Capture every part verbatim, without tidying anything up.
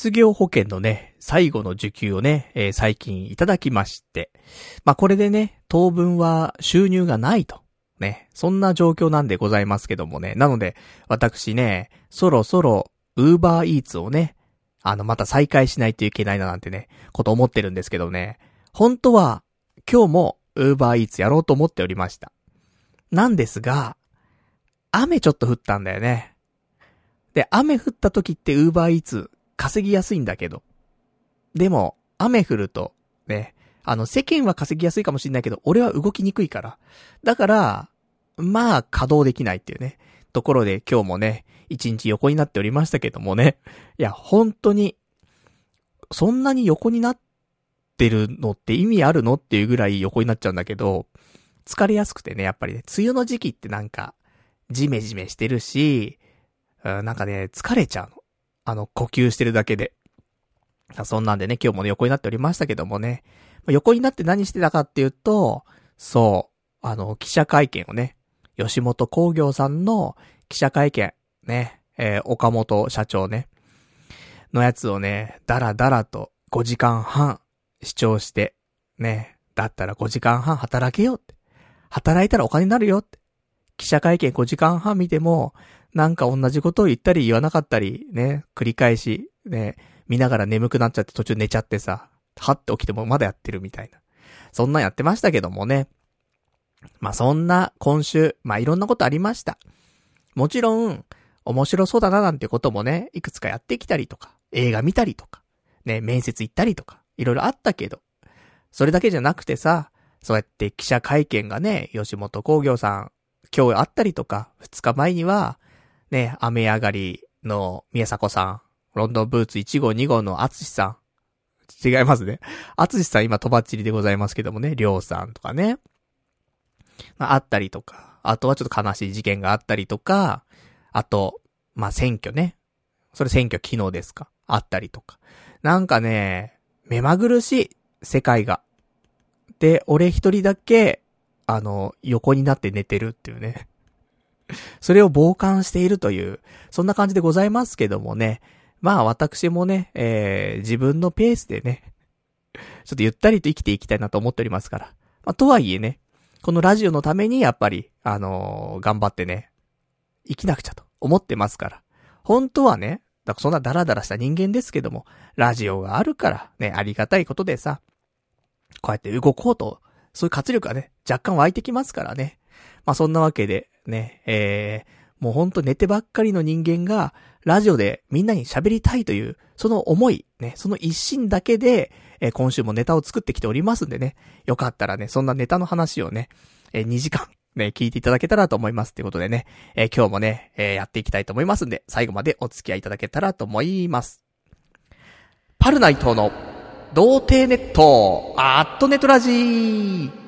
失業保険のね、最後の受給をね、えー、最近いただきまして。まあ、これでね、当分は収入がないと。ね、そんな状況なんでございますけどもね。なので、私ね、そろそろ、ウーバーイーツをね、あの、また再開しないといけないななんてね、こと思ってるんですけどね。本当は、今日もウーバーイーツやろうと思っておりました。なんですが、雨ちょっと降ったんだよね。で、雨降った時ってウーバーイーツ稼ぎやすいんだけど。でも、雨降ると、ね、あの、世間は稼ぎやすいかもしれないけど、俺は動きにくいから。だから、まあ、稼働できないっていうね、ところで今日もね、一日横になっておりましたけどもね。いや、本当に、そんなに横になってるのって意味あるのっていうぐらい横になっちゃうんだけど、疲れやすくてね、やっぱりね、梅雨の時期ってなんか、ジメジメしてるし、なんかね、疲れちゃうの。あの、呼吸してるだけで。そんなんでね、今日もね、横になっておりましたけどもね。横になって何してたかっていうと、そう、あの、記者会見をね、吉本興業さんの記者会見、ね、えー、岡本社長ね、のやつをね、だらだらとごじかんはん視聴して、ね、だったらごじかんはん働けよって。働いたらお金になるよって。記者会見ごじかんはん見ても、なんか同じことを言ったり言わなかったり、ね、繰り返し、ね、見ながら眠くなっちゃって途中寝ちゃってさ、はって起きてもまだやってるみたいな。そんなんやってましたけどもね。まあ、そんな今週、まあ、いろんなことありました。もちろん、面白そうだななんてこともね、いくつかやってきたりとか、映画見たりとか、ね、面接行ったりとか、いろいろあったけど、それだけじゃなくてさ、そうやって記者会見がね、吉本興業さん、今日あったりとか、二日前には、ね、雨上がりの宮迫さん、ロンドンブーツいち号に号の厚さん、違いますね。厚さん今とばっちりでございますけどもね、りょうさんとかね、まあ、あったりとか、あとはちょっと悲しい事件があったりとか、あと、まあ、選挙ね。それ選挙昨日ですか。あったりとか。なんかね、目まぐるしい、世界が。で、俺一人だけ、あの、横になって寝てるっていうね。それを傍観しているという、そんな感じでございますけどもね。まあ私もね、えー、自分のペースでね、ちょっとゆったりと生きていきたいなと思っておりますから。まあとはいえね、このラジオのためにやっぱり、あのー、頑張ってね、生きなくちゃと思ってますから。本当はね、だからそんなダラダラした人間ですけども、ラジオがあるからね、ありがたいことでさ、こうやって動こうと、そういう活力がね、若干湧いてきますからね。まあそんなわけで、ね、えー、もうほんと寝てばっかりの人間が、ラジオでみんなに喋りたいという、その思い、ね、その一心だけで、えー、今週もネタを作ってきておりますんでね、よかったらね、そんなネタの話をね、えー、にじかん、ね、聞いていただけたらと思いますってことでね、えー、今日もね、えー、やっていきたいと思いますんで、最後までお付き合いいただけたらと思います。パルナイトの、童貞ネット、アットネットラジー。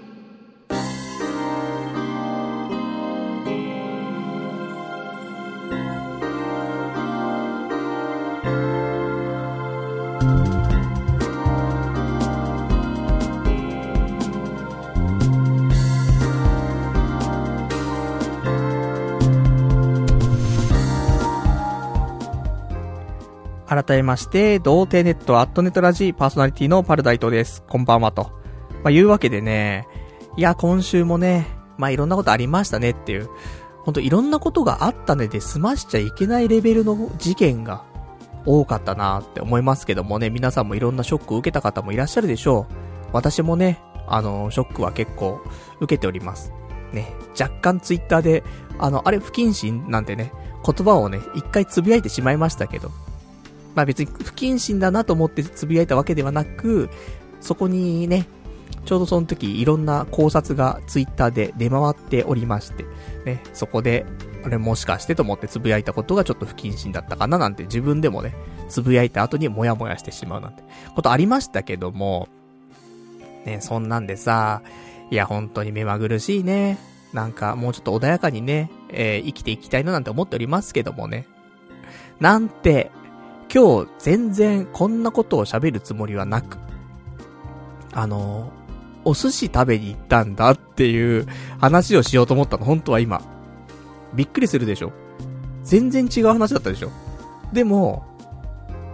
改めまして、童貞ネットアットネットラジーパーソナリティのパルダイトです。こんばんはと。まあ、いうわけでね、いや、今週もね、まあ、いろんなことありましたねっていう、ほんといろんなことがあったねで済ましちゃいけないレベルの事件が多かったなって思いますけどもね、皆さんもいろんなショックを受けた方もいらっしゃるでしょう。私もね、あの、ショックは結構受けております。ね、若干ツイッターで、あの、あれ不謹慎なんてね、言葉をね、一回つぶやいてしまいましたけど、まあ別に不謹慎だなと思ってつぶやいたわけではなく、そこにね、ちょうどその時いろんな考察がツイッターで出回っておりまして、ね、そこで、あれもしかしてと思ってつぶやいたことがちょっと不謹慎だったかななんて自分でもね、つぶやいた後にモヤモヤしてしまうなんてことありましたけども、ね、そんなんでさ、いや本当に目まぐるしいね、なんかもうちょっと穏やかにね、えー、生きていきたいななんて思っておりますけどもね。なんて、今日全然こんなことを喋るつもりはなく、あのお寿司食べに行ったんだっていう話をしようと思ったの。本当は今びっくりするでしょ。全然違う話だったでしょ。でも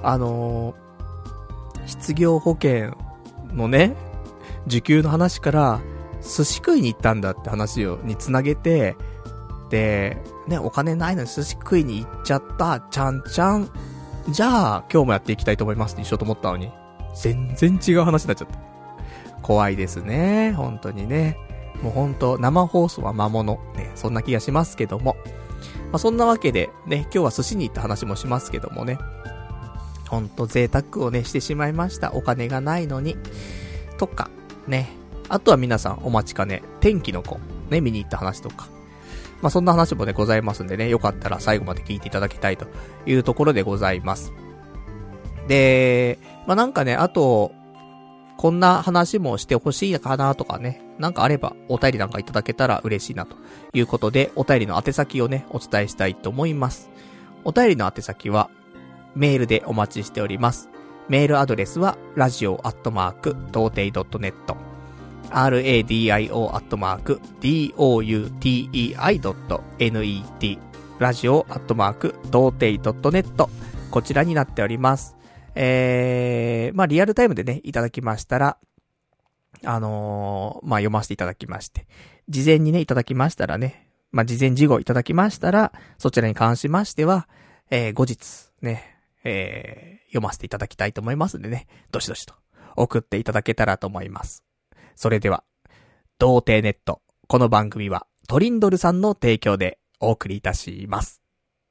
あのー、失業保険のね、受給の話から、寿司食いに行ったんだって話を、につなげて、で、ね、お金ないのに寿司食いに行っちゃった、ちゃんちゃん。じゃあ、今日もやっていきたいと思いますって一緒と思ったのに、全然違う話になっちゃった。怖いですね、本当にね。もう本当、生放送は魔物、ね、そんな気がしますけども。まあ、そんなわけで、ね、今日は寿司に行った話もしますけどもね。ほんと贅沢をね、してしまいました。お金がないのに。とか、ね。あとは皆さんお待ちかね、天気の子、ね、見に行った話とか。まあ、そんな話もね、ございますんでね、よかったら最後まで聞いていただきたいというところでございます。で、まあ、なんかね、あと、こんな話もしてほしいかなとかね、なんかあればお便りなんかいただけたら嬉しいなということで、お便りの宛先をね、お伝えしたいと思います。お便りの宛先は、メールでお待ちしております。メールアドレスは、ラジオアットマーク、ドーテイドットネット、ラディオアットマーク、ドーテイドットネット、ラジオアットマーク、ドーテイドットネット、こちらになっております。えー、まあ、リアルタイムでね、いただきましたら、あのー、まあ、読ませていただきまして、事前にね、いただきましたらね、まあ、事前事後いただきましたら、そちらに関しましては、えー、後日、ね、えー、読ませていただきたいと思いますんでね、どしどしと送っていただけたらと思います。それでは、童貞ネット、この番組はトリンドルさんの提供でお送りいたします。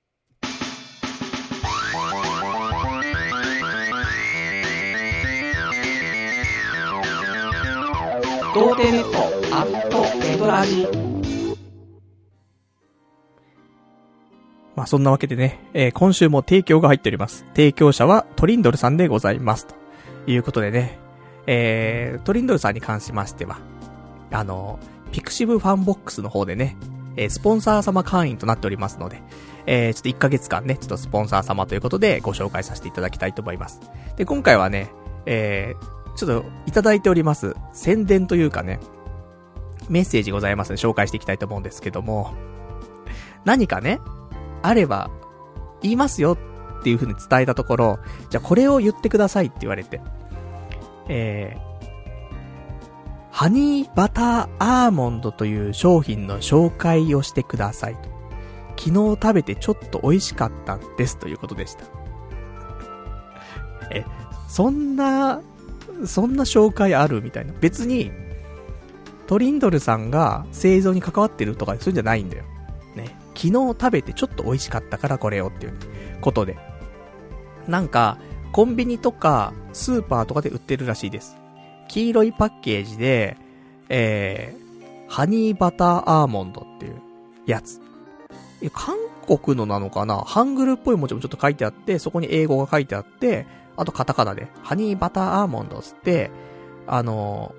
童貞ネットアットネトラジ。まあそんなわけでね、えー、今週も提供が入っております。提供者はトリンドルさんでございますということでね、えー、トリンドルさんに関しましては、あのピクシブファンボックスの方でね、えー、スポンサー様会員となっておりますので、えー、ちょっといっかげつかんね、ちょっとスポンサー様ということでご紹介させていただきたいと思います。で、今回はね、えーちょっといただいております宣伝というかね、メッセージございますので紹介していきたいと思うんですけども、何かね、あれば言いますよっていう風に伝えたところ、じゃあこれを言ってくださいって言われて、えー、ハニーバターアーモンドという商品の紹介をしてくださいと。昨日食べてちょっと美味しかったんですということでした。え、そんなそんな紹介あるみたいな。別にトリンドルさんが製造に関わってるとかそういうんじゃないんだよね。昨日食べてちょっと美味しかったからこれをっていうことで、なんかコンビニとかスーパーとかで売ってるらしいです。黄色いパッケージで、えー、ハニーバターアーモンドっていうやつ。韓国のなのかな、ハングルっぽい文字もちょっと書いてあって、そこに英語が書いてあって、あとカタカナで、ハニーバターアーモンドって、あの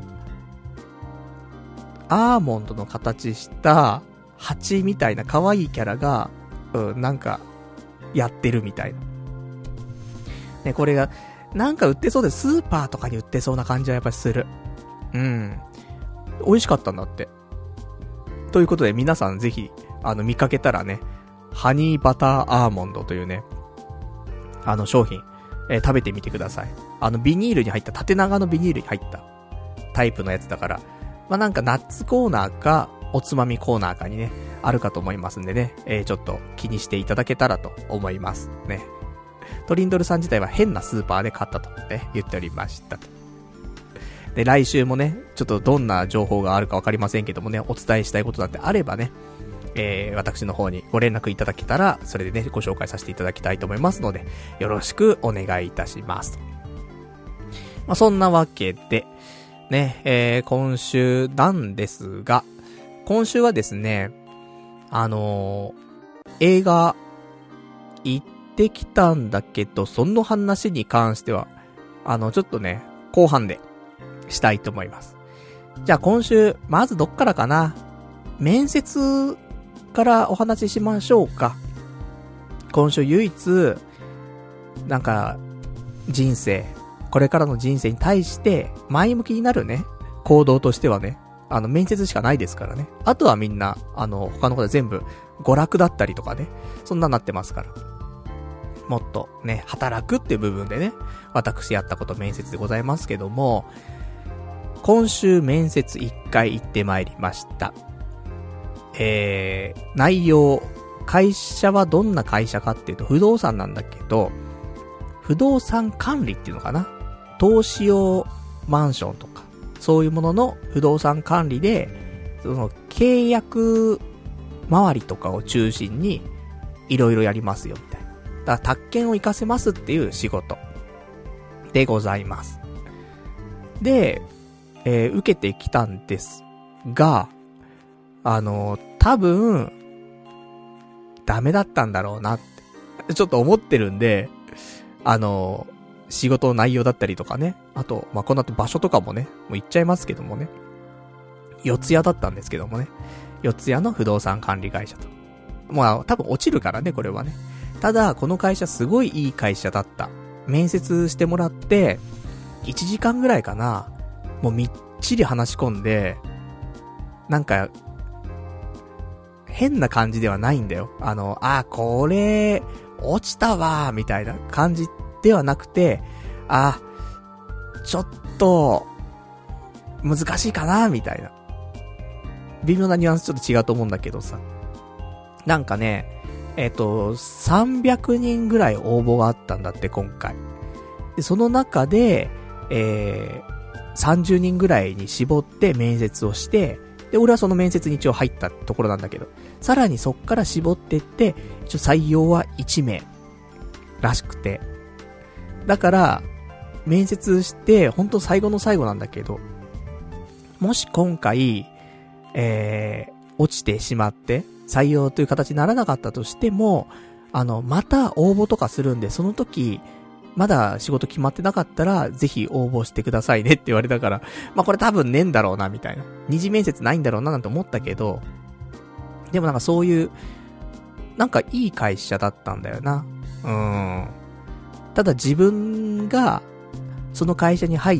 ー、アーモンドの形した蜂みたいな可愛いキャラが、うん、なんか、やってるみたいな。ね、これが、なんか売ってそうで、スーパーとかに売ってそうな感じはやっぱりする。うん。美味しかったんだって。ということで皆さんぜひ、あの、見かけたらね、ハニーバターアーモンドというね、あの商品、えー、食べてみてください。あのビニールに入った、縦長のビニールに入ったタイプのやつだから、まあ、なんかナッツコーナーかおつまみコーナーかにね、あるかと思いますんでね、えー、ちょっと気にしていただけたらと思いますね。トリンドルさん自体は変なスーパーで買ったとね、言っておりましたと。で、来週もね、ちょっとどんな情報があるかわかりませんけどもね、お伝えしたいことだってあればね、えー、私の方にご連絡いただけたら、それでね、ご紹介させていただきたいと思いますので、よろしくお願いいたします。まあ、そんなわけで、ね、えー、今週なんですが、今週はですね、あのー、映画、行ってきたんだけど、その話に関しては、あの、ちょっとね、後半で、したいと思います。じゃあ今週、まずどっからかな、面接、からお話ししましょうか。今週唯一なんか人生、これからの人生に対して前向きになるね行動としてはね、あの面接しかないですからね。あとはみんなあの他のことは全部娯楽だったりとかね、そんなになってますから。 もっとね、働くっていう部分でね、私やったこと面接でございますけども、今週面接いっかい行ってまいりました。えー、内容、会社はどんな会社かっていうと不動産なんだけど、不動産管理っていうのかな、投資用マンションとか、そういうものの不動産管理で、その契約周りとかを中心にいろいろやりますよみたいな。だから宅建を活かせますっていう仕事でございます。で、えー、受けてきたんですが、あの、多分、ダメだったんだろうなって、ちょっと思ってるんで、あの、仕事の内容だったりとかね、あと、まあ、この後場所とかもね、もう言っちゃいますけどもね、四谷だったんですけどもね、四谷の不動産管理会社と。まあ、多分落ちるからね、これはね。ただ、この会社すごいいい会社だった。面接してもらって、いちじかんぐらいかな、もうみっちり話し込んで、なんか、変な感じではないんだよ。あの、あ、これ、落ちたわー、みたいな感じではなくて、あ、ちょっと、難しいかな、みたいな。微妙なニュアンスちょっと違うと思うんだけどさ。なんかね、えっと、さんびゃくにんぐらい応募があったんだって、今回。で、その中で、えー、さんじゅうにんぐらいに絞って面接をして、で、俺はその面接に一応入ったところなんだけど、さらにそっから絞ってって、一応採用はいちめいらしくて。だから、面接して、ほんと最後の最後なんだけど、もし今回、えー、落ちてしまって、採用という形にならなかったとしても、あの、また応募とかするんで、その時、まだ仕事決まってなかったら、ぜひ応募してくださいねって言われたから、まあ、これ多分ねえんだろうな、みたいな。二次面接ないんだろうな、なんて思ったけど、でもなんかそういう、なんかいい会社だったんだよな。うーん。ただ自分が、その会社に入って、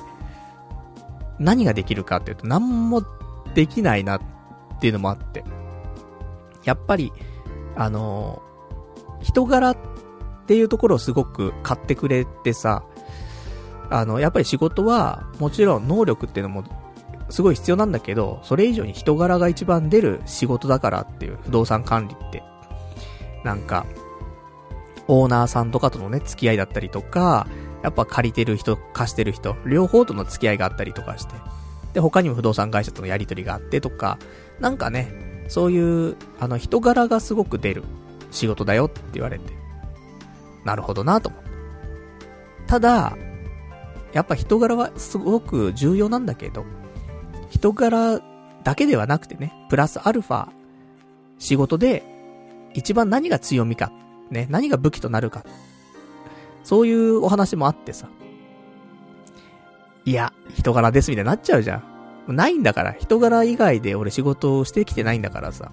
何ができるかっていうと、何もできないなっていうのもあって。やっぱり、あの、人柄っていうところをすごく買ってくれてさ、あの、やっぱり仕事は、もちろん能力っていうのも、すごい必要なんだけど、それ以上に人柄が一番出る仕事だからっていう、不動産管理って。なんか、オーナーさんとかとのね、付き合いだったりとか、やっぱ借りてる人、貸してる人、両方との付き合いがあったりとかして。で、他にも不動産会社とのやり取りがあってとか、なんかね、そういう、あの、人柄がすごく出る仕事だよって言われて。なるほどなと思って。ただ、やっぱ人柄はすごく重要なんだけど、人柄だけではなくてね、プラスアルファ、仕事で一番何が強みか、ね、何が武器となるか、そういうお話もあってさ、いや、人柄ですみたいになっちゃうじゃん。ないんだから、人柄以外で俺仕事をしてきてないんだからさ。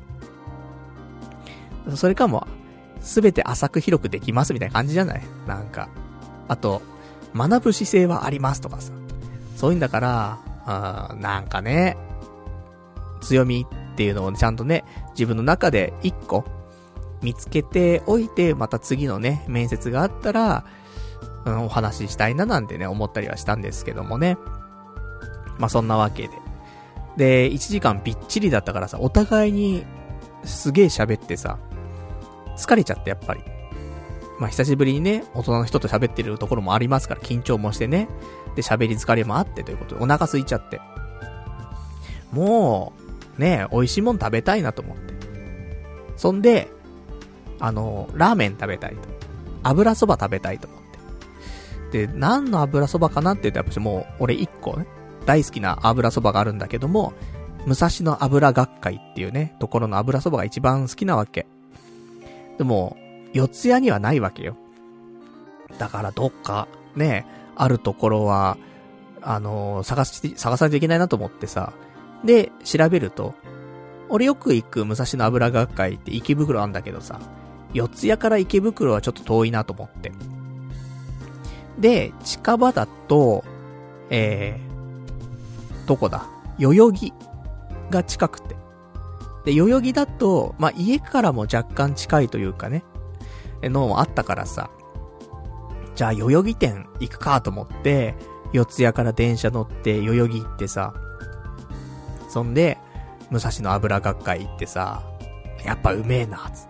それかも、すべて浅く広くできますみたいな感じじゃない？なんか。あと、学ぶ姿勢はありますとかさ。そういうんだから、あなんかね、強みっていうのをちゃんとね、自分の中で一個見つけておいて、また次のね、面接があったら、うん、お話ししたいななんてね、思ったりはしたんですけどもね。まあ、そんなわけで。で、いちじかんびっちりだったからさ、お互いにすげえ喋ってさ、疲れちゃってやっぱり。まあ、久しぶりにね、大人の人と喋ってるところもありますから、緊張もしてね。で、喋り疲れもあってということで、お腹空いちゃって。もう、ね、美味しいもん食べたいなと思って。そんで、あの、ラーメン食べたいと。油そば食べたいと思って。で、何の油そばかなって言うと、やっぱもう、俺一個ね、大好きな油そばがあるんだけども、武蔵野油学会っていうね、ところの油そばが一番好きなわけ。でも、四谷にはないわけよ。だからどっか、ね、あるところは、あのー、探し、探さないといけないなと思ってさ。で、調べると、俺よく行く武蔵野油学会って池袋なんだけどさ、四谷から池袋はちょっと遠いなと思って。で、近場だと、えー、どこだ？代々木が近くて。で、代々木だと、まあ、家からも若干近いというかね。 のもあったからさ、じゃあ代々木店行くかと思って、四谷から電車乗って代々木行ってさ、そんで、武蔵野油学会行ってさ、やっぱうめえな、つって。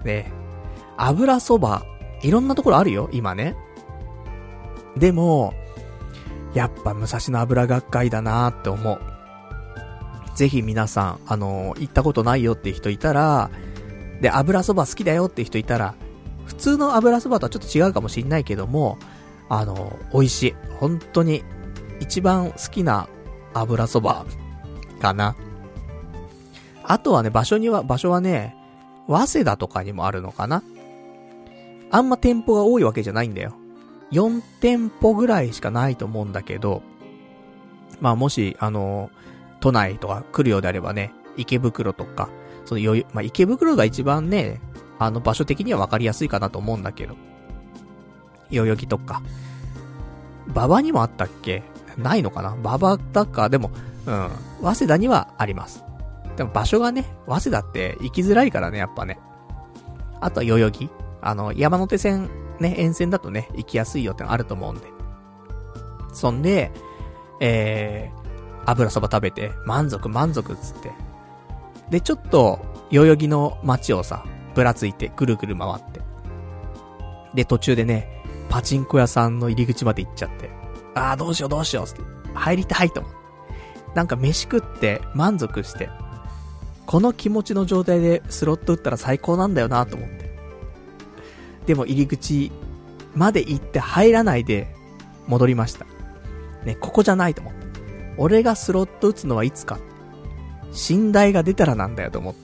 ね。油そば、いろんなところあるよ、今ね。でも、やっぱ武蔵野油学会だなーって思う。ぜひ皆さん、あのー、行ったことないよって人いたら、で、油そば好きだよって人いたら、普通の油そばとはちょっと違うかもしんないけども、あのー、美味しい。本当に、一番好きな油そば、かな。あとはね、場所には、場所はね、早稲田とかにもあるのかな。あんま店舗が多いわけじゃないんだよ。よん店舗ぐらいしかないと思うんだけど、まあもし、あの、都内とか来るようであればね、池袋とか、その余裕、まあ池袋が一番ね、あの場所的には分かりやすいかなと思うんだけど、代々木とか、馬場にもあったっけ？ないのかな？馬場だか、でも、うん、早稲田にはあります。でも場所がね、早稲田って行きづらいからね、やっぱね。あとは代々木。あの、山手線、ね、沿線だとね、行きやすいよってのあると思うんで。そんで、えー、油そば食べて、満足満足っつって。で、ちょっと、代々木の街をさ、ぶらついて、ぐるぐる回って。で、途中でね、パチンコ屋さんの入り口まで行っちゃって。あー、どうしようどうしようっつって。入りたいと思う。なんか飯食って満足して、この気持ちの状態でスロット打ったら最高なんだよなと思って。でも入り口まで行って入らないで戻りました。ね、ここじゃないと思って。俺がスロット打つのはいつか。寝台が出たらなんだよと思って、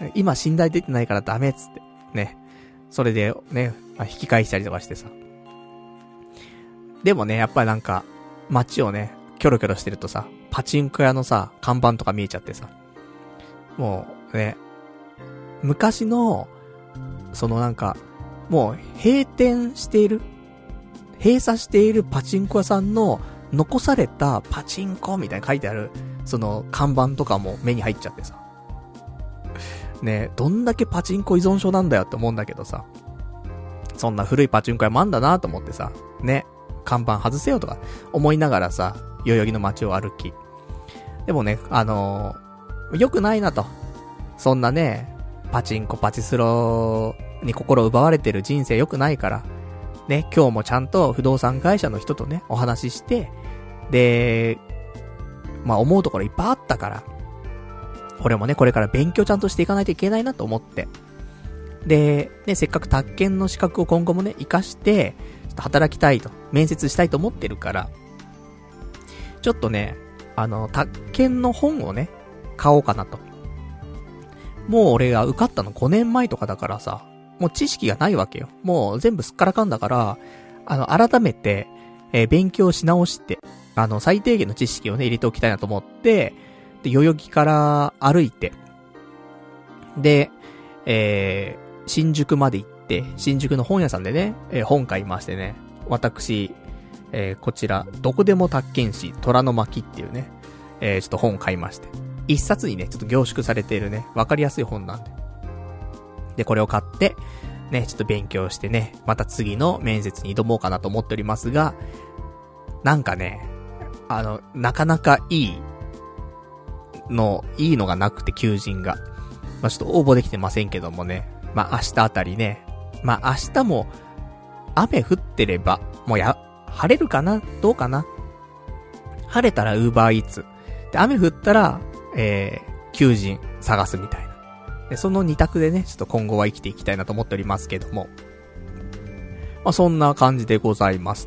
今寝台出てないからダメっつって。ね。それでね、引き返したりとかしてさ。でもね、やっぱりなんか、街をね、キョロキョロしてるとさ、パチンコ屋のさ、看板とか見えちゃってさ。もうね、昔の、そのなんか、もう閉店している、閉鎖しているパチンコ屋さんの残されたパチンコみたいに書いてある、その看板とかも目に入っちゃってさ。ね、どんだけパチンコ依存症なんだよって思うんだけどさ。そんな古いパチンコ屋もあんだなと思ってさ、ね、看板外せよとか思いながらさ、代々木の街を歩き。でもね、あのー、良くないなと。そんなね、パチンコパチスロに心奪われてる人生良くないから、ね、今日もちゃんと不動産会社の人とね、お話しして、で、まあ思うところいっぱいあったから、俺もね、これから勉強ちゃんとしていかないといけないなと思って、で、ね、せっかく宅建の資格を今後もね、活かして、ちょっと働きたいと、面接したいと思ってるから、ちょっとね、あの、宅建の本をね、買おうかなと。もう俺が受かったのごねんまえとかだからさ、もう知識がないわけよ。もう全部すっからかんだから、あの、改めて、えー、勉強し直して、あの、最低限の知識をね、入れておきたいなと思って、で、代々木から歩いて、で、えー、新宿まで行って、新宿の本屋さんでね、えー、本買いましてね、私、えー、こちら、どこでも宅建士、虎の巻っていうね、えー、ちょっと本買いまして。一冊にね、ちょっと凝縮されているね、わかりやすい本なんで。で、これを買って、ね、ちょっと勉強してね、また次の面接に挑もうかなと思っておりますが、なんかね、あの、なかなかいいの、いいのがなくて、求人が。まあ、ちょっと応募できてませんけどもね、まあ、明日あたりね、まあ、明日も、雨降ってれば、もうや、晴れるかな？どうかな？晴れたらウーバーイーツ。で、雨降ったら、えー、求人探すみたいな。で、その二択でね、ちょっと今後は生きていきたいなと思っておりますけども。まあ、そんな感じでございます。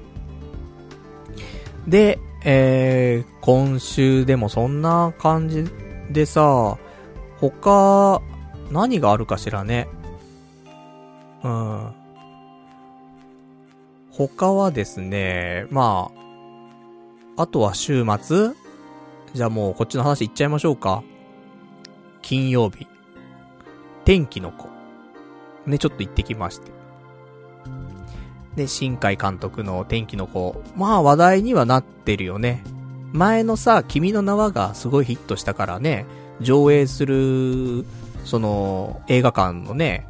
で、えー、今週でもそんな感じでさ、他、何があるかしらね。うん。他はですね、まあ、あとは週末？じゃあもうこっちの話いっちゃいましょうか。金曜日。天気の子。ね、ちょっと行ってきまして。で、新海監督の天気の子。まあ話題にはなってるよね。前のさ、君の名はがすごいヒットしたからね、上映する、その、映画館のね、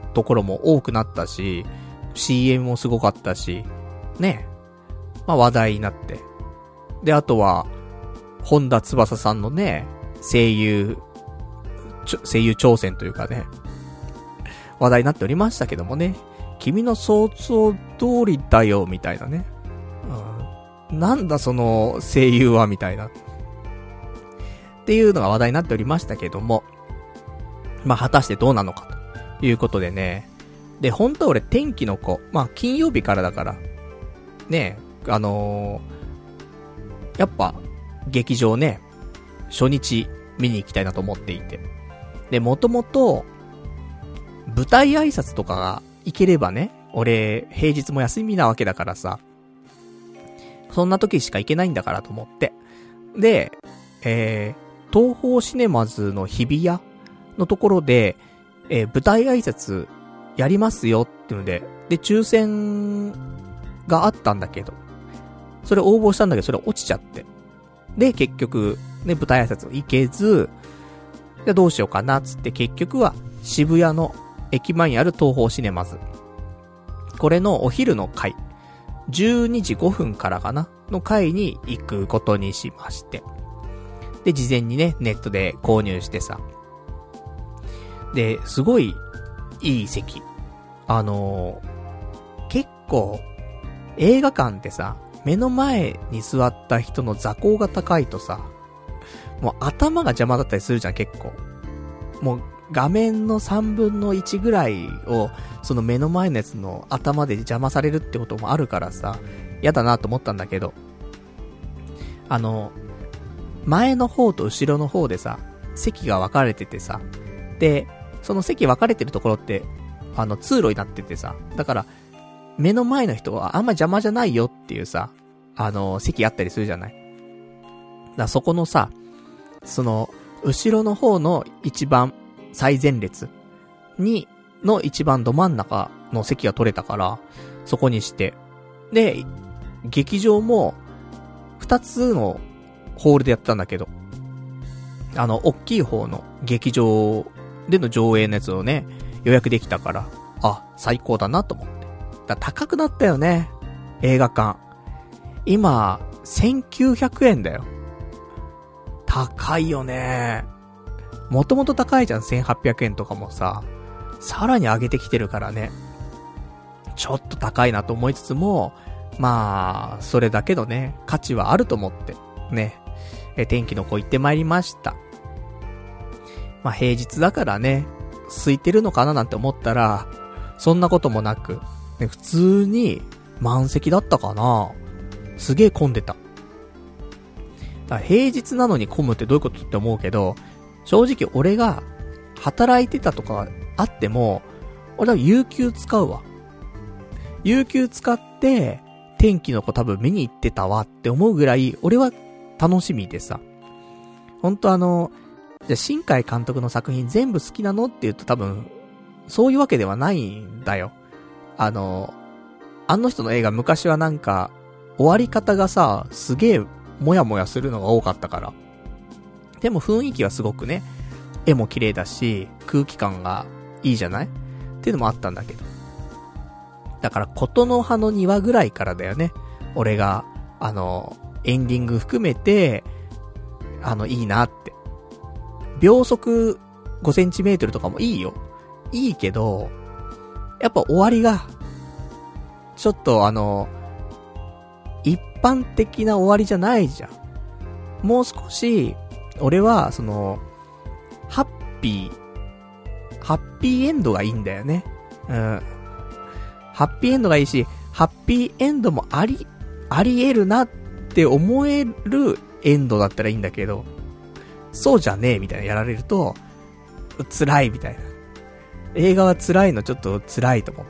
ところも多くなったし、シーエム もすごかったし、ね。まあ話題になって。で、あとは、本田翼さんのね、声優、声優挑戦というかね、話題になっておりましたけどもね、君の想像通りだよ、みたいなね。うん、なんだその声優は、みたいな。っていうのが話題になっておりましたけども、まあ果たしてどうなのかということでね。で、本当は俺天気の子、まあ金曜日からだから、ね、あのー、やっぱ劇場ね、初日見に行きたいなと思っていて。で、もともと、舞台挨拶とかが行ければね、俺、平日も休みなわけだからさ、そんな時しか行けないんだからと思って。で、えー、東宝シネマズの日比谷のところで、えー、舞台挨拶やりますよっていうので、で、抽選があったんだけど、それ応募したんだけど、それ落ちちゃって。で、結局、ね、舞台挨拶行けず、で、どうしようかなっつって結局は渋谷の駅前にある東宝シネマズ。これのお昼の回、じゅうにじごふんからかなの回に行くことにしまして。で、事前にね、ネットで購入してさ。で、すごいいい席。あのー、結構、映画館ってさ、目の前に座った人の座高が高いとさ、もう頭が邪魔だったりするじゃん、結構。もう画面のさんぶんのいちぐらいを、その目の前のやつの頭で邪魔されるってこともあるからさ、嫌だなと思ったんだけど、あの、前の方と後ろの方でさ、席が分かれててさ、で、その席分かれてるところって、あの、通路になっててさ、だから、目の前の人はあんま邪魔じゃないよっていうさ、あの、席あったりするじゃない。だからそこのさ、その、後ろの方の一番最前列に、の一番ど真ん中の席が取れたから、そこにして。で、劇場も、二つのホールでやったんだけど、あの、大きい方の劇場での上映のやつをね、予約できたから、あ、最高だなと思って。だ高くなったよね、映画館。今、せんきゅうひゃくえんだよ。高いよね。もともと高いじゃん、せんはっぴゃくえんとかもさ。さらに上げてきてるからね。ちょっと高いなと思いつつも、まあ、それだけのね、価値はあると思って、ね。え、天気の子行ってまいりました。まあ平日だからね、空いてるのかななんて思ったら、そんなこともなく、ね、普通に満席だったかな。すげえ混んでた。だから平日なのに混むってどういうことって思うけど、正直俺が働いてたとかあっても、俺は有給使うわ。有給使って天気の子多分見に行ってたわって思うぐらい俺は楽しみでさ。ほんとあの、じゃあ新海監督の作品全部好きなのって言うと多分そういうわけではないんだよ。あの、あの人の映画昔はなんか終わり方がさ、すげえもやもやするのが多かったから。でも雰囲気はすごくね、絵も綺麗だし、空気感がいいじゃないっていうのもあったんだけど。だから、琴の葉の庭ぐらいからだよね。俺が、あの、エンディング含めて、あの、いいなって。秒速ごセンチメートルとかもいいよ。いいけど、やっぱ終わりが、ちょっとあの、一般的な終わりじゃないじゃん。もう少し、俺は、その、ハッピー、ハッピーエンドがいいんだよね。うん。ハッピーエンドがいいし、ハッピーエンドもあり、あり得るなって思えるエンドだったらいいんだけど、そうじゃねえみたいなやられると、辛いみたいな。映画は辛いのちょっと辛いと思って。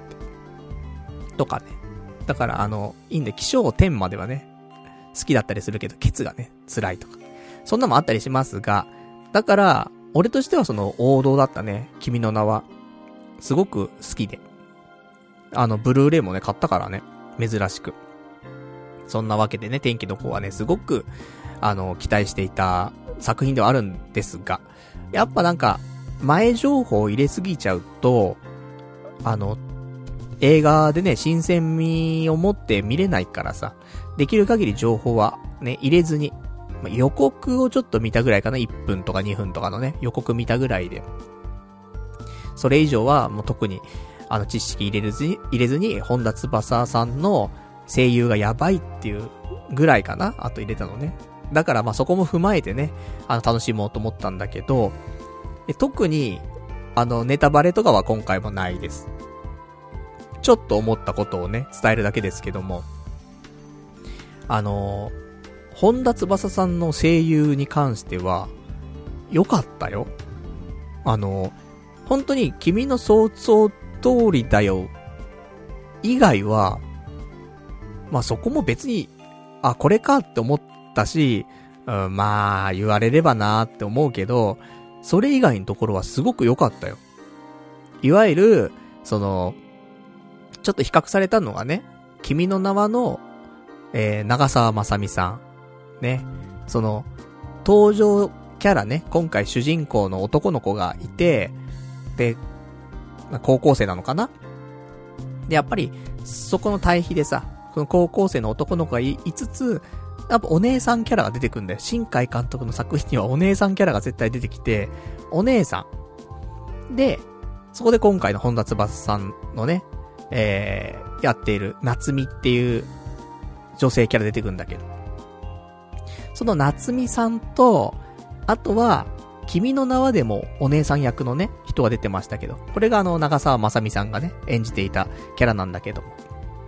とかね。だからあの、いいんで、起承転まではね、好きだったりするけど、ケツがね、辛いとか。そんなもあったりしますが、だから、俺としてはその王道だったね、君の名は、すごく好きで。あの、ブルーレイもね、買ったからね、珍しく。そんなわけでね、天気の子はね、すごく、あの、期待していた作品ではあるんですが、やっぱなんか、前情報を入れすぎちゃうと、 あの、映画でね、新鮮味を持って見れないからさ、できる限り情報はね、入れずに、まあ、予告をちょっと見たぐらいかな、いっぷんとかにふんとかのね、予告見たぐらいで。それ以上はもう特に、あの、知識入れずに、入れずに、本田翼さんの声優がやばいっていうぐらいかな、あと入れたのね。だからまあそこも踏まえてね、あの、楽しもうと思ったんだけど、え特に、あの、ネタバレとかは今回もないです。ちょっと思ったことをね、伝えるだけですけども、あの、本田翼さんの声優に関しては、良かったよ。あの、本当に君の想像通りだよ。以外は、まあそこも別に、あ、これかって思ったし、うん、まあ言われればなーって思うけど、それ以外のところはすごく良かったよ。いわゆる、その、ちょっと比較されたのがね、君の名はの、えー、長澤まさみさん。ね。その、登場キャラね、今回主人公の男の子がいて、で、高校生なのかな？で、やっぱり、そこの対比でさ、その高校生の男の子が い, いつつ、やっぱお姉さんキャラが出てくんだよ。新海監督の作品にはお姉さんキャラが絶対出てきて、お姉さん。で、そこで今回の本田翼さんのね、えー、やっている夏美っていう女性キャラ出てくんだけど、その夏美さんと、あとは、君の名はでもお姉さん役のね、人が出てましたけど、これがあの、長澤まさみさんがね、演じていたキャラなんだけども。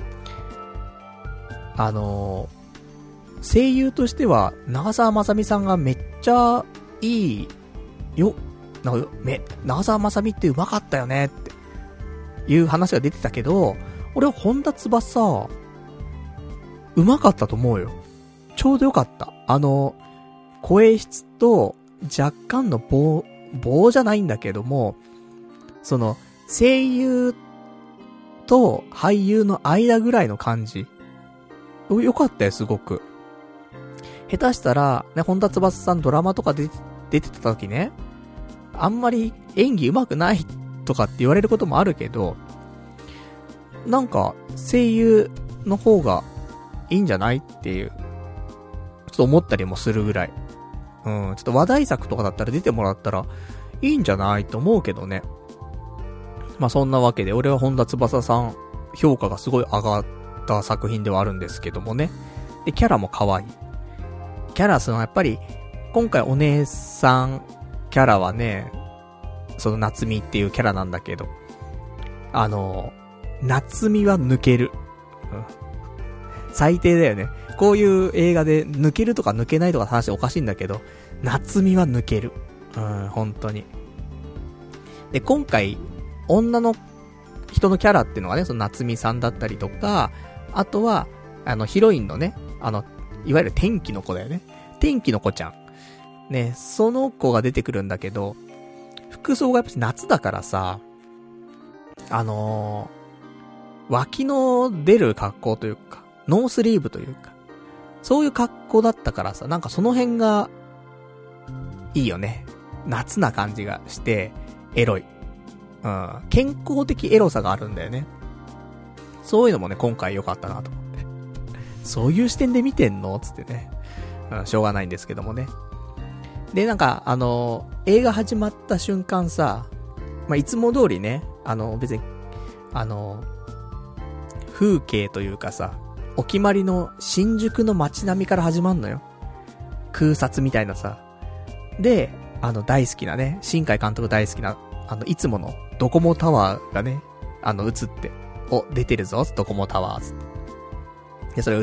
あのー、声優としては、長澤まさみさんがめっちゃいいよ。なんかめ、長澤まさみって上手かったよねっていう話が出てたけど、俺は本田翼、上手かったと思うよ。ちょうどよかった。あの、声質と若干の棒、棒じゃないんだけども、その、声優と俳優の間ぐらいの感じ。よかったよ、すごく。下手したら、ね、本田翼さんドラマとかで出てた時ね、あんまり演技上手くないとかって言われることもあるけど、なんか、声優の方がいいんじゃないっていう、ちょっと思ったりもするぐらい。うん、ちょっと話題作とかだったら出てもらったらいいんじゃないと思うけどね。まあそんなわけで、俺は本田翼さん評価がすごい上がった作品ではあるんですけどもね。で、キャラも可愛い。キャラそのやっぱり、今回お姉さんキャラはね、その夏美っていうキャラなんだけど、あの、夏美は抜ける。うん、最低だよね。こういう映画で抜けるとか抜けないとか話おかしいんだけど、夏美は抜ける。うん、本当に。で、今回、女の人のキャラっていうのがね、その夏美さんだったりとか、あとは、あの、ヒロインのね、あの、いわゆる天気の子だよね。天気の子ちゃん。ね、その子が出てくるんだけど、服装がやっぱ夏だからさ、あのー、脇の出る格好というか、ノースリーブというか、そういう格好だったからさ、なんかその辺が、いいよね。夏な感じがして、エロい。うん。健康的エロさがあるんだよね。そういうのもね、今回良かったなと思って。そういう視点で見てんのつってね。うん、しょうがないんですけどもね。で、なんか、あのー、映画始まった瞬間さ、まあ、いつも通りね、あのー、別に、あのー、風景というかさ、お決まりの新宿の街並みから始まんのよ。空撮みたいなさ。で、あの、大好きなね、新海監督大好きな、あの、いつものドコモタワーがね、あの、映って、お、出てるぞ、ドコモタワーつって。で、それ映って、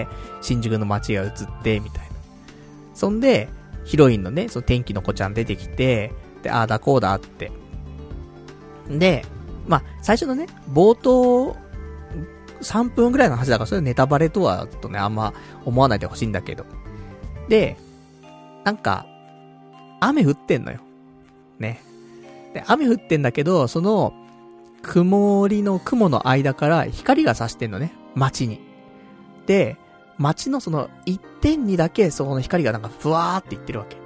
新宿の街が映って、みたいな。そんで、ヒロインのね、その天気の子ちゃん出てきて、で、あーだこうだって。で、まあ、最初のね、冒頭、さんぷんぐらいの話だから、それネタバレとは、ちょっとね、あんま思わないでほしいんだけど。で、なんか、雨降ってんのよ。ね。で、雨降ってんだけど、その、曇りの雲の間から光が差してんのね。街に。で、街のその一点にだけその光がなんかふわーっていってるわけ。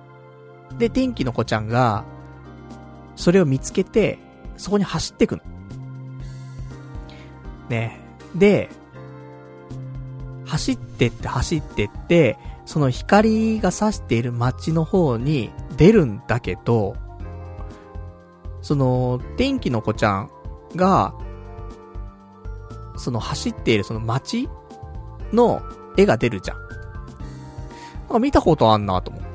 で、天気の子ちゃんが、それを見つけて、そこに走ってくの。 ね。で、走ってって走ってって、その光が差している街の方に出るんだけど、その、天気の子ちゃんが、その走っているその街の絵が出るじゃん。なんか見たことあんなと思って。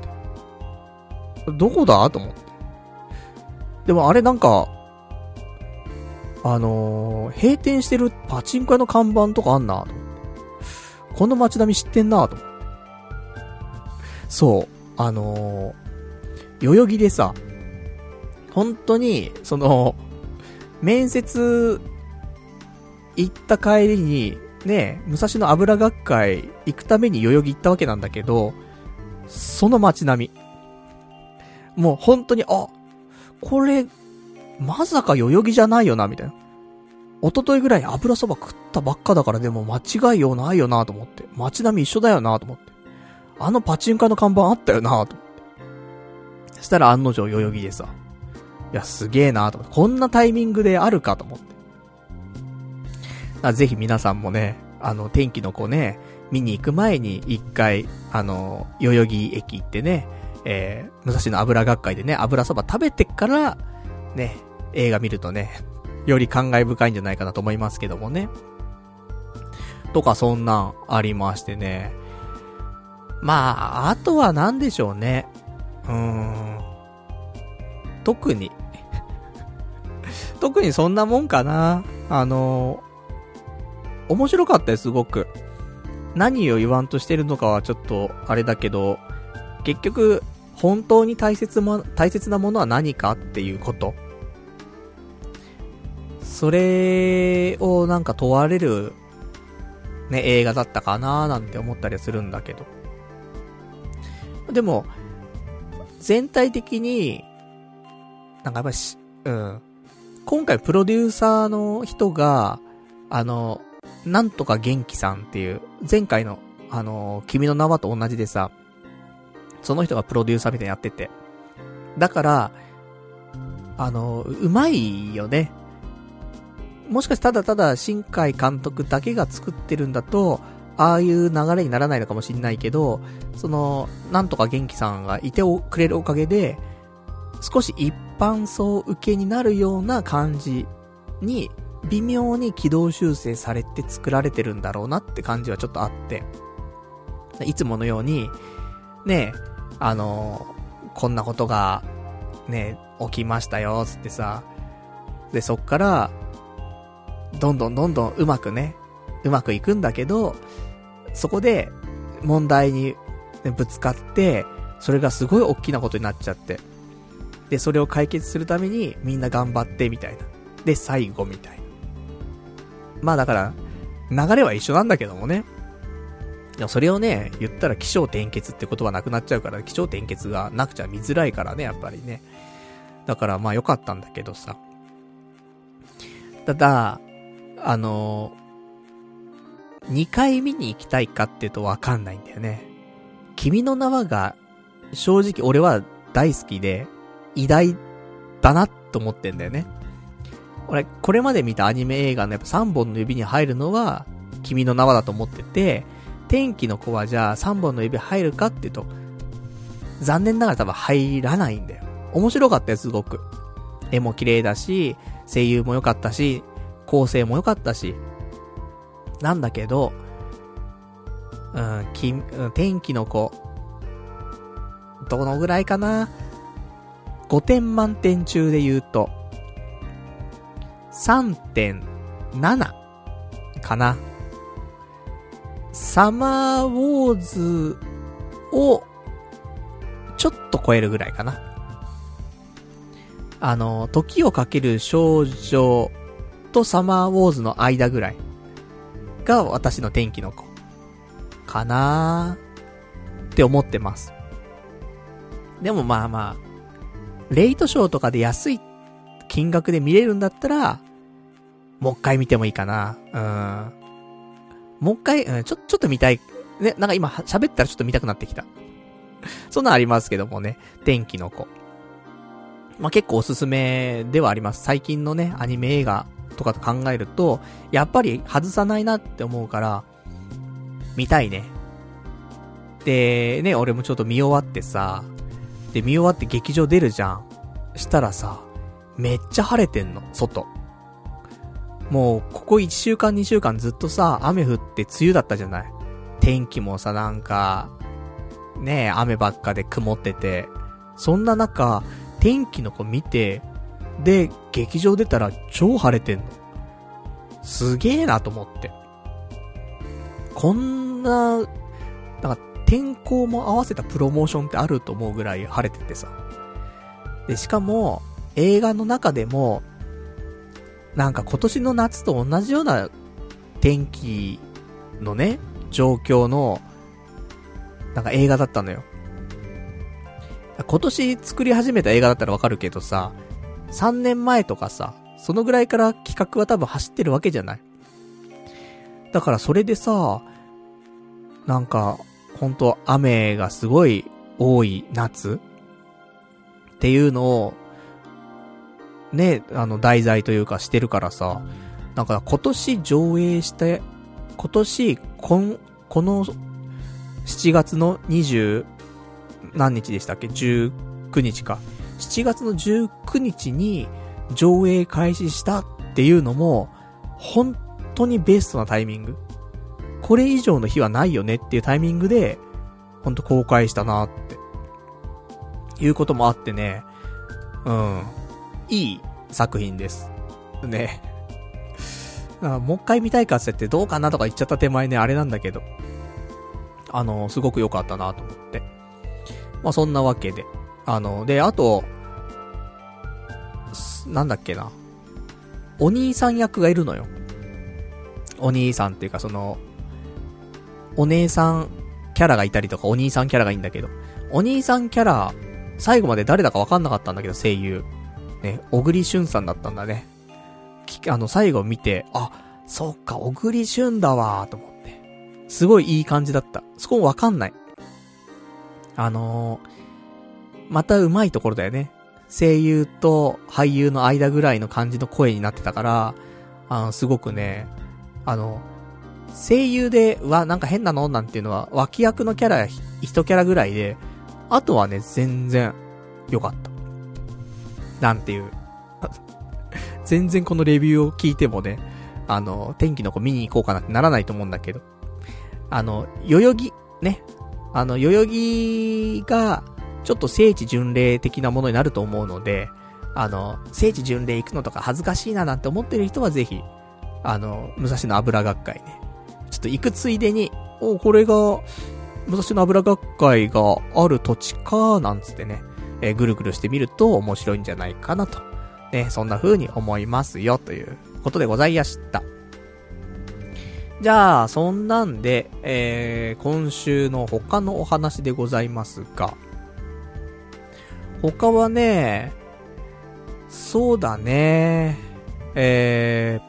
どこだと思って。でもあれなんか、あのー、閉店してるパチンコ屋の看板とかあんなと思って。この街並み知ってんなと思って。そう、あのー、代々木でさ、本当に、その、面接行った帰りに、ね、武蔵野油学会行くために代々木行ったわけなんだけど、その街並み。もう本当に、あ、これ、まさか代々木じゃないよな、みたいな。一昨日ぐらい油そば食ったばっかだからでも間違いようないよなと思って。街並み一緒だよなと思って。あのパチンコの看板あったよなと思って。そしたら案の定代々木でさ。いや、すげえなと思って。こんなタイミングであるかと思って。ぜひ皆さんもね、あの、天気の子ね、見に行く前に一回、あの、代々木駅行ってね、えー、武蔵野油学会でね、油そば食べてから、ね、映画見るとね、より感慨深いんじゃないかなと思いますけどもね。とかそんなんありましてね。まあ、あとは何でしょうね。うーん。特に。特にそんなもんかな。あの、面白かったよ、すごく。何を言わんとしてるのかはちょっと、あれだけど、結局、本当に大切も、大切なものは何かっていうこと。それをなんか問われる、ね、映画だったかなーなんて思ったりするんだけど。でも、全体的に、なんかやっぱし、うん。今回プロデューサーの人が、あの、なんとか元気さんっていう、前回の、あの、君の名はと同じでさ、その人がプロデューサーみたいにやってて。だから、あの、うまいよね。もしかしてただただ新海監督だけが作ってるんだと、ああいう流れにならないのかもしれないけど、その、なんとか元気さんがいてくれるおかげで、少し一般層受けになるような感じに、微妙に軌道修正されて作られてるんだろうなって感じはちょっとあって、いつものように、ねえ、あの、こんなことが、ね、起きましたよ、つってさ、で、そっから、どんどんどんどんうまくね、うまくいくんだけど、そこで問題にぶつかって、それがすごい大きなことになっちゃって、で、それを解決するためにみんな頑張ってみたいな。で、最後みたいな。まあだから、流れは一緒なんだけどもね。でもそれをね、言ったら起承転結って言葉なくなっちゃうから、起承転結がなくちゃ見づらいからね、やっぱりね。だからまあ良かったんだけどさ。ただ、あのー、にかい見に行きたいかって言うとわかんないんだよね。君の名はが、正直俺は大好きで、偉大だなと思ってんだよね。俺、これまで見たアニメ映画のやっぱさんぼんの指に入るのは、君の名はだと思ってて、天気の子はじゃあさんぼんの指入るかって言うと、残念ながら多分入らないんだよ。面白かったよ、すごく。絵も綺麗だし、声優も良かったし、構成も良かったし。なんだけど、うん、き、天気の子、どのぐらいかな？ごてん満点中で言うと、さんてんなな かな。サマーウォーズをちょっと超えるぐらいかな。あの、時をかける少女とサマーウォーズの間ぐらいが私の天気の子かなーって思ってます。でもまあまあ、レイトショーとかで安い金額で見れるんだったら、もう一回見てもいいかな。うん。もう一回、うん、ちょ、ちょっと見たい。ね、なんか今喋ったらちょっと見たくなってきた。そんなんありますけどもね。天気の子。まあ、結構おすすめではあります。最近のね、アニメ映画とかと考えると、やっぱり外さないなって思うから、見たいね。で、ね、俺もちょっと見終わってさ、で、見終わって劇場出るじゃん。したらさ、めっちゃ晴れてんの、外。もう、ここいっしゅうかんにしゅうかんずっとさ、雨降って梅雨だったじゃない。天気もさ、なんか、ねえ、雨ばっかで曇ってて、そんな中、天気の子見て、で、劇場出たら超晴れてんの。すげえなと思って。こんな、なんか天候も合わせたプロモーションってあると思うぐらい晴れててさ。で、しかも、映画の中でも、なんか今年の夏と同じような天気のね、状況の、なんか映画だったのよ。今年作り始めた映画だったらわかるけどさ、さんねんまえとかさ、そのぐらいから企画は多分走ってるわけじゃない。だからそれでさ、なんか、ほんと雨がすごい多い夏っていうのを、ね、あの題材というかしてるからさ、なんか今年上映して、今年、こん、このしちがつのにじゅう何日でしたっけ ?じゅうくにちか。しちがつのじゅうくにちに上映開始したっていうのも、本当にベストなタイミング。これ以上の日はないよねっていうタイミングで、ほんと公開したなって。いうこともあってね、うん。いい作品です。ね。だからもう一回見たいかって言ってどうかなとか言っちゃった手前ね、あれなんだけど。あの、すごく良かったなと思って。まあそんなわけで。あの、で、あと、なんだっけな。お兄さん役がいるのよ。お兄さんっていうかその、お姉さんキャラがいたりとかお兄さんキャラがいいんだけど、お兄さんキャラ、最後まで誰だかわかんなかったんだけど、声優。ね、小栗旬さんだったんだね。あの、最後見て、あ、そっか、小栗旬だわーと思って。すごいいい感じだった。そこもわかんない。あのー、また上手いところだよね。声優と俳優の間ぐらいの感じの声になってたから、あの、すごくね、あの、声優で、わ、なんか変なのなんていうのは、脇役のキャラ、一キャラぐらいで、あとはね、全然、良かった。なんていう。全然このレビューを聞いてもね、あの、天気の子見に行こうかなってならないと思うんだけど、あの、代々木、ね。あの、代々木が、ちょっと聖地巡礼的なものになると思うので、あの、聖地巡礼行くのとか恥ずかしいななんて思ってる人はぜひ、あの、武蔵野油学会ね。ちょっと行くついでに、お、これが、武蔵野油学会がある土地か、なんつってね、えー、ぐるぐるしてみると面白いんじゃないかなと。ね、そんな風に思いますよ、ということでございました。じゃあ、そんなんで、えー、今週の他のお話でございますが、他はね、そうだね、えー、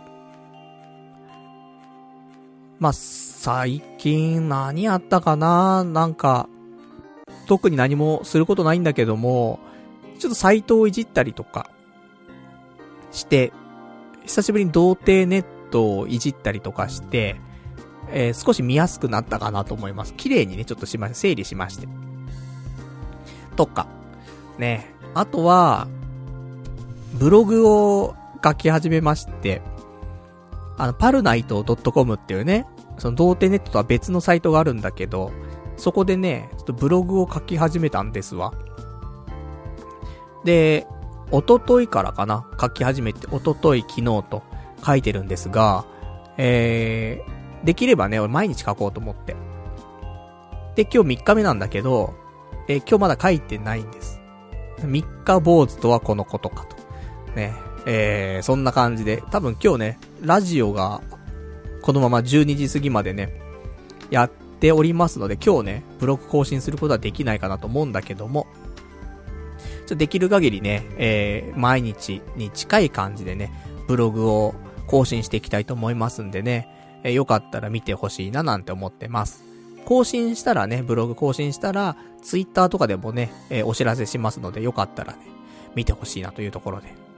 まあ、最近何やったかな、なんか、特に何もすることないんだけども、ちょっとサイトをいじったりとかして、久しぶりに童貞ネットをいじったりとかして、えー、少し見やすくなったかなと思います。綺麗にね、ちょっとしま、整理しまして。とか、ね。あとは、ブログを書き始めまして、あの、パルナイト .com っていうね、その童貞ネットとは別のサイトがあるんだけど、そこでね、ちょっとブログを書き始めたんですわ。で、おとといからかな、書き始めて、おととい、昨日と書いてるんですが、えー、できればね、俺毎日書こうと思って。で、今日みっかめなんだけど、えー、今日まだ書いてないんです。みっか坊主とはこのことかと。ね、えー、そんな感じで、多分今日ね、ラジオが、このままじゅうにじ過ぎまでね、やっておりますので、今日ね、ブログ更新することはできないかなと思うんだけども、ちょっとできる限りね、えー、毎日に近い感じでね、ブログを更新していきたいと思いますんでね、えー、よかったら見てほしいななんて思ってます。更新したらね、ブログ更新したら、ツイッターとかでもね、えー、お知らせしますので、よかったらね、見てほしいなというところで。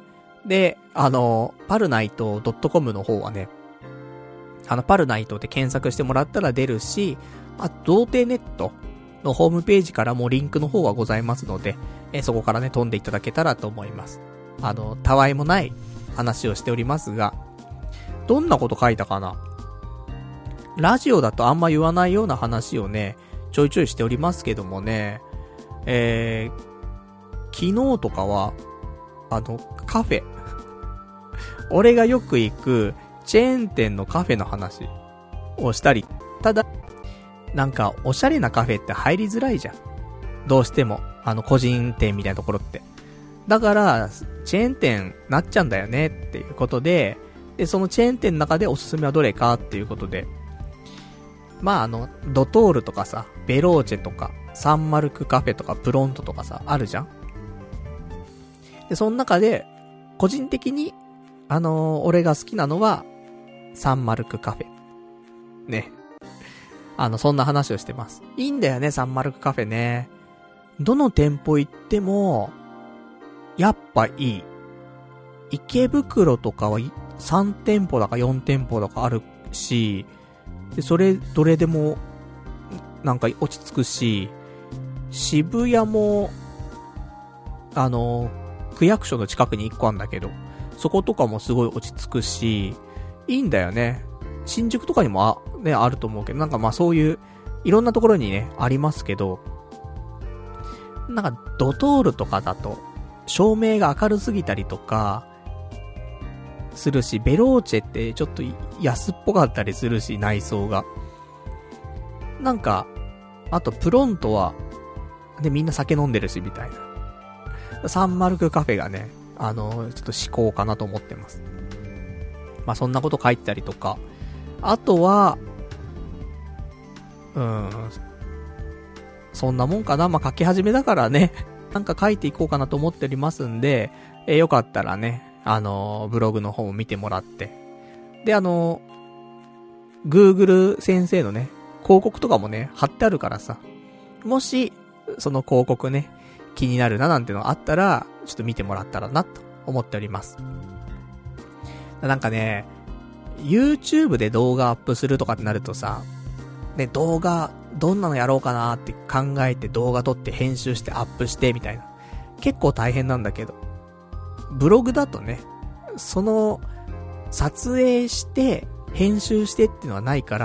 で、あの、パルナイト .com の方はね、あの、パルナイトって検索してもらったら出るし、あ、童貞ネットのホームページからもリンクの方はございますので、えー、そこからね、飛んでいただけたらと思います。あの、たわいもない話をしておりますが、どんなこと書いたかな？ラジオだとあんま言わないような話をね、ちょいちょいしておりますけどもね、えー、昨日とかは、あの、カフェ。俺がよく行くチェーン店のカフェの話をしたり、ただ、なんかおしゃれなカフェって入りづらいじゃん。どうしても、あの個人店みたいなところって。だから、チェーン店なっちゃうんだよねっていうことで、で、そのチェーン店の中でおすすめはどれかっていうことで、まああの、ドトールとかさ、ベローチェとか、サンマルクカフェとか、プロントとかさ、あるじゃん。で、その中で、個人的に、あのー、俺が好きなのは、サンマルクカフェ。ね。あの、そんな話をしてます。いいんだよね、サンマルクカフェね。どの店舗行っても、やっぱいい。池袋とかはさん店舗だかよん店舗だかあるし、で、それ、どれでも、なんか落ち着くし、渋谷も、あの、区役所の近くにいっこあるんだけど、そことかもすごい落ち着くし、いいんだよね。新宿とかにもあ、ね、あると思うけど、なんかまあそういう、いろんなところにね、ありますけど、なんかドトールとかだと、照明が明るすぎたりとか、するし、ベローチェってちょっと安っぽかったりするし、内装が。なんか、あとプロントは、でみんな酒飲んでるし、みたいな。サンマルクカフェがね、あの、ちょっと思考かなと思ってます。まあそんなこと書いてたりとか、あとは、うーん、そんなもんかな。まあ書き始めだからね、なんか書いていこうかなと思っておりますんで、えー、よかったらね、あのー、ブログの方を見てもらって。で、あのー、Google 先生のね、広告とかもね、貼ってあるからさ、もし、その広告ね、気になるななんてのあったら、ちょっと見てもらったらなと思っております。なんかね、YouTube で動画アップするとかってなるとさ、ね、動画、どんなのやろうかなって考えて動画撮って編集してアップしてみたいな。結構大変なんだけど。ブログだとね、その、撮影して、編集してっていうのはないから、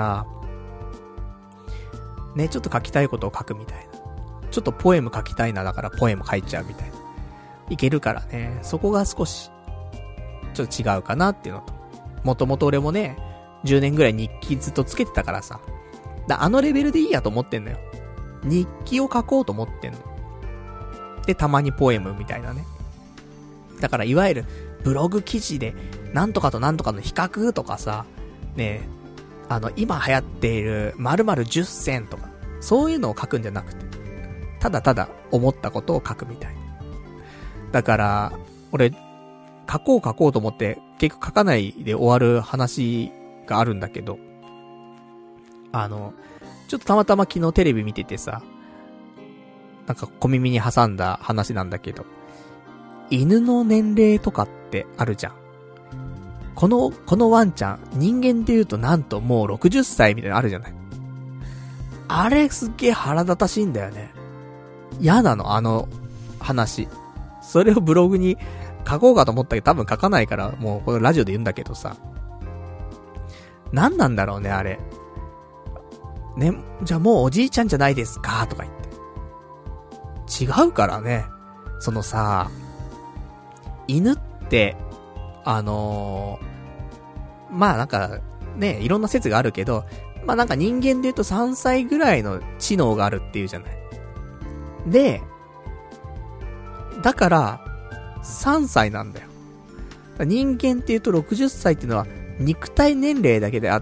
ね、ちょっと書きたいことを書くみたいな。ちょっとポエム書きたいな、だからポエム書いちゃうみたいな。いけるからね、そこが少し、ちょっと違うかなっていうのと。もともと俺もね、じゅうねんぐらい日記ずっとつけてたからさ。だあのレベルでいいやと思ってんのよ。日記を書こうと思ってんの。で、たまにポエムみたいなね。だからいわゆるブログ記事でなんとかとなんとかの比較とかさ、ねえ、あの今流行っている〇〇じゅっせんとか、そういうのを書くんじゃなくて、ただただ思ったことを書くみたいな。だから俺書こう書こうと思って結局書かないで終わる話があるんだけど、あのちょっとたまたま昨日テレビ見ててさ、なんか小耳に挟んだ話なんだけど、犬の年齢とかってあるじゃん。この、このワンちゃん、人間で言うとなんともうろくじゅっさいみたいなのあるじゃない。あれすっげえ腹立たしいんだよね。嫌なの、あの話。それをブログに書こうかと思ったけど多分書かないから、もうこのラジオで言うんだけどさ。何なんだろうね、あれ。ね、じゃあもうおじいちゃんじゃないですかとか言って。違うからね。そのさ、犬って、あのー、まあなんか、ね、いろんな説があるけど、まあなんか人間で言うとさんさいぐらいの知能があるっていうじゃない。で、だから、さんさいなんだよ。人間って言うとろくじゅっさいっていうのは肉体年齢だけであって、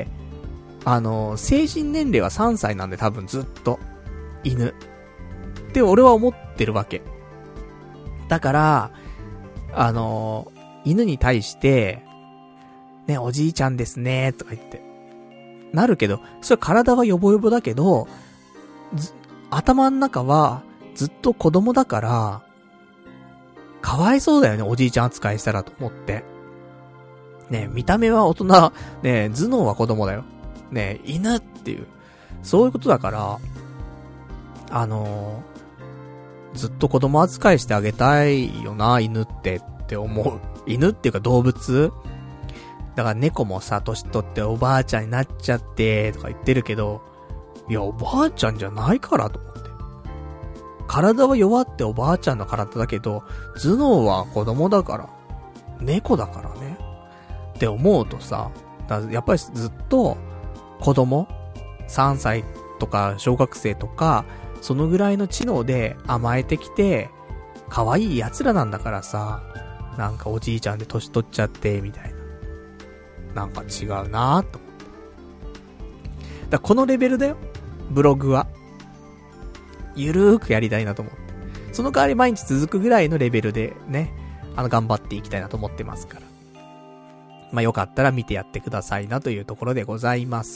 あのー、精神年齢はさんさいなんで多分ずっと、犬。って俺は思ってるわけ。だから、あのー、犬に対して、ね、おじいちゃんですね、とか言って。なるけど、それ体はヨボヨボだけど、頭の中はずっと子供だから、 かわいそうだよね、おじいちゃん扱いしたらと思って。ね、見た目は大人、ね、頭脳は子供だよ。ね、犬っていう、そういうことだから、あのー、ずっと子供扱いしてあげたいよな、犬ってって思う。犬っていうか動物？だから猫もさ、年取っておばあちゃんになっちゃって、とか言ってるけど、いや、おばあちゃんじゃないからと思って。体は弱っておばあちゃんの体だけど、頭脳は子供だから、猫だからね。って思うとさ、だやっぱりずっと子供さんさいとか小学生とかそのぐらいの知能で甘えてきて可愛い奴らなんだからさ、なんかおじいちゃんで年取っちゃってみたいな、なんか違うなぁと思って。だこのレベルだよ、ブログは。ゆるーくやりたいなと思って、その代わり毎日続くぐらいのレベルでね、あの頑張っていきたいなと思ってますから、まあよかったら見てやってくださいなというところでございます。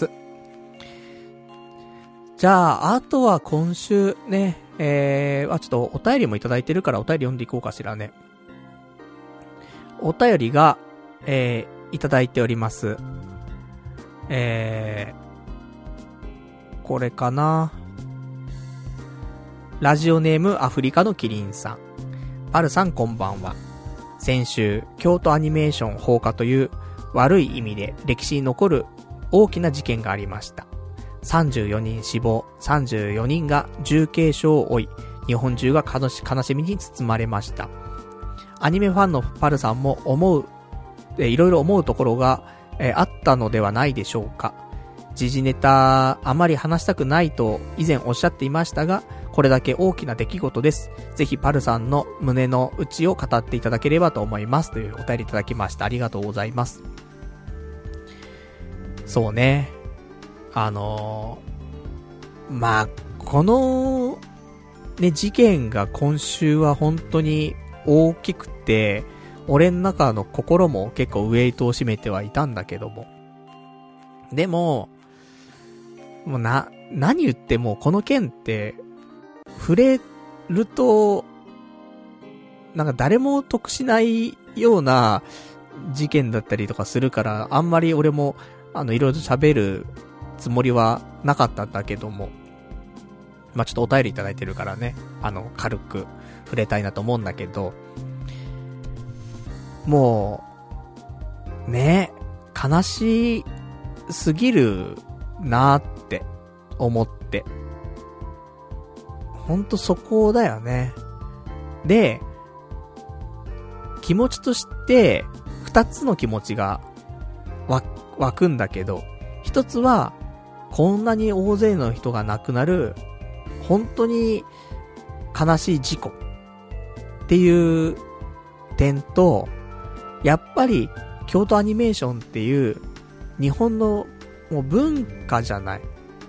じゃあ、あとは今週ね、えー、あ、ちょっとお便りもいただいてるからお便り読んでいこうかしらね。お便りが、えー、いただいております。えー、これかな。ラジオネームアフリカのキリンさん。パルさんこんばんは。先週、京都アニメーション放火という悪い意味で歴史に残る大きな事件がありました。さんじゅうよにん死亡、さんじゅうよにんが重軽傷を負い、日本中が悲し、悲しみに包まれました。アニメファンのパルさんも思う、えいろいろ思うところが、えあったのではないでしょうか。時事ネタあまり話したくないと以前おっしゃっていましたが、これだけ大きな出来事です。ぜひパルさんの胸の内を語っていただければと思いますというお便りいただきました。ありがとうございます。そうね、あのー、まあこのね事件が今週は本当に大きくて、俺の中の心も結構ウエイトを占めてはいたんだけども、でももうな何言ってもこの件って触れるとなんか誰も得しないような事件だったりとかするから、あんまり俺もあのいろいろ喋るつもりはなかったんだけども、まあちょっとお便りいただいてるからね、あの軽く触れたいなと思うんだけど、もうね悲しすぎるなーって思って、ほんとそこだよね。で、気持ちとして二つの気持ちがわ湧くんだけど、一つはこんなに大勢の人が亡くなる本当に悲しい事故っていう点と、やっぱり京都アニメーションっていう日本のもう文化じゃない。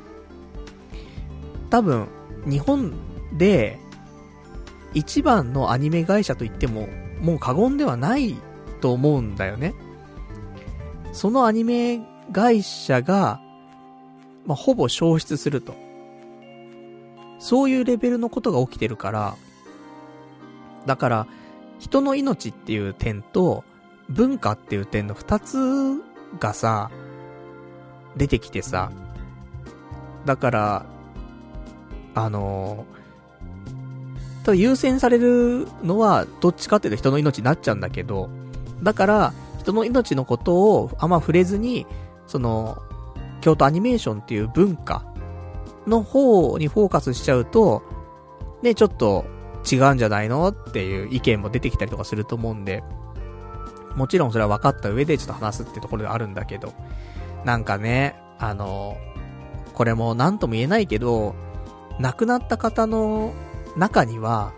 多分日本で一番のアニメ会社と言ってももう過言ではないと思うんだよね。そのアニメ会社が、まあ、ほぼ消失すると。そういうレベルのことが起きてるから、だから人の命っていう点と文化っていう点の二つがさ出てきてさ、だからあのー、ただ優先されるのはどっちかっていうと人の命になっちゃうんだけど、だから人の命のことをあんま触れずに、その京都アニメーションっていう文化の方にフォーカスしちゃうとね、ちょっと違うんじゃないのっていう意見も出てきたりとかすると思うんで、もちろんそれは分かった上でちょっと話すってところであるんだけど、なんかね、あのこれも何とも言えないけど、亡くなった方の中には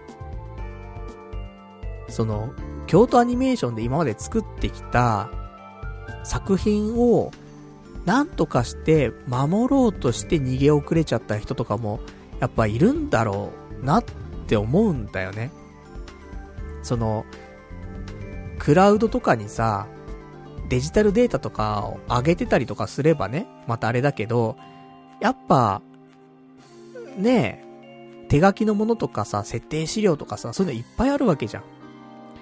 その京都アニメーションで今まで作ってきた作品をなんとかして守ろうとして逃げ遅れちゃった人とかもやっぱいるんだろうなって思うんだよね。そのクラウドとかにさデジタルデータとかを上げてたりとかすればね、またあれだけど、やっぱねえ手書きのものとかさ、設定資料とかさ、そういうのいっぱいあるわけじゃん。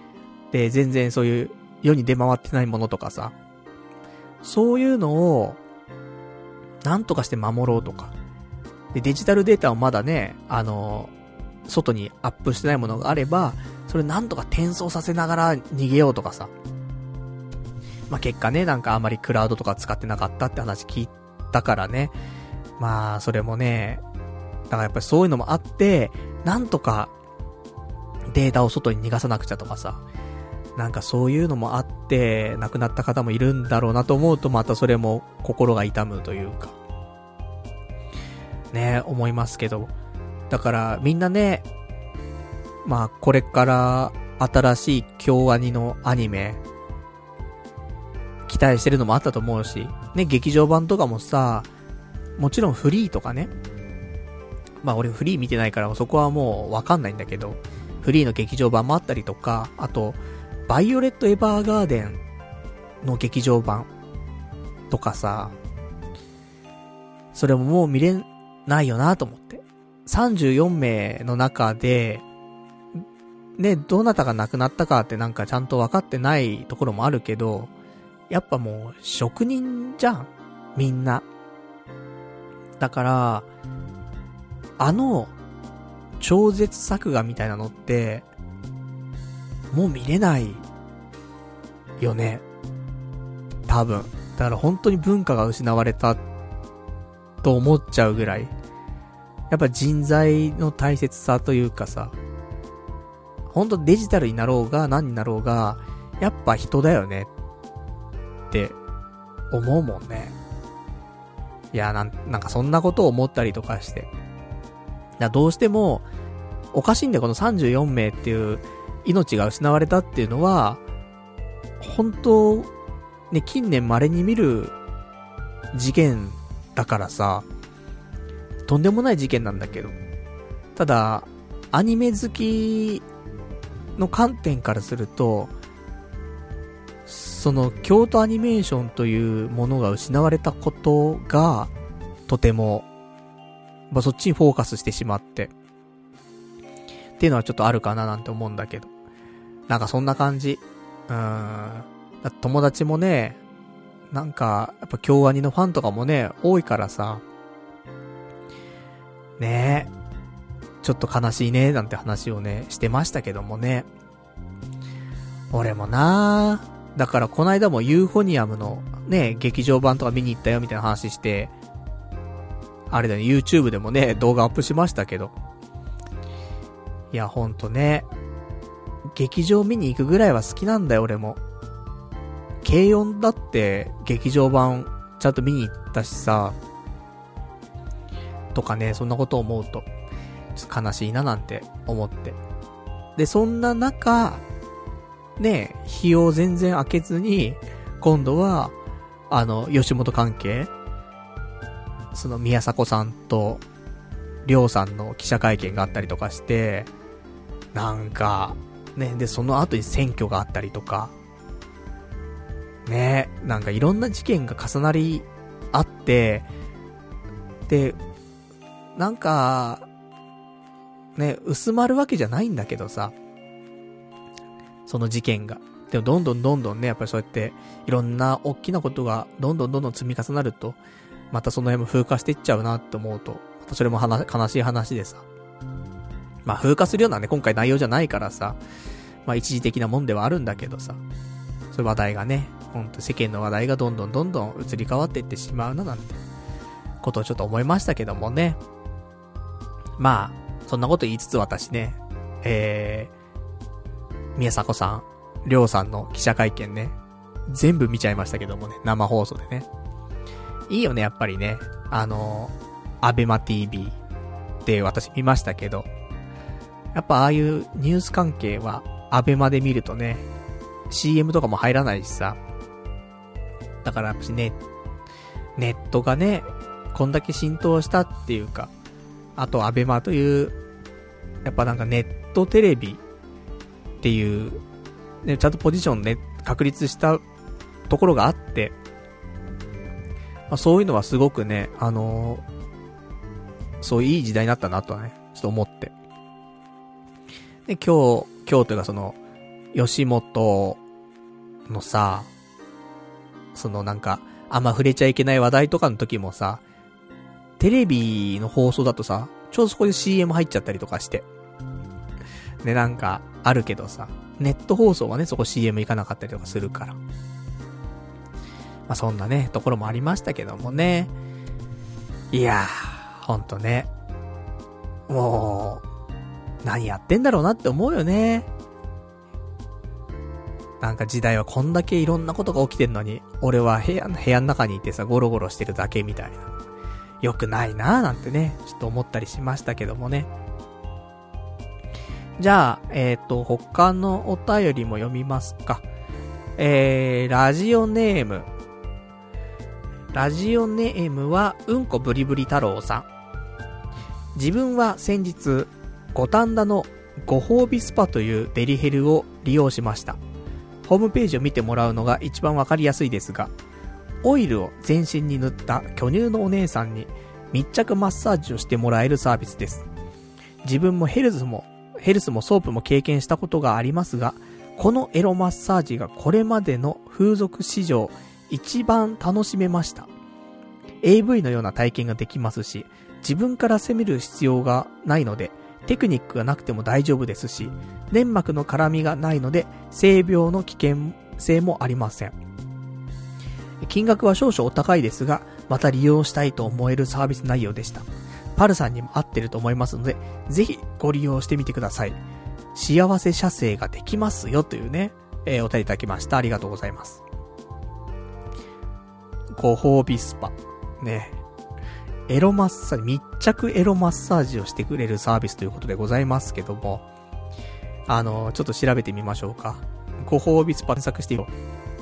で、全然そういう世に出回ってないものとかさ、そういうのを、なんとかして守ろうとか。で、デジタルデータをまだね、あの、外にアップしてないものがあれば、それなんとか転送させながら逃げようとかさ。まあ、結果ね、なんかあんまりクラウドとか使ってなかったって話聞いたからね。まあ、それもね、だからやっぱりそういうのもあって、なんとかデータを外に逃がさなくちゃとかさ。なんかそういうのもあって、亡くなった方もいるんだろうなと思うと、またそれも心が痛むというか。ね、思いますけど。だからみんなね、まあこれから新しい京アニのアニメ、期待してるのもあったと思うし、ね、劇場版とかもさ、もちろんフリーとかね。まあ俺フリー見てないからそこはもうわかんないんだけど、フリーの劇場版もあったりとか、あと、バイオレット・エヴァーガーデンの劇場版とかさ、それももう見れないよなと思って。さんじゅうよんめいの中で、ね、どなたが亡くなったかってなんかちゃんと分かってないところもあるけど、やっぱもう職人じゃん、みんな。だから、あの、超絶作画みたいなのって、もう見れないよね。多分。だから本当に文化が失われたと思っちゃうぐらい。やっぱ人材の大切さというかさ、本当デジタルになろうが何になろうが、やっぱ人だよねって思うもんね。いや、なん、なんかそんなことを思ったりとかして。だどうしても、おかしいんだよ、このさんじゅうよんめいっていう命が失われたっていうのは、本当、ね、近年稀に見る事件だからさ、とんでもない事件なんだけど。ただ、アニメ好きの観点からすると、その京都アニメーションというものが失われたことが、とても、まあ、そっちにフォーカスしてしまって、っていうのはちょっとあるかななんて思うんだけど。なんかそんな感じ。うーん。友達もね、なんか、やっぱ京アニのファンとかもね、多いからさ、ねえ、ちょっと悲しいね、なんて話をね、してましたけどもね。俺もなぁ、だからこの間もユーフォニアムのね、劇場版とか見に行ったよみたいな話して、あれだね、YouTube でもね、動画アップしましたけど。いや、ほんとね、劇場見に行くぐらいは好きなんだよ、俺も。軽音だって劇場版ちゃんと見に行ったしさ、とかね、そんなことを思うとちょっと悲しいななんて思って。で、そんな中ね、日を全然開けずに今度はあの吉本関係、その宮迫さんとりょうさんの記者会見があったりとかして、なんかね、でその後に選挙があったりとかね、なんかいろんな事件が重なりあって、でなんかね、薄まるわけじゃないんだけどさ、その事件が。でもどんどんどんどんね、やっぱりそうやっていろんな大きなことがどんどんどんどん積み重なると、またその辺も風化していっちゃうなって思うと、またそれも話悲しい話でさ、まあ風化するようなね、今回内容じゃないからさ、まあ一時的なもんではあるんだけどさ、そういう話題がね、ほんと世間の話題がどんどんどんどん移り変わっていってしまうななんてことをちょっと思いましたけどもね。まあそんなこと言いつつ私ね、えー、宮迫さん、りょうさんの記者会見ね、全部見ちゃいましたけどもね、生放送でね。いいよね、やっぱりね。あの、アベマ ティービー で私見ましたけど、やっぱああいうニュース関係はアベマで見るとね、シーエム とかも入らないしさ。だからやっぱしね、ネットがね、こんだけ浸透したっていうか、あとアベマという、やっぱなんかネットテレビっていう、ね、ちゃんとポジションね、確立したところがあって、まあ、そういうのはすごくね、あのー、そういい時代になったなとはね、ちょっと思って。で、今日、今日というかその、 吉本のさ、そのなんか、あんま触れちゃいけない話題とかの時もさ、テレビの放送だとさ、ちょうどそこで シーエム 入っちゃったりとかして。で、なんか、あるけどさ、ネット放送はね、そこ シーエム 行かなかったりとかするから。まあ、そんなね、ところもありましたけどもね。いやー、ほんとね。もう、何やってんだろうなって思うよね。なんか時代はこんだけいろんなことが起きてんのに、俺は部屋の、部屋の中にいてさ、ゴロゴロしてるだけみたいな。よくないなーなんてね、ちょっと思ったりしましたけどもね。じゃあ、えっと、他のお便りも読みますか。えー、ラジオネーム。ラジオネームは、うんこブリブリ太郎さん。自分は先日、五反田のご褒美スパというデリヘルを利用しました。ホームページを見てもらうのが一番わかりやすいですが、オイルを全身に塗った巨乳のお姉さんに密着マッサージをしてもらえるサービスです。自分もヘルスも、ヘルスもソープも経験したことがありますが、このエロマッサージがこれまでの風俗史上一番楽しめました。エーブイ のような体験ができますし、自分から攻める必要がないので、テクニックがなくても大丈夫ですし、粘膜の絡みがないので、性病の危険性もありません。金額は少々お高いですが、また利用したいと思えるサービス内容でした。パルさんにも合ってると思いますので、ぜひご利用してみてください。幸せ射精ができますよというね、えー、お便りいただきました。ありがとうございます。ご褒美スパ。ね。エロマッサージ、密着エロマッサージをしてくれるサービスということでございますけども、あの、ちょっと調べてみましょうか。ご褒美スパ検索してみよう。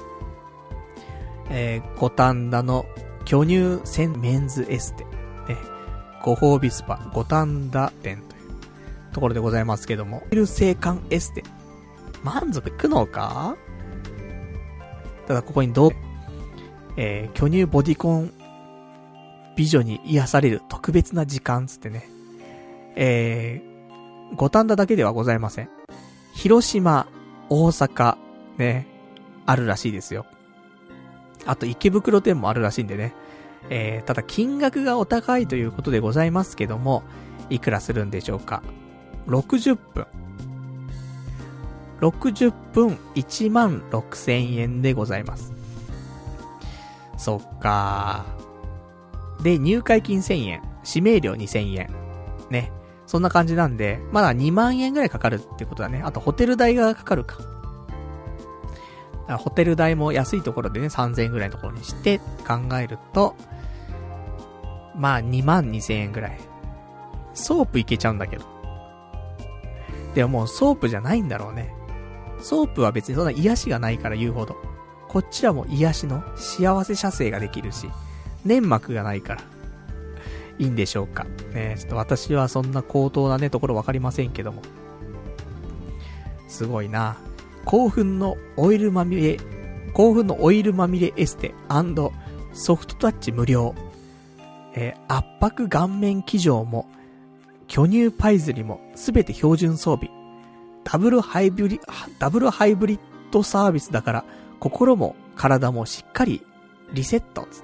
えー、五反田の巨乳専メンズエステ。ね。ご褒美スパ、五反田店というところでございますけども、エル性感エステ。満足いくのか？ただここにどう、えー、巨乳ボディコン美女に癒される特別な時間つってね。えー、五反田だけではございません。広島、大阪、ね、あるらしいですよ。あと池袋店もあるらしいんでね。えー、ただ金額がお高いということでございますけども、いくらするんでしょうか。ろくじゅっぷん。ろくじゅっぷんいちまんろくせんえんでございます。そっかー。で、入会金せんえん、指名料にせんえん。ね。そんな感じなんで、まだにまんえんぐらいかかるってことだね。あとホテル代がかかるか。ホテル代も安いところでね、さんぜんえんぐらいのところにして考えると、まあにまんにせんえんぐらい。ソープいけちゃうんだけど。でももうソープじゃないんだろうね。ソープは別にそんな癒しがないから言うほど。こっちはもう癒しの幸せ射精ができるし、粘膜がないから。いいんでしょうか。ね、ちょっと私はそんな高等なね、ところわかりませんけども。すごいな。興奮のオイルまみれ、興奮のオイルまみれエステ&ソフトタッチ無料。えー、圧迫顔面騎乗も、巨乳パイズリもすべて標準装備。ダブルハイブリ、ダブルハイブリッドサービスだから、心も体もしっかりリセット。つって。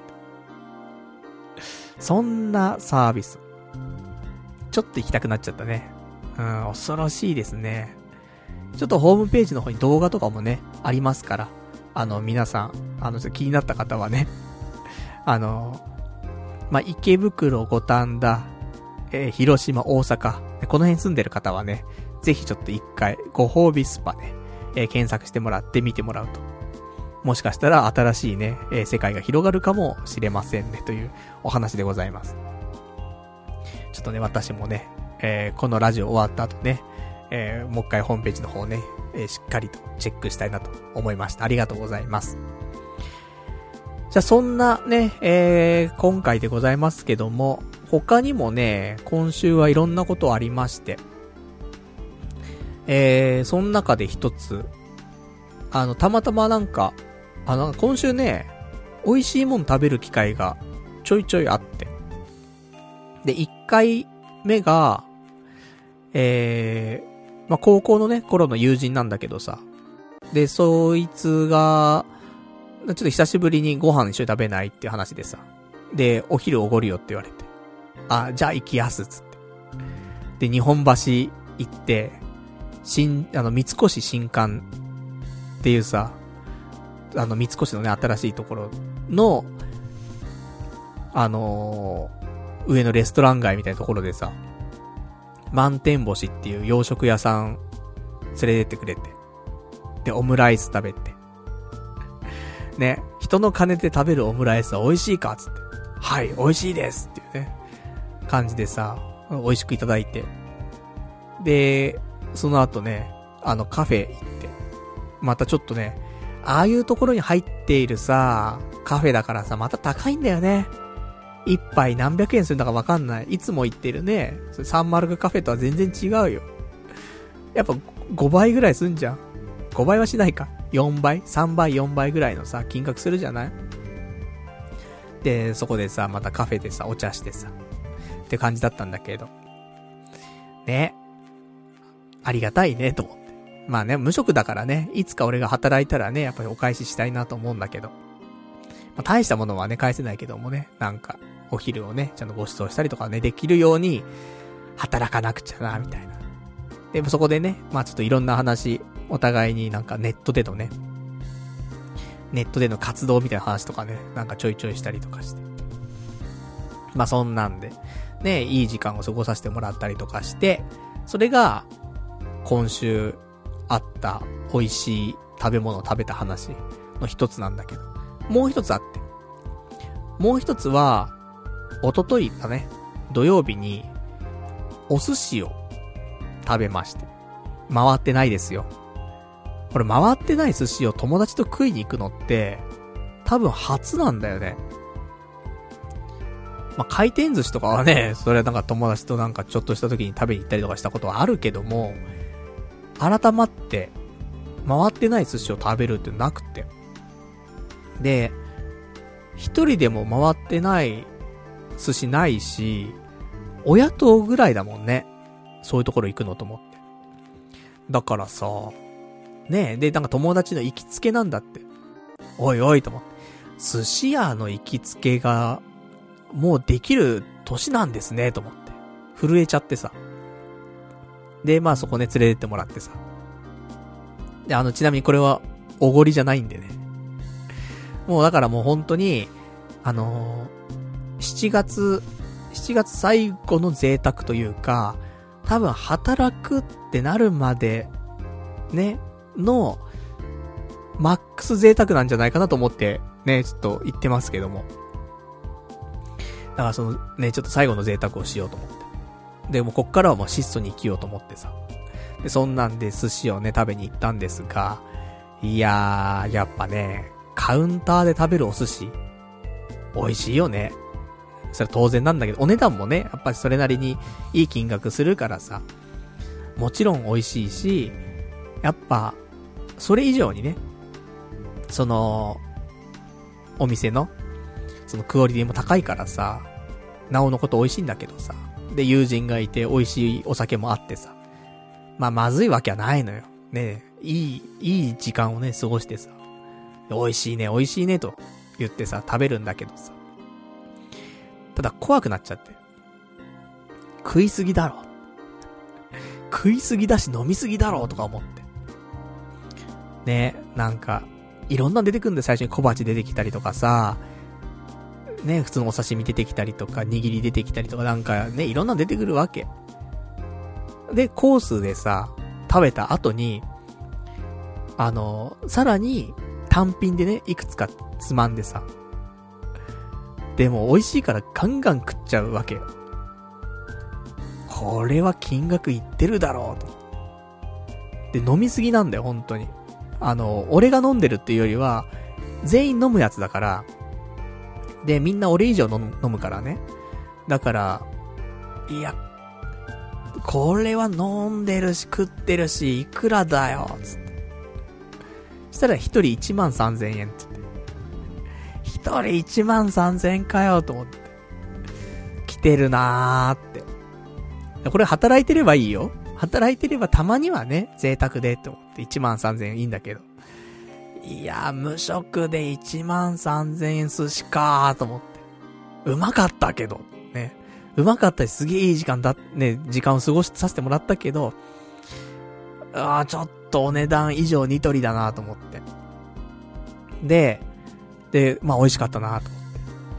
そんなサービス。ちょっと行きたくなっちゃったね。うん、恐ろしいですね。ちょっとホームページの方に動画とかもね、ありますから、あの、皆さん、あの、気になった方はね、あの、まあ、池袋、五反田、えー、広島、大阪、この辺住んでる方はね、ぜひちょっと一回、ご褒美スパね、えー、検索してもらって見てもらうと。もしかしたら新しいね、えー、世界が広がるかもしれませんね、というお話でございます。ちょっとね、私もね、えー、このラジオ終わった後ね、えー、もう一回ホームページの方ね、えー、しっかりとチェックしたいなと思いました。ありがとうございます。じゃあそんなね、えー、今回でございますけども、他にもね、今週はいろんなことありまして、えー、その中で一つ、あの、たまたまなんか、あの、今週ね、美味しいもん食べる機会がちょいちょいあって、で、一回目が、えー、まあ、高校のね、頃の友人なんだけどさ、 で、そいつが、ちょっと久しぶりにご飯一緒に食べないっていう話でさ。で、お昼おごるよって言われて。あ、じゃあ行きやすっつって。で、日本橋行って、新、あの、三越新館っていうさ、あの、三越のね、新しいところの、あのー、上のレストラン街みたいなところでさ、満天星っていう洋食屋さん連れてってくれて。で、オムライス食べて。ね、人の金で食べるオムライスは美味しいかつって。はい、美味しいですっていうね、感じでさ、美味しくいただいて。で、その後ね、あのカフェ行って。またちょっとね、ああいうところに入っているさ、カフェだからさ、また高いんだよね。一杯何百円するんだかわかんない。いつも行ってるね、サンマルクカフェとは全然違うよ。やっぱごばいぐらいすんじゃん。ごばいはしないか。よんばい ?さんばい、よんばいぐらいのさ、金額するじゃない？で、そこでさ、またカフェでさ、お茶してさ、って感じだったんだけど。ね。ありがたいね、と思って。まあね、無職だからね、いつか俺が働いたらね、やっぱりお返ししたいなと思うんだけど。まあ、大したものはね、返せないけどもね、なんか、お昼をね、ちゃんとご馳走したりとかね、できるように、働かなくちゃな、みたいな。でもそこでね、まあちょっといろんな話、お互いになんかネットでのね、ネットでの活動みたいな話とかね、なんかちょいちょいしたりとかして。まあそんなんで、ね、いい時間を過ごさせてもらったりとかして、それが、今週あった美味しい食べ物を食べた話の一つなんだけど、もう一つあって。もう一つは、一昨日だね、土曜日に、お寿司を食べまして。回ってないですよ。これ回ってない寿司を友達と食いに行くのって、多分初なんだよね。まあ、回転寿司とかはね、それはなんか友達となんかちょっとした時に食べに行ったりとかしたことはあるけども、改まって、回ってない寿司を食べるってなくて。で、一人でも回ってない寿司ないし、親とぐらいだもんね。そういうところ行くのと思って。だからさ、ねえ、で、なんか友達の行きつけなんだって。おいおいと思って。寿司屋の行きつけが、もうできる年なんですね、と思って。震えちゃってさ。で、まあそこね、連れてってもらってさ。で、あの、ちなみにこれは、おごりじゃないんでね。もうだからもう本当に、あのー、しちがつ、しちがつ最後の贅沢というか、多分働くってなるまで、ね、の、マックス贅沢なんじゃないかなと思って、ね、ちょっと言ってますけども。だからその、ね、ちょっと最後の贅沢をしようと思って。で、もうこっからはもう質素に生きようと思ってさ。で、そんなんで寿司をね、食べに行ったんですが、いやー、やっぱね、カウンターで食べるお寿司、美味しいよね。それは当然なんだけど、お値段もね、やっぱりそれなりにいい金額するからさ、もちろん美味しいし、やっぱ、それ以上にね、その、お店の、そのクオリティも高いからさ、なおのこと美味しいんだけどさ、で、友人がいて美味しいお酒もあってさ、まあ、まずいわけはないのよ。ね、いい、いい時間をね、過ごしてさ、美味しいね、美味しいね、と言ってさ、食べるんだけどさ、ただ怖くなっちゃって。食いすぎだろ。食いすぎだし飲みすぎだろとか思って。ね、なんか、いろんな出てくるんで最初に小鉢出てきたりとかさ、ね、普通のお刺身出てきたりとか、握り出てきたりとかなんかね、いろんな出てくるわけ。で、コースでさ、食べた後に、あの、さらに単品でね、いくつかつまんでさ、でも美味しいからガンガン食っちゃうわけよ。これは金額いってるだろうと。で、飲みすぎなんだよ、本当に。あの、俺が飲んでるっていうよりは、全員飲むやつだから、で、みんな俺以上飲む、飲むからね。だから、いや、これは飲んでるし食ってるし、いくらだよ、つって。そしたら一人いちまんさんぜんえんって言って。一人いちまんさんぜんえんかよ、と思って。来てるなーって。これ働いてればいいよ。働いてればたまにはね、贅沢でって思っていちまんさんぜんえんいいんだけど。 いや、無職でいちまんさんぜんえん寿司かーと思って。うまかったけど、ね。うまかったし、すげえいい時間だ、ね、時間を過ごしさせてもらったけど、あー、ちょっとお値段以上ニトリだなと思って。で、で、まあ美味しかったなと思って。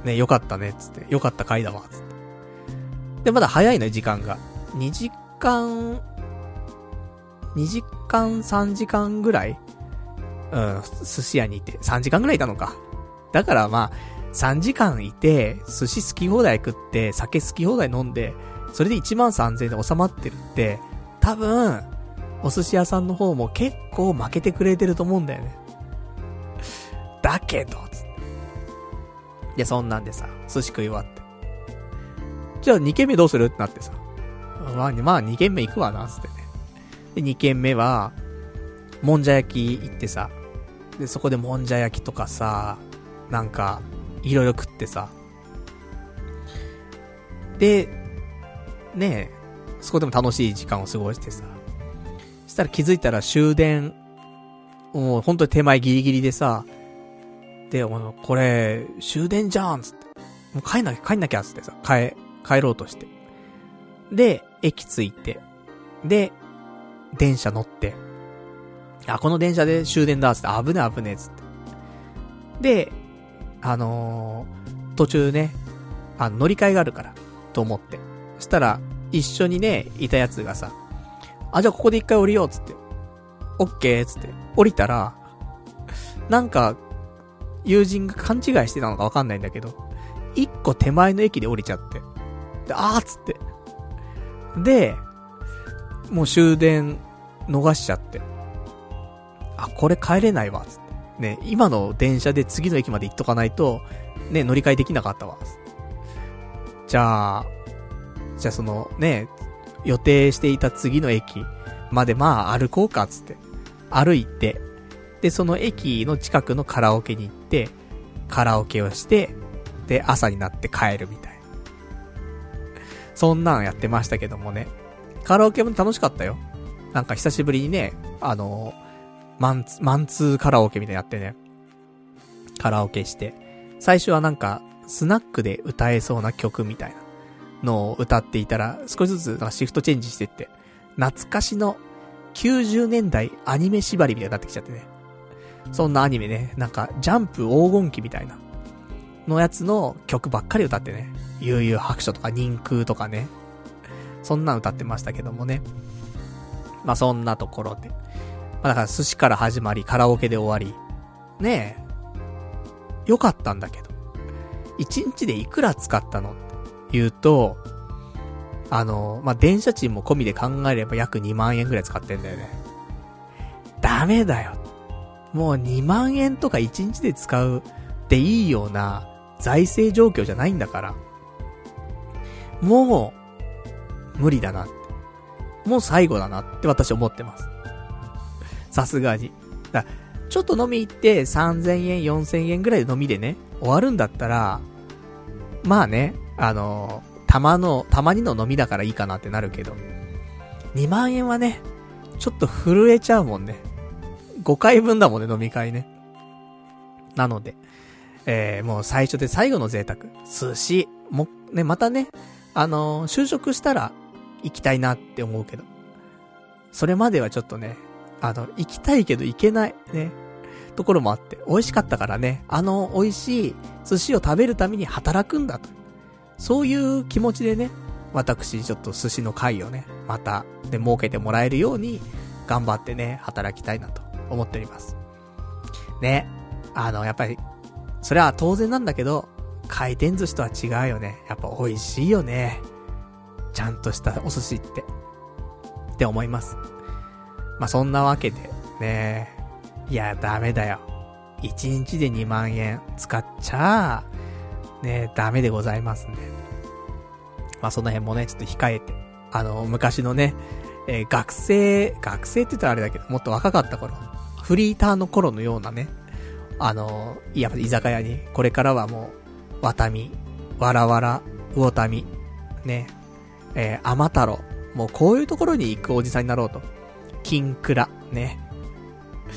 ね、よかったね、つって。よかった回だわ、つって。で、まだ早いのよ、時間が。にじかん、にじかん、さんじかんぐらいうん、寿司屋にいて、さんじかんぐらいいたのか。だからまあ、さんじかんいて、寿司好き放題食って、酒好き放題飲んで、それでいちまんさんぜんえんで収まってるって、多分、お寿司屋さんの方も結構負けてくれてると思うんだよね。だけど、つって。で、そんなんでさ、寿司食い終わって。じゃあにけんめどうするってなってさ。まあ、まあにけんめ行くわな、つってね。で、にけんめは、もんじゃ焼き行ってさ、で、そこでもんじゃ焼きとかさ、なんか、いろいろ食ってさ。で、ねえ、そこでも楽しい時間を過ごしてさ。そしたら気づいたら終電、もう本当に手前ギリギリでさ、で、これ、終電じゃんつって。もう帰んなきゃ、帰んなきゃつってさ、帰、帰ろうとして。で、駅着いて。で、電車乗って。あ、この電車で終電だつって、危ね危ねつって。で、あのー、途中ね、あの、乗り換えがあるから、と思って。そしたら、一緒にね、いたやつがさ、あ、じゃあここで一回降りようつって。オッケーつって。降りたら、なんか、友人が勘違いしてたのかわかんないんだけど、一個手前の駅で降りちゃって。で、あーっつって。で、もう終電逃しちゃって。あ、これ帰れないわ、つって。ね、今の電車で次の駅まで行っとかないと、ね、乗り換えできなかったわ。じゃあ、じゃあその、ね、予定していた次の駅までまあ歩こうか、つって。歩いて、で、その駅の近くのカラオケに行って、カラオケをして、で、朝になって帰るみたいな。そんなんやってましたけどもね。カラオケも楽しかったよ。なんか久しぶりにね、あの、マンツ、マンツーカラオケみたいなやってね。カラオケして。最初はなんか、スナックで歌えそうな曲みたいなのを歌っていたら、少しずつなんかシフトチェンジしてって、懐かしのきゅうじゅうねんだいアニメ縛りみたいになってきちゃってね。そんなアニメね、なんかジャンプ黄金期みたいなのやつの曲ばっかり歌ってね。悠々白書とか人空とかね。そんな歌ってましたけどもね。まあそんなところで。まあだから寿司から始まり、カラオケで終わり。ねえ。よかったんだけど。一日でいくら使ったのって言うと、あの、まあ電車賃も込みで考えれば約にまんえんぐらい使ってんだよね。ダメだよ。もうにまんえんとかいちにちで使うっていいような財政状況じゃないんだから。もう、無理だなって。もう最後だなって私思ってます。さすがに。だちょっと飲み行ってさんぜんえん、よんせんえんぐらいで飲みでね、終わるんだったら、まあね、あの、たまの、たまにの飲みだからいいかなってなるけど、にまんえんはね、ちょっと震えちゃうもんね。ごかいぶんだもんね、飲み会ね。なので、えー、もう最初で最後の贅沢。寿司。も、ね、またね、あのー、就職したら行きたいなって思うけど。それまではちょっとね、あの、行きたいけど行けない、ね、ところもあって。美味しかったからね、あの美味しい寿司を食べるために働くんだと。そういう気持ちでね、私ちょっと寿司の会をね、また、ね、設けてもらえるように、頑張ってね、働きたいなと思っております。ね、あの、やっぱり、それは当然なんだけど、回転寿司とは違うよね。やっぱ美味しいよね。ちゃんとしたお寿司って。って思います。まあ、そんなわけで、ね。いや、ダメだよ。いちにちでにまんえん使っちゃ、ね、ダメでございますんで。まあ、その辺もね、ちょっと控えて。あの、昔のね、えー、学生、学生って言ったらあれだけど、もっと若かった頃、フリーターの頃のようなね、あの、いや、居酒屋に、これからはもう、ワタミ、わらわら、魚民、ね、えー、甘太郎、もうこういうところに行くおじさんになろうと。金蔵、ね。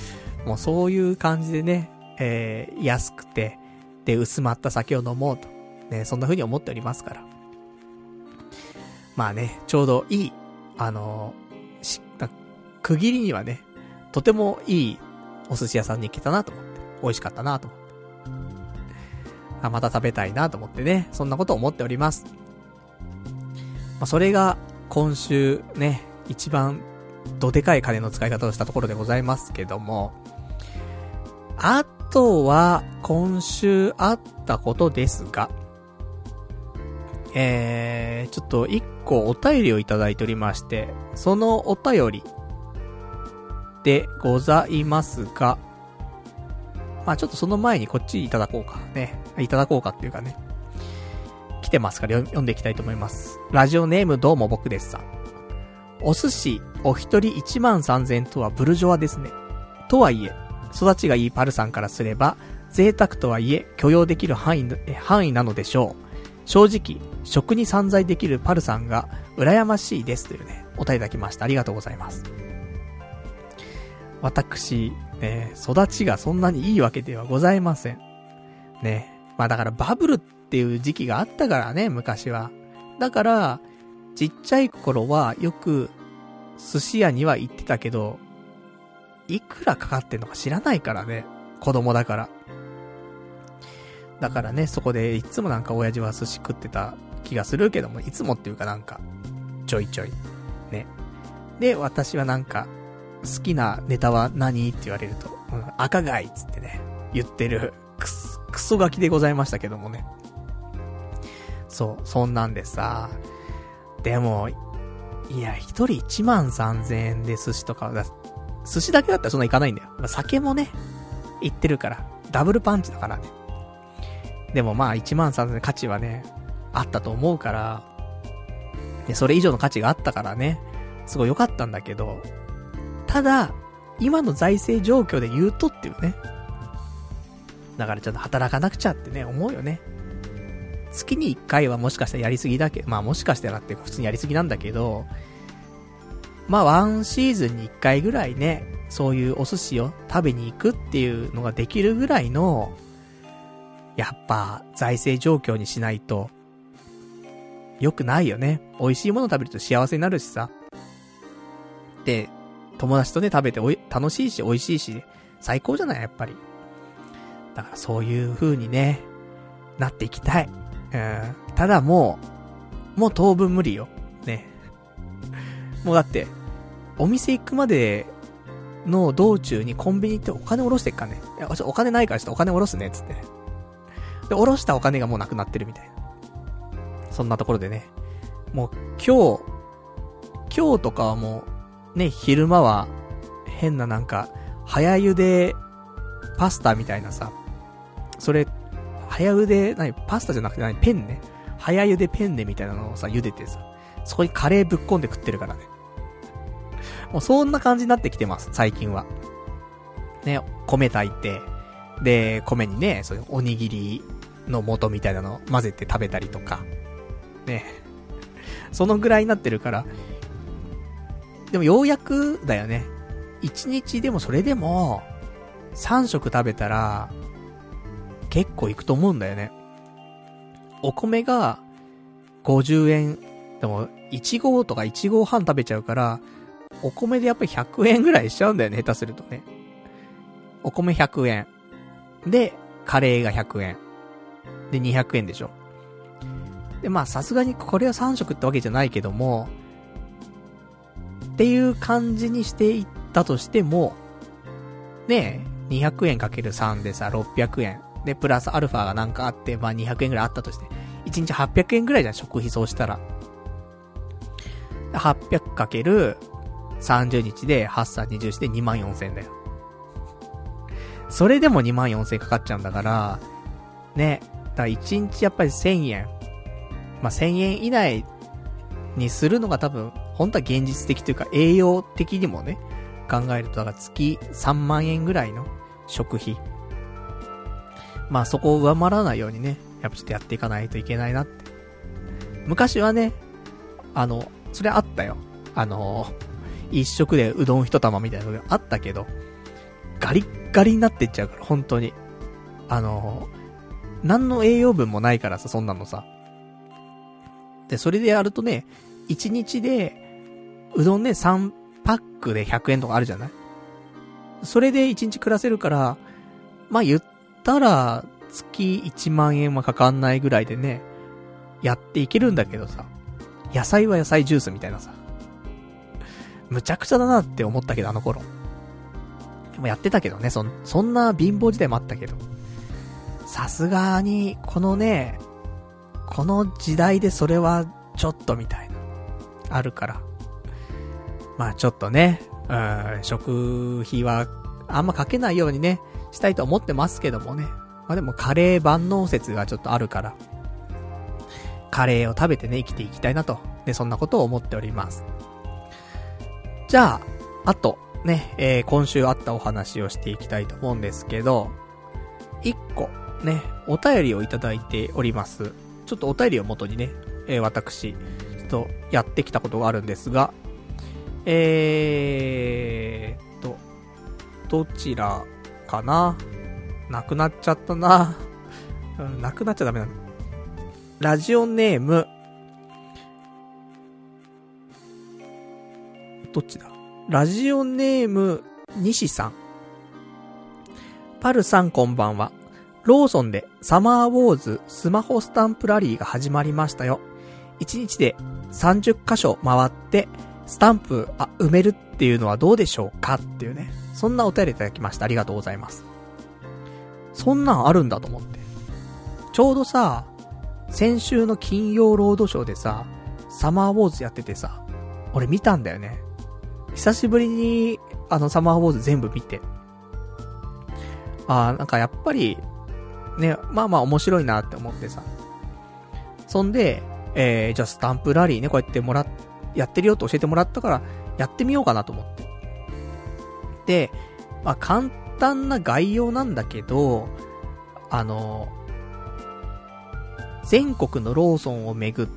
もうそういう感じでね、えー、安くて、で、薄まった酒を飲もうと。ね、そんな風に思っておりますから。まあね、ちょうどいい、あのー、し、区切りにはね、とてもいいお寿司屋さんに行けたなと思って。美味しかったなと思って。あ、また食べたいなと思ってね、そんなことを思っております。まあ、それが、今週ね、一番、どでかい金の使い方をしたところでございますけども、あとは、今週あったことですが、えー、ちょっと一個お便りをいただいておりまして、そのお便りでございますが、まあちょっとその前にこっちいただこうかね。いただこうかっていうかね。来てますから読んでいきたいと思います。ラジオネームどうも僕ですさん。お寿司お一人いちまんさんぜんとはブルジョワですね。とはいえ、育ちがいいパルさんからすれば、贅沢とはいえ許容できる範囲、範囲なのでしょう。正直、食に散財できるパルさんが羨ましいですというね、お便りいただきました。ありがとうございます。私、ね、育ちがそんなにいいわけではございません。ね。まあだからバブルっていう時期があったからね、昔は。だから、ちっちゃい頃はよく寿司屋には行ってたけど、いくらかかってんのか知らないからね。子供だから。だからね、そこでいつもなんか親父は寿司食ってた気がするけども、いつもっていうかなんか、ちょいちょい。ね。で、私はなんか、好きなネタは何って言われると、うん、赤貝っつってね、言ってる、くす、クソガキでございましたけどもね。そう、そんなんでさ、でも、いや、一人いちまんさんぜんえんで寿司とかだ、寿司だけだったらそんな行かないんだよ。まあ、酒もね、行ってるから、ダブルパンチだからね。でもまあいちまんさんぜんえん価値はね、あったと思うから、で、それ以上の価値があったからね、すごい良かったんだけど、ただ、今の財政状況で言うとっていうね。だからちょっと働かなくちゃってね、思うよね。月にいっかいはもしかしたらやりすぎだけど、まあもしかしたらっていうか普通にやりすぎなんだけど、まあワンシーズンにいっかいぐらいね、そういうお寿司を食べに行くっていうのができるぐらいの、やっぱ財政状況にしないと良くないよね。美味しいもの食べると幸せになるしさ。で、友達とね食べておい楽しいし美味しいし最高じゃないやっぱり。だからそういう風にねなっていきたい。うん。ただもうもう当分無理よ。ね。もうだってお店行くまでの道中にコンビニ行ってお金下ろしてっからね。いや、お金ないからちょっとお金下ろすねっつって。で、下ろしたお金がもうなくなってるみたいな。そんなところでね。もう今日、今日とかはもう、ね、昼間は変ななんか、早茹でパスタみたいなさ。それ、早茹で、何、パスタじゃなくて何、ペンね。早茹でペンネみたいなのをさ、茹でてさ。そこにカレーぶっこんで食ってるからね。もうそんな感じになってきてます、最近は。ね、米炊いて、で、米にね、そういうおにぎりの素みたいなのを混ぜて食べたりとか。ね。そのぐらいになってるから。でもようやくだよね。一日でもそれでも、三食食べたら、結構いくと思うんだよね。お米が、ごじゅうえん。でも、いちごうとかいちごうはん食べちゃうから、お米でやっぱりひゃくえんぐらいしちゃうんだよね、下手するとね。お米ひゃくえん。で、カレーがひゃくえん。で、にひゃくえんでしょ。で、まあ、さすがにこれはさん食ってわけじゃないけども、っていう感じにしていったとしても、ねえ、にひゃくえんかけるさんでさ、ろっぴゃくえん。で、プラスアルファがなんかあって、まあにひゃくえんぐらいあったとして、いちにちはっぴゃくえんぐらいじゃん、食費そうしたら。はっぴゃくかけるさんじゅうにちで、はちさんにじゅうよんでにまんよんせんだよ。それでもにまんよんせんかかっちゃうんだから、ね、だからいちにちやっぱりせんえん。まあ、せんえん以内にするのが多分、本当は現実的というか栄養的にもね、考えると、だから月さんまんえんぐらいの食費。まあそこを上回らないようにね、やっぱちょっとやっていかないといけないなって。昔はね、あの、それあったよ。あの、一食でうどん一玉みたいなのがあったけど、 ガリッガリになってっちゃうから、本当に。あの、何の栄養分もないからさ、そんなのさ。で、それでやるとね、いちにちで、うどんね、さんパックでひゃくえんとかあるじゃない？それでいちにち暮らせるから、まあ言ったら、月いちまんえんはかかんないぐらいでね、やっていけるんだけどさ、野菜は野菜ジュースみたいなさ、むちゃくちゃだなって思ったけど、あの頃。でもやってたけどね、そん、そんな貧乏時代もあったけど。さすがに、このね、この時代でそれはちょっとみたいな、あるから。まあちょっとね、うん、食費はあんまかけないようにね、したいと思ってますけどもね。まあでもカレー万能説がちょっとあるから、カレーを食べてね、生きていきたいなと、ね、そんなことを思っております。じゃあ、あと、ね、えー、今週あったお話をしていきたいと思うんですけど、一個、ね、お便りをいただいております。ちょっとお便りを元にね、えー、私、ちょっとやってきたことがあるんですが、えーと、どちらかな？なくなっちゃったな。うん、なくなっちゃダメなの。ラジオネーム、どっちだ？ラジオネーム、西さん。パルさんこんばんは。ローソンでサマーウォーズスマホスタンプラリーが始まりましたよ。いちにちでさんじゅっかしょ回ってスタンプあ埋めるっていうのはどうでしょうかっていうね。そんなお便りいただきました。ありがとうございます。そんなんあるんだと思って。ちょうどさ、先週の金曜ロードショーでさ、サマーウォーズやっててさ、俺見たんだよね。久しぶりにあのサマーウォーズ全部見て。あーなんかやっぱり、ね、まあまあ面白いなって思ってさ。そんで、えー、じゃあスタンプラリーね、こうやってもらっ、やってるよって教えてもらったから、やってみようかなと思って。で、まあ簡単な概要なんだけど、あの、全国のローソンを巡って、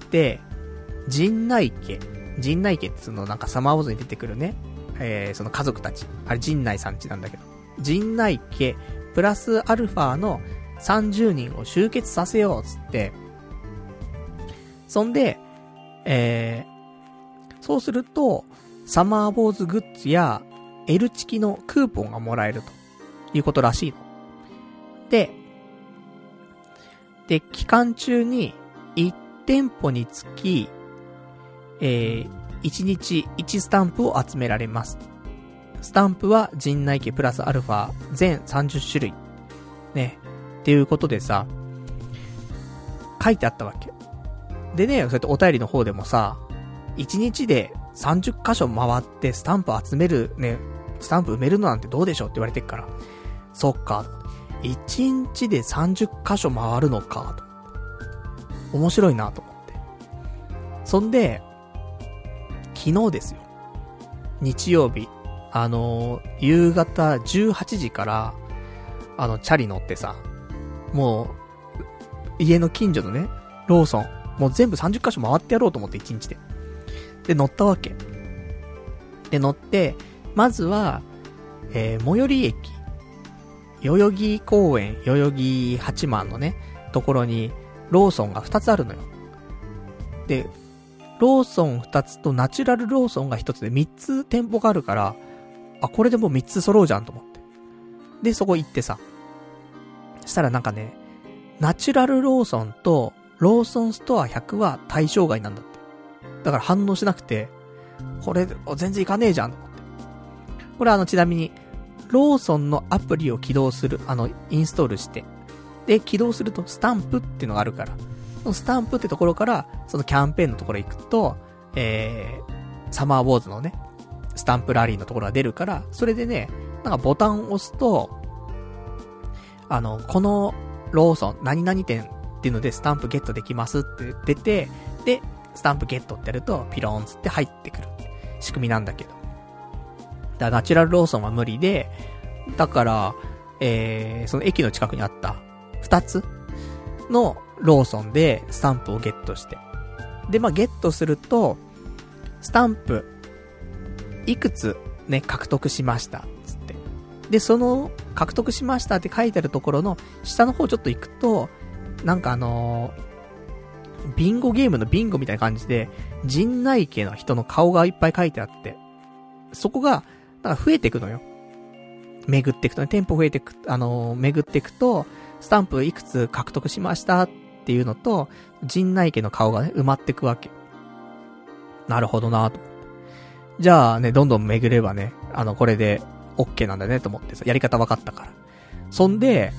陣内家、陣内家ってそのなんかサマーウォーズに出てくるね、えー、その家族たち、あれ陣内さん家なんだけど、陣内家、プラスアルファのさんじゅうにんを集結させようっつって、そんで、えー、そうすると、サマーウォーズグッズや L チキのクーポンがもらえるということらしいの。で、で、期間中にいち店舗につき、えー、いちにちいちスタンプを集められます。スタンプは陣内家プラスアルファ全さんじゅっしゅるい。ね。っていうことでさ、書いてあったわけ。でね、そうやってお便りの方でもさ、いちにちでさんじゅっかしょ回ってスタンプ集めるね、スタンプ埋めるのなんてどうでしょうって言われてっから。そっか。いちにちでさんじゅっかしょ回るのかと。面白いなと思って。そんで、昨日ですよ。日曜日。あのー、夕方じゅうはちじから、あの、チャリ乗ってさ、もう、家の近所のね、ローソン、もう全部さんじゅっかしょ回ってやろうと思っていちにちで。で、乗ったわけ。で、乗って、まずは、えー、最寄り駅、代々木公園、代々木八幡のね、ところに、ローソンがふたつあるのよ。で、ローソンふたつとナチュラルローソンがひとつでみっつ店舗があるから、あ、これでもうみっつ揃うじゃんと思って。で、そこ行ってさ。したらなんかね、ナチュラルローソンとローソンストアひゃくは対象外なんだって。だから反応しなくて、これ全然いかねえじゃんと思って。これあのちなみに、ローソンのアプリを起動する、あの、インストールして、で、起動するとスタンプっていうのがあるから、そのスタンプってところから、そのキャンペーンのところ行くと、えー、サマーウォーズのね、スタンプラリーのところが出るから、それでね、なんかボタンを押すと、あの、このローソン、何々店っていうのでスタンプゲットできますって出て、で、スタンプゲットってやると、ピローンつって入ってくる仕組みなんだけど。だからナチュラルローソンは無理で、だから、えー、その駅の近くにあった二つのローソンでスタンプをゲットして。で、まあ、ゲットすると、スタンプ、いくつね、獲得しました。つって。 で、その、獲得しましたって書いてあるところの、下の方ちょっと行くと、なんかあのー、ビンゴゲームのビンゴみたいな感じで、陣内家の人の顔がいっぱい書いてあって、そこが、なんか増えていくのよ。巡っていくとね、テンポ増えていく、あのー、巡っていくと、スタンプいくつ獲得しましたっていうのと、陣内家の顔がね、埋まっていくわけ。なるほどなぁと。じゃあね、どんどん巡ればね、あの、これで、OK なんだねと思ってさ、やり方分かったから。そんで、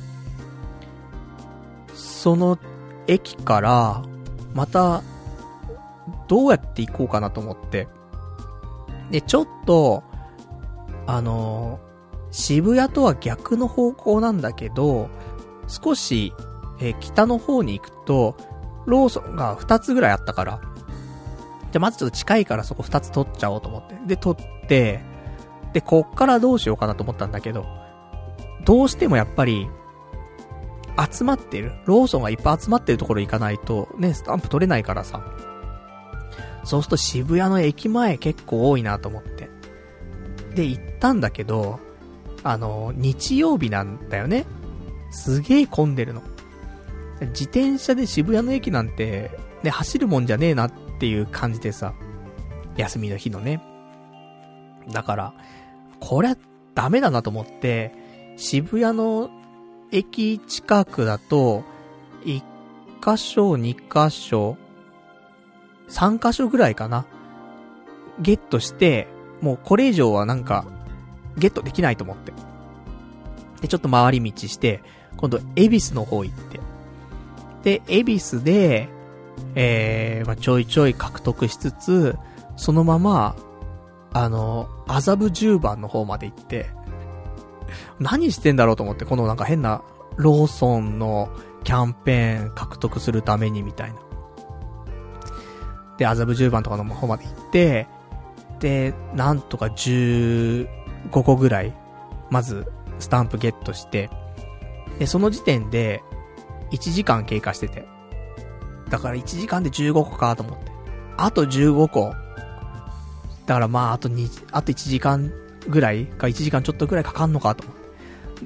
その駅から、また、どうやって行こうかなと思って。で、ちょっと、あのー、渋谷とは逆の方向なんだけど、少し、えー、北の方に行くと、ローソンがふたつぐらいあったから、じゃあまずちょっと近いからそこふたつ取っちゃおうと思って。で、取って、で、こっからどうしようかなと思ったんだけど、どうしてもやっぱり、集まってる、ローソンがいっぱい集まってるところ行かないと、ね、スタンプ取れないからさ。そうすると渋谷の駅前結構多いなと思って。で、行ったんだけど、あの、日曜日なんだよね。すげえ混んでるの。自転車で渋谷の駅なんて、ね、走るもんじゃねえなっていう感じでさ、休みの日のね。だから、これはダメだなと思って、渋谷の駅近くだと、いっかしょ、にかしょ、さんかしょぐらいかな。ゲットして、もうこれ以上はなんか、ゲットできないと思って。で、ちょっと回り道して、今度、恵比寿の方行って。で、恵比寿で、えー、まあ、ちょいちょい獲得しつつ、そのまま、あの、麻布十番の方まで行って、何してんだろうと思って、このなんか変なローソンのキャンペーン獲得するためにみたいな。で、麻布十番とかの方まで行って、で、なんとかじゅうごこぐらい、まずスタンプゲットして、で、その時点でいちじかん経過してて、だからいちじかんでじゅうごこかと思って、あとじゅうごこ、だからまああとに、あといちじかんぐらいかいちじかんちょっとぐらいかかんのかと思って。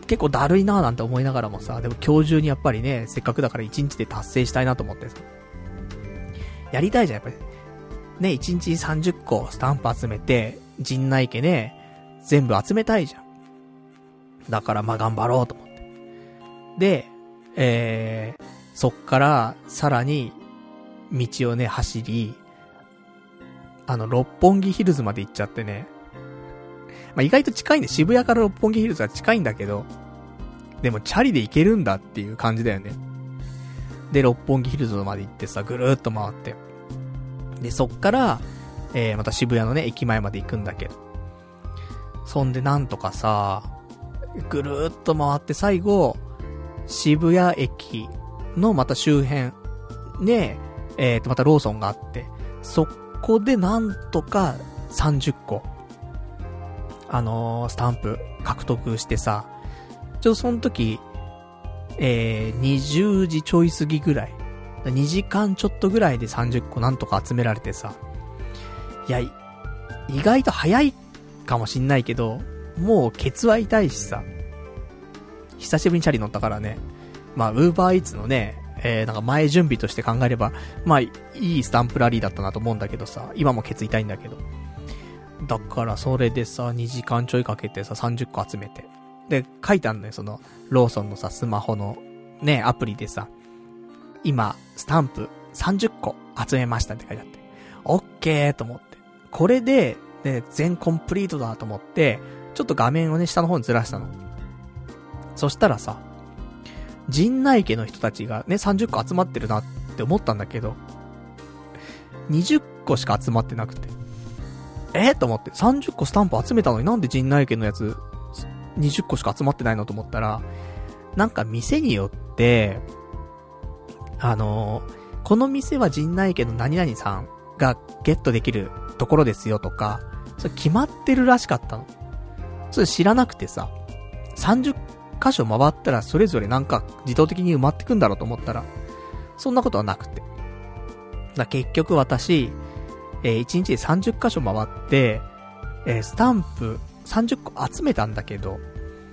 結構だるいなーなんて思いながらもさ、でも今日中にやっぱりね、せっかくだからいちにちで達成したいなと思ってさ。やりたいじゃん、やっぱり。ね、いちにちさんじゅっこスタンプ集めて、陣内家ね、全部集めたいじゃん。だからまあ頑張ろうと思って。で、えー、そっからさらに道をね、走り、あの、六本木ヒルズまで行っちゃってね。まあ、意外と近いんで、渋谷から六本木ヒルズは近いんだけど、でもチャリで行けるんだっていう感じだよね。で、六本木ヒルズまで行ってさ、ぐるーっと回って。で、そっから、えー、また渋谷のね、駅前まで行くんだけど。そんでなんとかさ、ぐるーっと回って最後、渋谷駅のまた周辺、ね、えーと、またローソンがあって、そこでなんとかさんじゅっこ、あのー、スタンプ獲得してさ、ちょっとその時、えー、にじゅうじちょい過ぎぐらい、にじかんちょっとぐらいでさんじゅっこなんとか集められてさ、いや、意外と早いかもしんないけど、もうケツは痛いしさ、久しぶりにチャリ乗ったからね、まあ、ウーバーイーツのね、えー、なんか前準備として考えれば、まあ、いいスタンプラリーだったなと思うんだけどさ、今もケツ痛いんだけど。だからそれでさ、にじかんちょいかけてさ、さんじゅっこ集めて。で、書いてあるのよ、その、ローソンのさ、スマホの、ね、アプリでさ、今、スタンプさんじゅっこ集めましたって書いてあって。オッケーと思って。これで、ね、全コンプリートだと思って、ちょっと画面をね、下の方にずらしたの。そしたらさ、陣内家の人たちがね、さんじゅっこ集まってるなって思ったんだけど、にじゅっこしか集まってなくて。えー、と思って、さんじゅっこスタンプ集めたのになんで陣内家のやつ、にじゅっこしか集まってないのと思ったら、なんか店によって、あのー、この店は陣内家の何々さんがゲットできるところですよとか、それ決まってるらしかったの。それ知らなくてさ、さんじゅっ箇所回ったらそれぞれなんか自動的に埋まってくんだろうと思ったら、そんなことはなくて。だ結局私、えー、いちにちでさんじゅっ箇所回って、えー、スタンプさんじゅっこ集めたんだけど、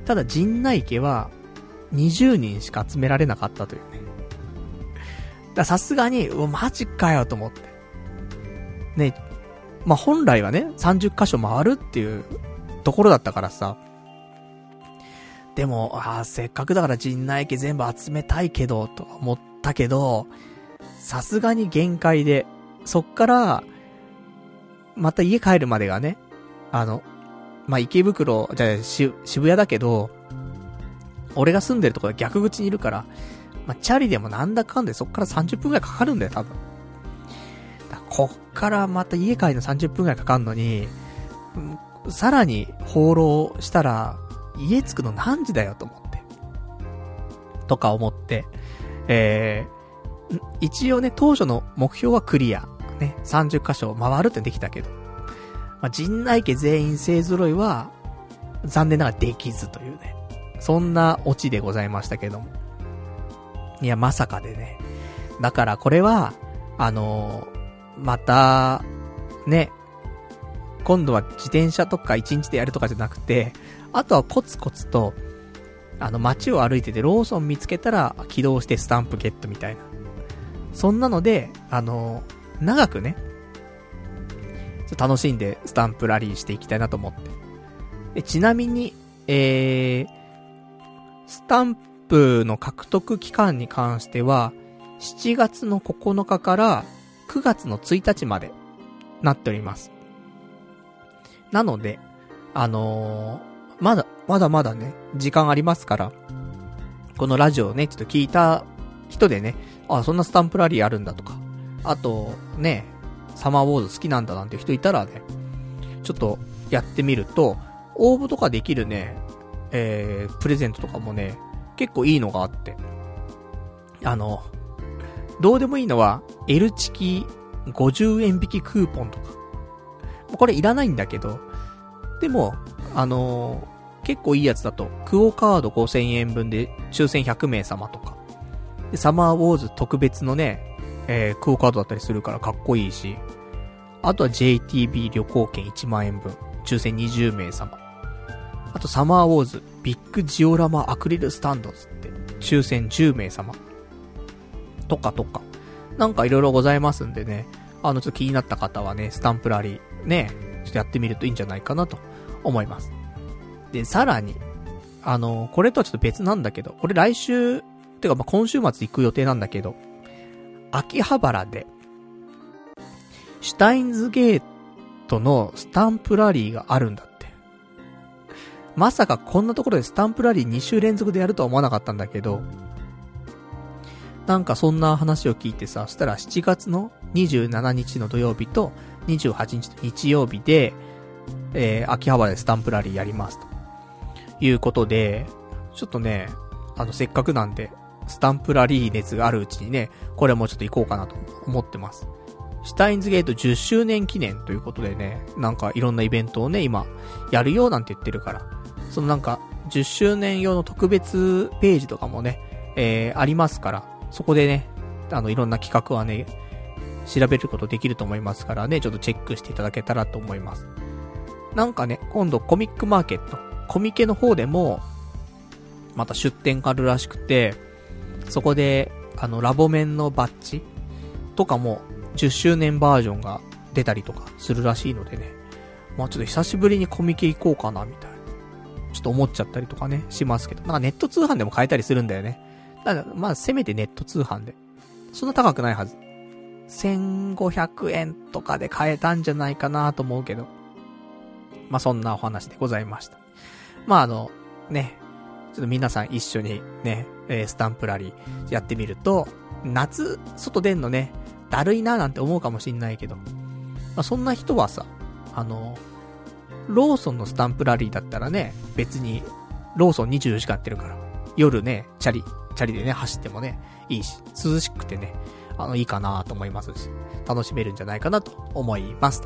ただ陣内家はにじゅうにんしか集められなかったというね。ださすがに、うわ、マジかよと思って。ね、まあ、本来はね、さんじゅっかしょ回るっていうところだったからさ。でも、ああ、せっかくだから陣内家全部集めたいけど、と思ったけど、さすがに限界で、そっから、また家帰るまでがね、あの、まあ、池袋、じゃあ、し、渋谷だけど、俺が住んでるところは逆口にいるから、まあ、チャリでもなんだかんでそっからさんじゅっぷんくらいかかるんだよ、多分。だこっからまた家帰るのさんじゅっぷんくらいかかるのに、うん、さらに放浪したら、家着くの何時だよと思って。とか思って、えー、一応ね、当初の目標はクリア。ね、さんじゅっかしょ回るってできたけど、まあ、陣内家全員勢揃いは、残念ながらできずというね。そんなオチでございましたけども。いや、まさかでね。だからこれは、あのー、また、ね、今度は自転車とか一日でやるとかじゃなくて、あとはコツコツと、あの街を歩いててローソン見つけたら起動してスタンプゲットみたいな。そんなので、あのー、長くね、楽しんでスタンプラリーしていきたいなと思って。でちなみに、えー、スタンプの獲得期間に関しては、しちがつのここのかからくがつのついたちまでなっております。なので、あのー、まだ、まだまだね、時間ありますから、このラジオをね、ちょっと聞いた人でね、あ、そんなスタンプラリーあるんだとか、あと、ね、サマーウォーズ好きなんだなんて人いたらね、ちょっとやってみると、応募とかできるね、えー、プレゼントとかもね、結構いいのがあって。あの、どうでもいいのは、L チキごじゅうえん引きクーポンとか。これいらないんだけど、でも、あのー、結構いいやつだと、クオカードごせんえんぶんで抽選ひゃくめいさまとか。で、サマーウォーズ特別のね、えー、クオカードだったりするからかっこいいし、あとは ジェイティービー 旅行券いちまんえんぶん、抽選にじゅうめいさま。あとサマーウォーズビッグジオラマアクリルスタンドつって、抽選じゅうめいさま。とかとか。なんかいろいろございますんでね、あのちょっと気になった方はね、スタンプラリーね、ちょっとやってみるといいんじゃないかなと思います。で、さらに、あの、これとはちょっと別なんだけど、これ来週、てかまあ今週末行く予定なんだけど、秋葉原で、シュタインズゲートのスタンプラリーがあるんだって。まさかこんなところでスタンプラリーにしゅう連続でやるとは思わなかったんだけど、なんかそんな話を聞いてさ、そしたらしちがつのにじゅうしちにちの土曜日とにじゅうはちにちの日曜日で、えー、秋葉原でスタンプラリーやりますということで、ちょっとね、あのせっかくなんで、スタンプラリー熱があるうちにね、これもちょっと行こうかなと思ってます。シュタインズゲートじゅっしゅうねん記念ということでね、なんかいろんなイベントをね、今、やるよなんて言ってるから、そのなんか、じゅっしゅうねん用の特別ページとかもね、えー、ありますから、そこでね、あの、いろんな企画はね、調べることできると思いますからね、ちょっとチェックしていただけたらと思います。なんかね、今度コミックマーケット、コミケの方でも、また出店があるらしくて、そこで、あの、ラボメンのバッジとかも、じゅっしゅうねんバージョンが出たりとかするらしいのでね。まあちょっと久しぶりにコミケ行こうかな、みたいな。ちょっと思っちゃったりとかね、しますけど。なんかネット通販でも買えたりするんだよね。だから、まあせめてネット通販で。そんな高くないはず。せんごひゃくえんとかで買えたんじゃないかなと思うけど。まあそんなお話でございました。まああの、ね。ちょっと皆さん一緒にね、えー、スタンプラリーやってみると、夏、外出んのね、だるいななんて思うかもしんないけど、まあ、そんな人はさ、あの、ローソンのスタンプラリーだったらね、別に、ローソンにじゅうよじかんやってるから、夜ね、チャリ、チャリでね、走ってもね、いいし、涼しくてね、あの、いいかなと思いますし、楽しめるんじゃないかなと思います。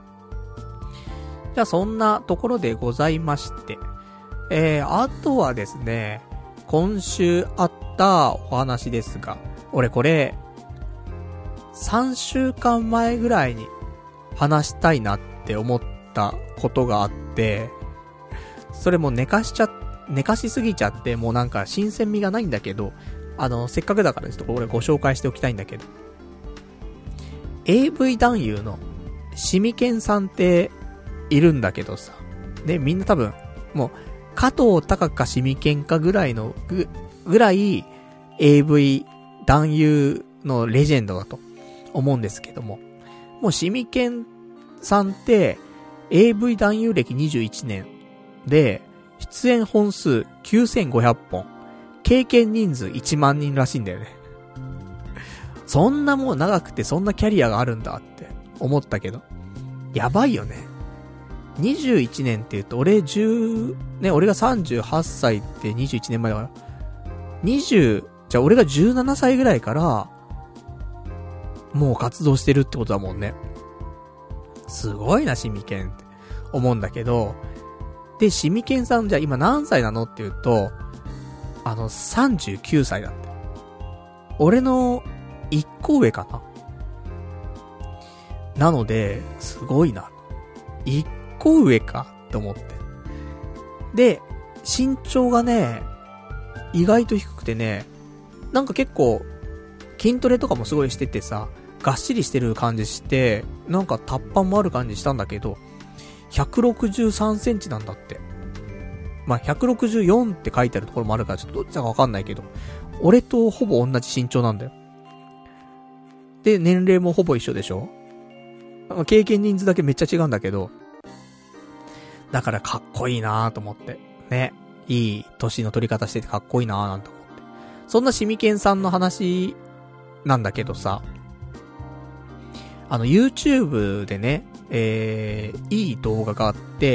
じゃあそんなところでございまして、えー、あとはですね、今週あったお話ですが、俺これ、さんしゅうかんまえぐらいに話したいなって思ったことがあって、それも寝かしちゃっ寝かしすぎちゃってもうなんか新鮮味がないんだけど、あのせっかくだからちょっとこれご紹介しておきたいんだけど、 エーブイ 男優のシミケンさんっているんだけどさ、でみんな多分もう加藤隆かシミケンかぐらいのぐぐらい エーブイ 男優のレジェンドだと思うんですけども、もうシミケンさんって エーブイ 男優歴にじゅういちねんで出演本数きゅうせんごひゃっぽん、経験人数いちまんにんらしいんだよね。そんなもう長くてそんなキャリアがあるんだって思ったけど、やばいよね。にじゅういちねんって言うと俺じゅうね、俺がさんじゅうはっさいってにじゅういちねんまえだからにじゅう、じゃあ俺がじゅうななさいぐらいからもう活動してるってことだもんね。すごいなシミケンって思うんだけど、でシミケンさんじゃあ今何歳なのって言うと、あのさんじゅうきゅうさいだって。俺のいっこ上かな。なのですごいな、いっこ上かって思って。で身長がね意外と低くてね、なんか結構筋トレとかもすごいしててさ、がっしりしてる感じして、なんかタッパンもある感じしたんだけど、ひゃくろくじゅうさんセンチなんだって。まあ、ひゃくろくじゅうよんって書いてあるところもあるからちょっとどっちだかわかんないけど、俺とほぼ同じ身長なんだよ。で年齢もほぼ一緒でしょ。経験人数だけめっちゃ違うんだけど、だからかっこいいなーと思ってね、いい年の取り方しててかっこいいなーなんて思って、そんなシミケンさんの話なんだけどさ、あの YouTube でね、えー、いい動画があって、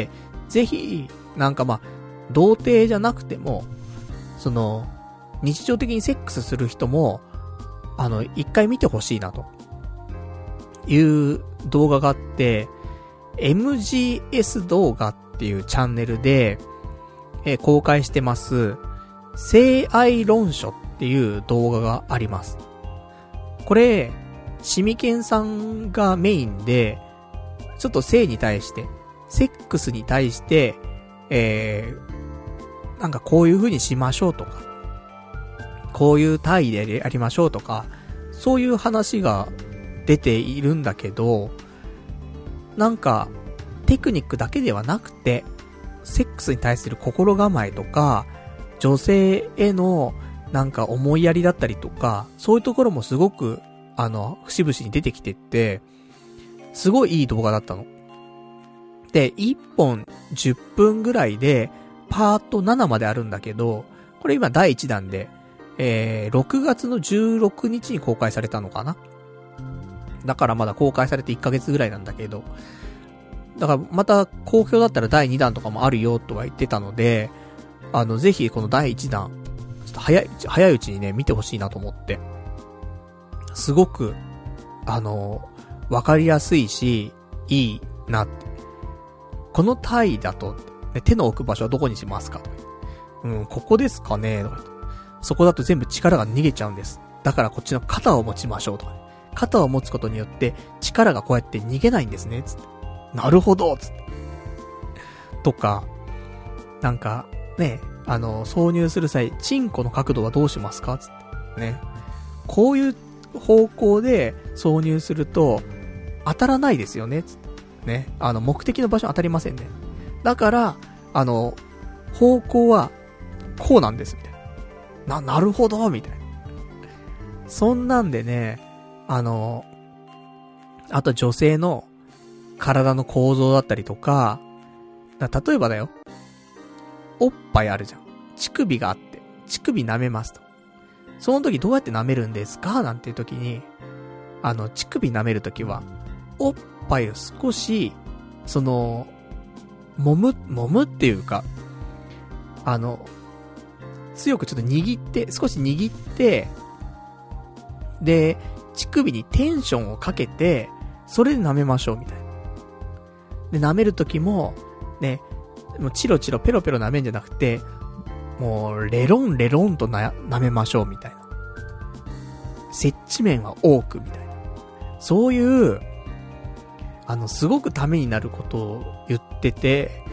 ぜひなんかまあ童貞じゃなくても、その日常的にセックスする人もあの一回見てほしいなという動画があって、 エムジーエス 動画っていうチャンネルで、えー、公開してます性愛論書っていう動画があります。これシミケンさんがメインで、ちょっと性に対して、セックスに対して、えー、なんかこういう風にしましょうとか、こういう体位でやりましょうとか、そういう話が出ているんだけど、なんかテクニックだけではなくて、セックスに対する心構えとか、女性へのなんか思いやりだったりとか、そういうところもすごくあの節々に出てきてって、すごいいい動画だったの。で、いっぽんじゅっぷんぐらいでパートななまであるんだけど、これ今だいいちだんで、えー、ろくがつのじゅうろくにちに公開されたのかな。だからまだ公開されていっかげつぐらいなんだけど、だからまた好評だったらだいにだんとかもあるよとは言ってたので、あのぜひこのだいいちだんちょっと早い早いうちにね見てほしいなと思って、すごくあのわかりやすいしいいなって。この体だと、ね、手の置く場所はどこにしますかと、うん、ここですかねとか、そこだと全部力が逃げちゃうんです。だからこっちの肩を持ちましょうとか、肩を持つことによって力がこうやって逃げないんですねつって。なるほどつってとか、なんかね、あの挿入する際チンコの角度はどうしますかつってね、こういう方向で挿入すると当たらないですよねつってね、あの目的の場所当たりませんね。だからあの方向はこうなんですみたいな。な、なるほどみたいな。そんなんでね、あのあと女性の体の構造だったりとか、だ例えばだよ、おっぱいあるじゃん。乳首があって乳首舐めますと。その時どうやって舐めるんですかなんていう時に、あの乳首舐める時はおっぱいを少しその揉む揉むっていうか、あの強くちょっと握って少し握って、で乳首にテンションをかけてそれで舐めましょうみたいな。で舐める時もね、もうチロチロペロペロ舐めんじゃなくて、もうレロンレロンとな舐めましょうみたいな。接地面は多くみたいな。そういうあのすごくためになることを言ってて、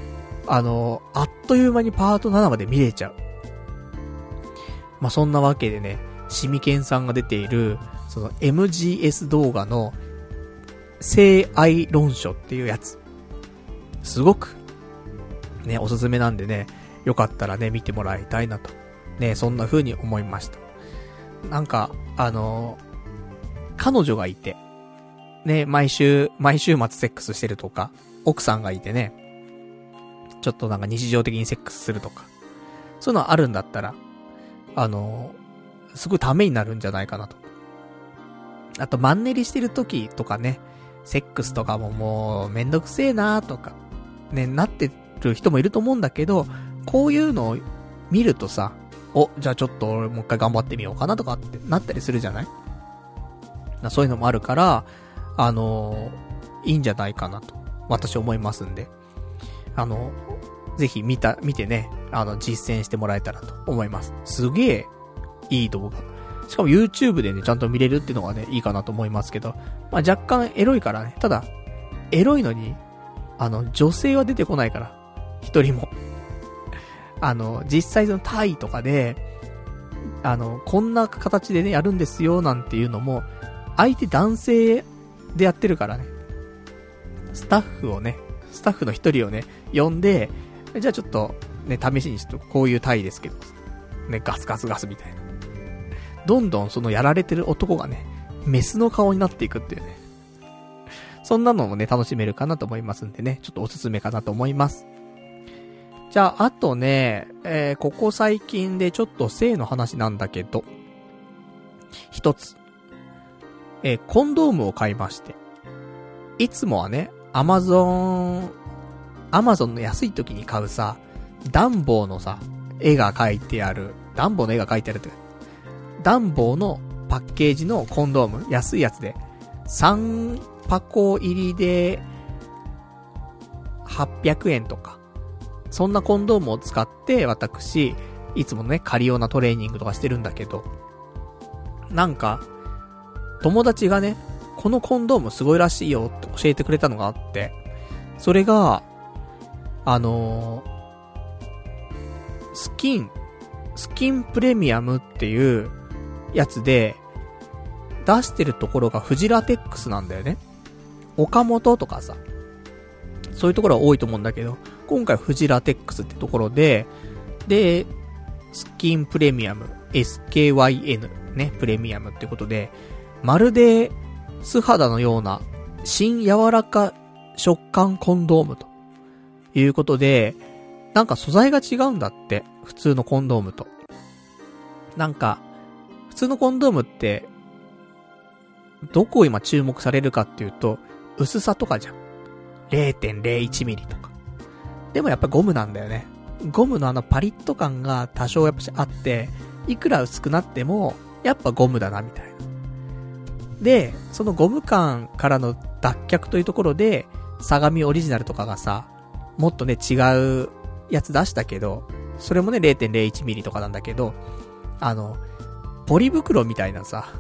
あの、あっという間にパートななまで見れちゃう。まあ、そんなわけでね、シミケンさんが出ている、その エムジーエス 動画の性愛論書っていうやつ。すごく、ね、おすすめなんでね、よかったらね、見てもらいたいなと。ね、そんな風に思いました。なんか、あの、彼女がいて、ね、毎週、毎週末セックスしてるとか、奥さんがいてね、ちょっとなんか日常的にセックスするとか、そういうのあるんだったら、あの、すごいためになるんじゃないかなと。あと、マンネリしてる時とかね、セックスとかももうめんどくせえなーとか、ね、なってる人もいると思うんだけど、こういうのを見るとさ、お、じゃあちょっと俺もう一回頑張ってみようかなとかってなったりするじゃない？そういうのもあるから、あのー、いいんじゃないかなと、私思いますんで、あの、ぜひ見た、見てね、あの、実践してもらえたらと思います。すげえ、いい動画。しかも YouTube でね、ちゃんと見れるっていうのがね、いいかなと思いますけど、まあ若干エロいからね、ただ、エロいのに、あの、女性は出てこないから、一人も。あの、実際そのタイとかで、あの、こんな形でね、やるんですよ、なんていうのも、相手男性でやってるからね。スタッフをね、スタッフの一人をね、呼んで、じゃあちょっと、ね、試しにちょっとこういうタイですけど、ね、ガスガスガスみたいな。どんどんそのやられてる男がね、メスの顔になっていくっていうね。そんなのもね、楽しめるかなと思いますんでね、ちょっとおすすめかなと思います。じゃあ、あとね、えー、ここ最近でちょっと性の話なんだけど、一つ。えー、コンドームを買いまして。いつもはね、アマゾン、アマゾンの安い時に買うさ、ダンボーのさ、絵が描いてある、ダンボーの絵が描いてあるって、ダンボーのパッケージのコンドーム、安いやつで、さんぱこ入りで、はっぴゃくえんとか、そんなコンドームを使って、私、いつもね、カリオナトレーニングとかしてるんだけど、なんか、友達がね、このコンドームすごいらしいよって教えてくれたのがあって、それが、あのー、スキン、スキンプレミアムっていうやつで、出してるところがフジラテックスなんだよね。岡本とかさ、そういうところは多いと思うんだけど、今回フジラテックスってところで、で、スキンプレミアム、エスケーワイエヌ ね、プレミアムってことで、まるで素肌のような新柔らか食感コンドームということで、なんか素材が違うんだって、普通のコンドームと。なんか、普通のコンドームって、どこを今注目されるかっていうと、薄さとかじゃん。れいてんれいいちミリとか。でもやっぱゴムなんだよね。ゴムのあのパリッと感が多少やっぱしあって、いくら薄くなっても、やっぱゴムだなみたいな。で、そのゴム感からの脱却というところで、相模オリジナルとかがさ、もっとね違うやつ出したけど、それもね れいてんれいいちミリとかなんだけど、あの、ポリ袋みたいなさ、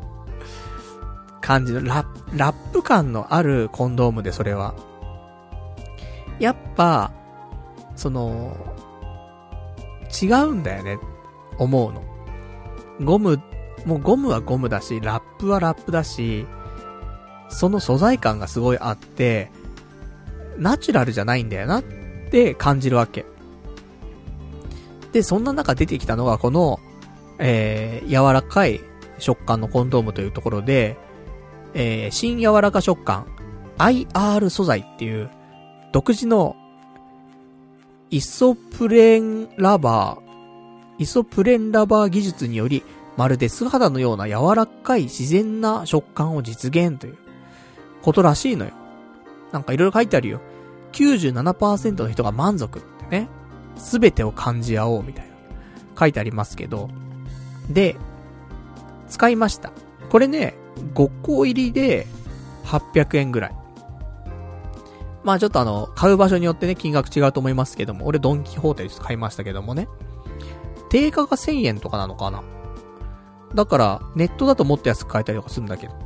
感じのラップ、ラップ感のあるコンドームで、それは。やっぱ、その、違うんだよね、思うの。ゴム、もうゴムはゴムだし、ラップはラップだし、その素材感がすごいあって、ナチュラルじゃないんだよなって感じるわけ。で、そんな中出てきたのがこの、えー、柔らかい食感のコンドームというところで、えー、新柔らか食感 アイアール 素材っていう独自のイソプレンラバーイソプレンラバー技術により、まるで素肌のような柔らかい自然な食感を実現ということらしいのよ。なんかいろいろ書いてあるよ。きゅうじゅうななパーセント の人が満足ってね、すべてを感じ合おうみたいな書いてありますけど、で使いました。これね、ごこ入りではっぴゃくえんぐらい。まあちょっとあの買う場所によってね金額違うと思いますけども、俺ドンキホーテで買いましたけどもね、定価がせんえんとかなのかな。だからネットだともっと安く買えたりとかするんだけど、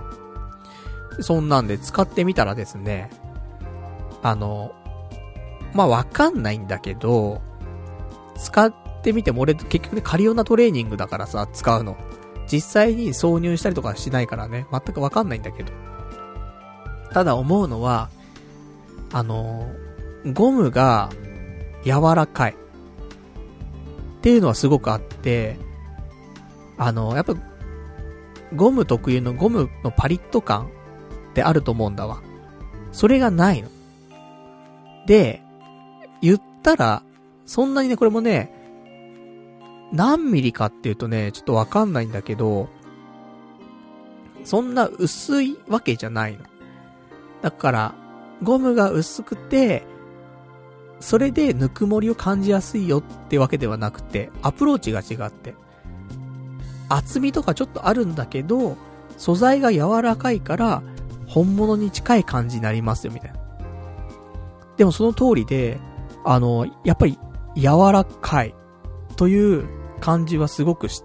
そんなんで使ってみたらですね、あのまあわかんないんだけど、使ってみても俺結局ね、カリオナトレーニングだからさ、使うの。実際に挿入したりとかしないからね、全くわかんないんだけど。ただ思うのは、あの、ゴムが柔らかい。っていうのはすごくあって、あの、やっぱ、ゴム特有のゴムのパリッと感ってあると思うんだわ。それがないの。で、言ったら、そんなにね、これもね、何ミリかっていうとね、ちょっとわかんないんだけど、そんな薄いわけじゃないの。だから、ゴムが薄くて、それでぬくもりを感じやすいよってわけではなくて、アプローチが違って、厚みとかちょっとあるんだけど、素材が柔らかいから、本物に近い感じになりますよ、みたいな。でもその通りで、あの、やっぱり柔らかいという感じはすごくして、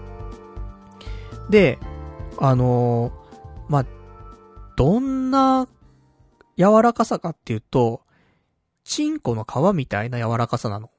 で、あの、まあ、どんな柔らかさかっていうと、チンコの皮みたいな柔らかさなの。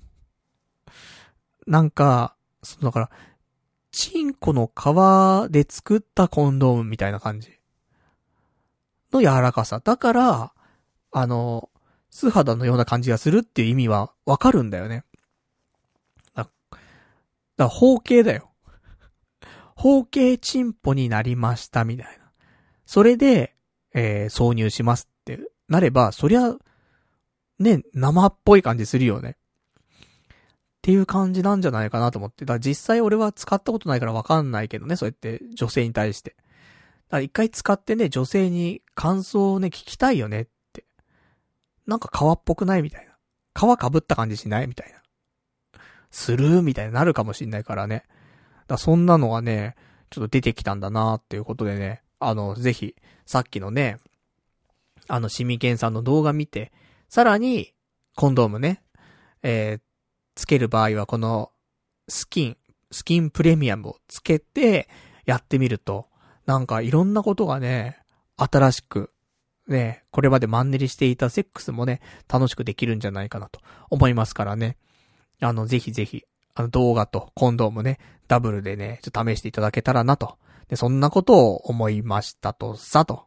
なんか、そのだから、チンコの皮で作ったコンドームみたいな感じの柔らかさ。だから、あの、素肌のような感じがするっていう意味はわかるんだよね。だ、だから包茎だよ。包茎チンポになりましたみたいな。それで、えー、挿入しますってなれば、そりゃ、ね、生っぽい感じするよね。っていう感じなんじゃないかなと思って。だから実際俺は使ったことないからわかんないけどね、そうやって女性に対して。だから一回使ってね、女性に感想をね、聞きたいよねって。なんか皮っぽくないみたいな。皮被った感じしないみたいな。するみたいになるかもしんないからね。だからそんなのがね、ちょっと出てきたんだなっていうことでね、あの、ぜひ、さっきのね、あの、シミケンさんの動画見て、さらに、コンドームね、えー、つける場合はこの、スキン、スキンプレミアムをつけて、やってみると、なんかいろんなことがね、新しく、ね、これまでマンネリしていたセックスもね、楽しくできるんじゃないかなと思いますからね。あの、ぜひぜひ、あの動画とコンドームね、ダブルでね、ちょっと試していただけたらなと。で、そんなことを思いましたとさと。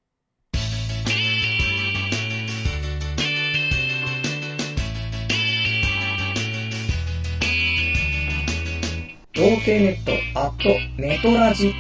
童貞ネットアットネトラジ。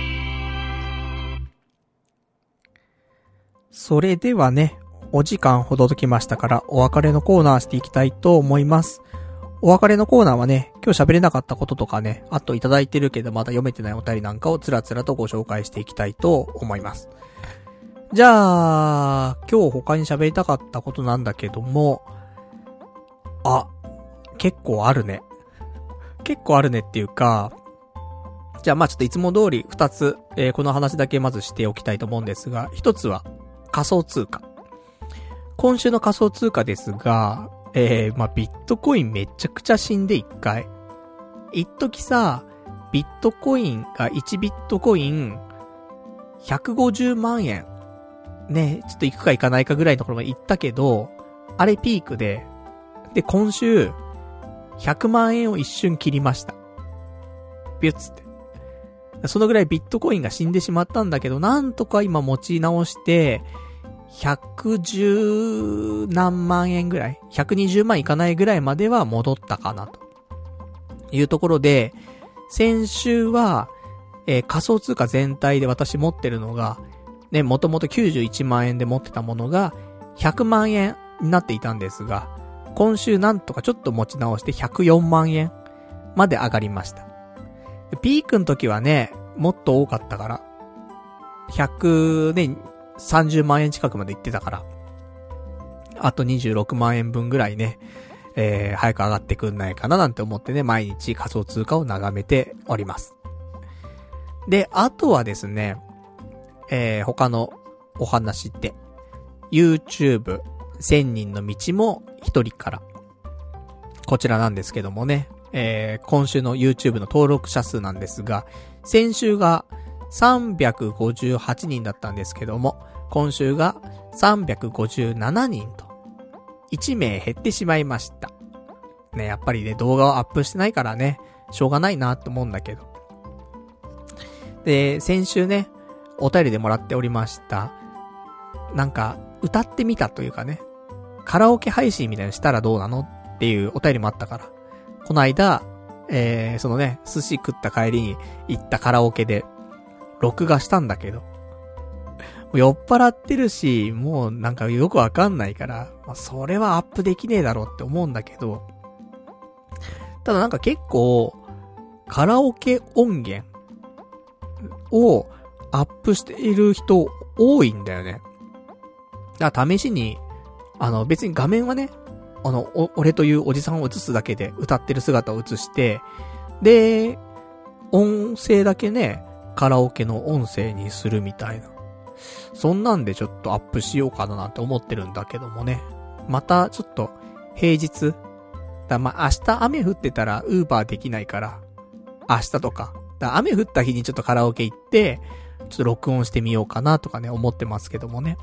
それではね、お時間ほどときましたからお別れのコーナーしていきたいと思います。お別れのコーナーはね、今日喋れなかったこととかね、あといただいてるけどまだ読めてないお便りなんかをつらつらとご紹介していきたいと思います。じゃあ、今日他に喋りたかったことなんだけども、あ、結構あるね。結構あるねっていうか、じゃあまあちょっといつも通り二つ、えー、この話だけまずしておきたいと思うんですが、一つは仮想通貨。今週の仮想通貨ですが、えー、まあビットコインめちゃくちゃ死んで一回。一時さ、ビットコインがいちビットコインひゃくごじゅうまんえん。ね、ちょっと行くか行かないかぐらいのところまで行ったけど、あれピークで、で今週、ひゃくまんえんを一瞬切りました。ビュッつって。そのぐらいビットコインが死んでしまったんだけど、なんとか今持ち直して、ひゃくじゅうなんまんえんぐらい、ひゃくにじゅうまんいかないぐらいまでは戻ったかなというところで、先週は、えー、仮想通貨全体で私持ってるのが、ね、もともときゅうじゅういちまんえんで持ってたものがひゃくまんえんになっていたんですが、今週なんとかちょっと持ち直してひゃくよんまんえんまで上がりました。ピークの時はね、もっと多かったから、ひゃくさんじゅうまんえん近くまで行ってたから、あとにじゅうろくまんえんぶんぐらいね、えー、早く上がってくんないかななんて思ってね、毎日仮想通貨を眺めております。で、あとはですね、えー、他のお話って、YouTube、せんにんの道も一人から。こちらなんですけどもね、えー、今週の YouTube の登録者数なんですが、先週がさんびゃくごじゅうはちにんだったんですけども、今週がさんびゃくごじゅうななにんといちめい減ってしまいました。ね、やっぱりね、動画をアップしてないからね、しょうがないなって思うんだけど。で、先週ね、お便りでもらっておりました。なんか、歌ってみたというかね、カラオケ配信みたいなのしたらどうなのっていうお便りもあったから、この間、えー、そのね、寿司食った帰りに行ったカラオケで、録画したんだけど、酔っ払ってるし、もうなんかよくわかんないから、まあ、それはアップできねえだろうって思うんだけど、ただなんか結構、カラオケ音源をアップしている人多いんだよね。だから試しに、あの別に画面はね、あの、お、俺というおじさんを映すだけで歌ってる姿を映して、で、音声だけね、カラオケの音声にするみたいな。そんなんでちょっとアップしようかななんて思ってるんだけどもね。またちょっと平日。だまあ、明日雨降ってたらウーバーできないから、明日とか。だ雨降った日にちょっとカラオケ行って、ちょっと録音してみようかなとかね、思ってますけどもね。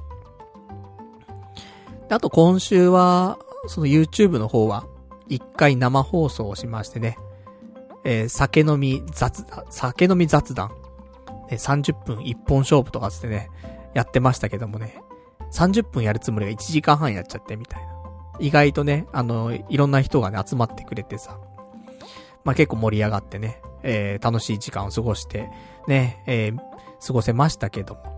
あと今週は、その YouTube の方は、一回生放送をしましてね、えー、酒飲み雑談、酒飲み雑談、えー、さんじゅっぷん一本勝負とかつってね、やってましたけどもね、さんじゅっぷんやるつもりがいちじかんはんやっちゃってみたいな。意外とね、あの、いろんな人がね、集まってくれてさ、まあ、結構盛り上がってね、えー、楽しい時間を過ごして、ね、えー、過ごせましたけども。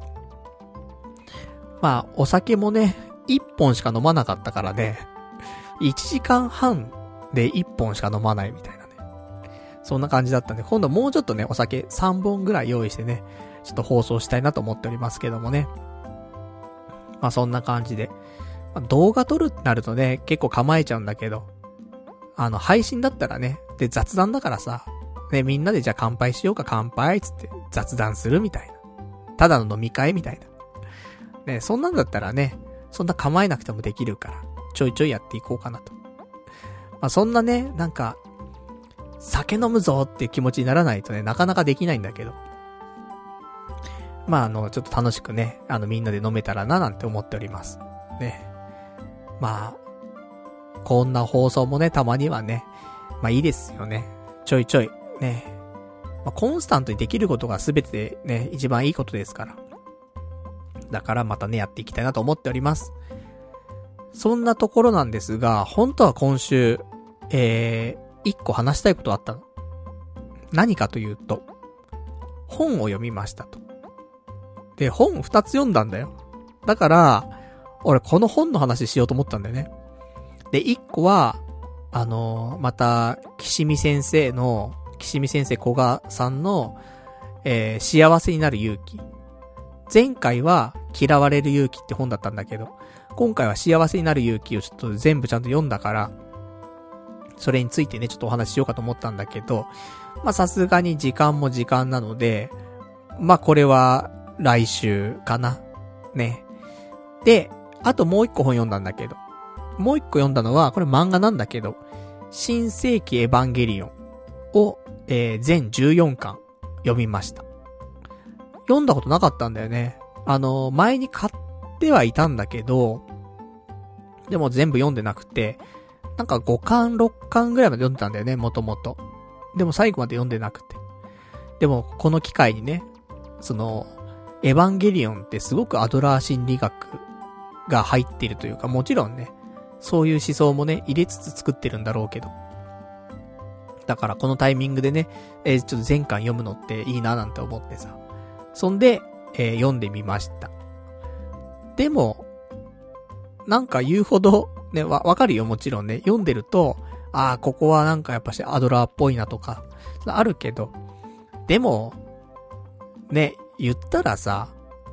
まあ、お酒もね、いっぽんしか飲まなかったからね、いちじかんはんでいっぽんしか飲まないみたいなね。そんな感じだったんで、今度もうちょっとね、お酒さんぼんぐらい用意してね、ちょっと放送したいなと思っておりますけどもね。まあそんな感じで。まあ、動画撮るってなるとね、結構構えちゃうんだけど、あの、配信だったらね、で、雑談だからさ、ね、みんなでじゃあ乾杯しようか乾杯つって雑談するみたいな。ただの飲み会みたいな。ね、そんなんだったらね、そんな構えなくてもできるから、ちょいちょいやっていこうかなと。まあそんなね、なんか、酒飲むぞっていう気持ちにならないとね、なかなかできないんだけど。まああの、ちょっと楽しくね、あのみんなで飲めたらななんて思っております。ね。まあ、こんな放送もね、たまにはね、まあいいですよね。ちょいちょい、ね。まあコンスタントにできることが全てね、一番いいことですから。だからまたね、やっていきたいなと思っております。そんなところなんですが、本当は今週、えー、一個話したいことあったの。何かというと、本を読みましたと。で、本二つ読んだんだよ。だから、俺この本の話しようと思ったんだよね。で、一個は、あのー、また、岸見先生の、岸見先生小賀さんの、えー、幸せになる勇気。前回は、嫌われる勇気って本だったんだけど、今回は幸せになる勇気をちょっと全部ちゃんと読んだから、それについてね、ちょっとお話ししようかと思ったんだけど、まあさすがに時間も時間なので、まあこれは来週かな。ね。で、あともう一個本読んだんだけど、もう一個読んだのは、これ漫画なんだけど、新世紀エヴァンゲリオンを、えー、全じゅうよんかん読みました。読んだことなかったんだよね。あの、前に買ってはいたんだけど、でも全部読んでなくて、なんかごかんろっかんぐらいまで読んでたんだよね、もともと。でも最後まで読んでなくて。でもこの機会にね、その、エヴァンゲリオンってすごくアドラー心理学が入っているというか、もちろんね、そういう思想もね、入れつつ作ってるんだろうけど。だからこのタイミングでね、えー、ちょっと全巻読むのっていいななんて思ってさ。そんで、えー、読んでみました。でも、なんか言うほど、ね、わ、わかるよ、もちろんね。読んでると、ああ、ここはなんかやっぱしアドラーっぽいなとか、あるけど、でも、ね、言ったらさ、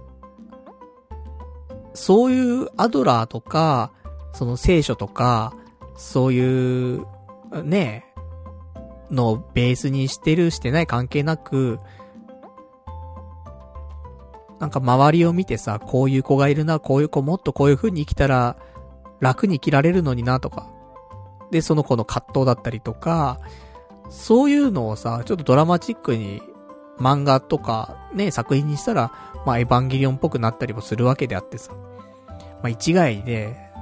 そういうアドラーとか、その聖書とか、そういう、ね、のをベースにしてるしてない関係なく、なんか周りを見てさ、こういう子がいるな、こういう子もっとこういう風に生きたら楽に生きられるのになとか。で、その子の葛藤だったりとか、そういうのをさ、ちょっとドラマチックに漫画とかね、作品にしたら、まあエヴァンゲリオンっぽくなったりもするわけであってさ。まあ一概にね、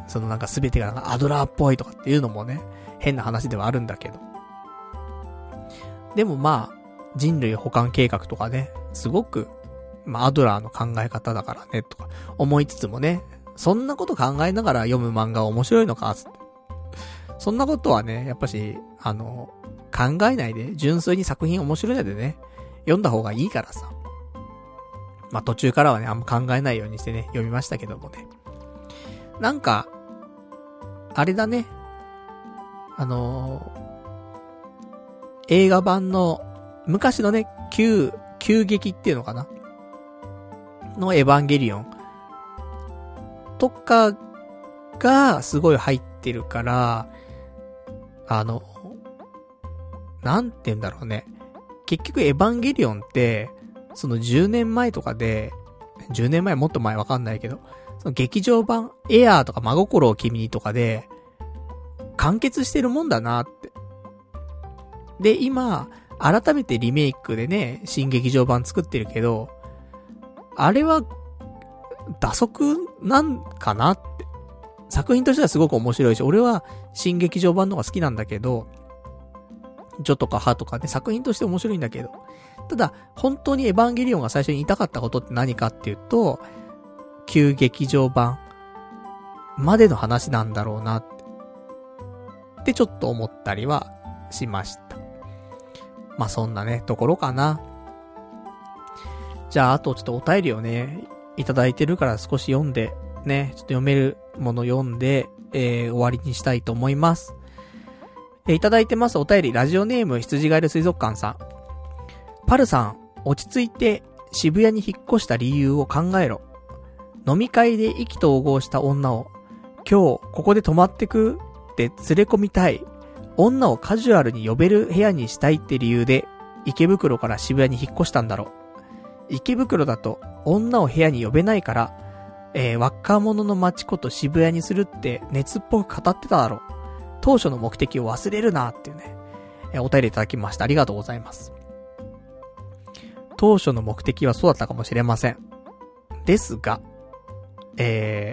そのなんか全てがなんかアドラーっぽいとかっていうのもね、変な話ではあるんだけど。でもまあ、人類補完計画とかね、すごく、まあアドラーの考え方だからね、とか思いつつもね、そんなこと考えながら読む漫画は面白いのか、つって。そんなことはね、やっぱし、あの、考えないで、純粋に作品面白いのでね、読んだ方がいいからさ。まあ途中からはね、あんま考えないようにしてね、読みましたけどもね。なんか、あれだね。あのー、映画版の、昔のね、旧、旧劇っていうのかなのエヴァンゲリオンとかがすごい入ってるから、あの、なんて言うんだろうね。結局エヴァンゲリオンって、そのじゅうねんまえとかで、じゅうねんまえもっと前わかんないけど、その劇場版、エアーとか真心を君にとかで、完結してるもんだなって。で、今、改めてリメイクでね、新劇場版作ってるけど、あれは、打足なんかなって。作品としてはすごく面白いし、俺は新劇場版の方が好きなんだけど、ジョとかハとかね、作品として面白いんだけど、ただ、本当にエヴァンゲリオンが最初に言いたかったことって何かっていうと、旧劇場版までの話なんだろうなって、ってちょっと思ったりはしました。まあ、そんなね、ところかな。じゃあ、あとちょっとお便りをね、いただいてるから少し読んで、ね、ちょっと読めるもの読んで、えー、終わりにしたいと思います。えー、いただいてますお便り、ラジオネーム羊ガエル水族館さん。パルさん、落ち着いて渋谷に引っ越した理由を考えろ。飲み会で意気投合した女を、今日ここで泊まってくって連れ込みたい。女をカジュアルに呼べる部屋にしたいって理由で、池袋から渋谷に引っ越したんだろう。池袋だと女を部屋に呼べないから、えー、若者の街こと渋谷にするって熱っぽく語ってただろう。当初の目的を忘れるなっていうね、えー、お便りいただきました。ありがとうございます。当初の目的はそうだったかもしれません。ですが、え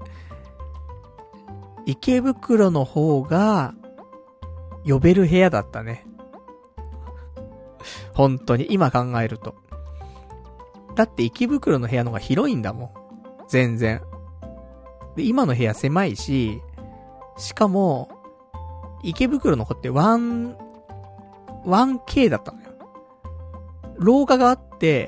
ー、池袋の方が呼べる部屋だったね。本当に今考えると。だって池袋の部屋の方が広いんだもん。全然。で、今の部屋狭いし、しかも、池袋の子って ワン、ワンケー だったのよ。廊下があって、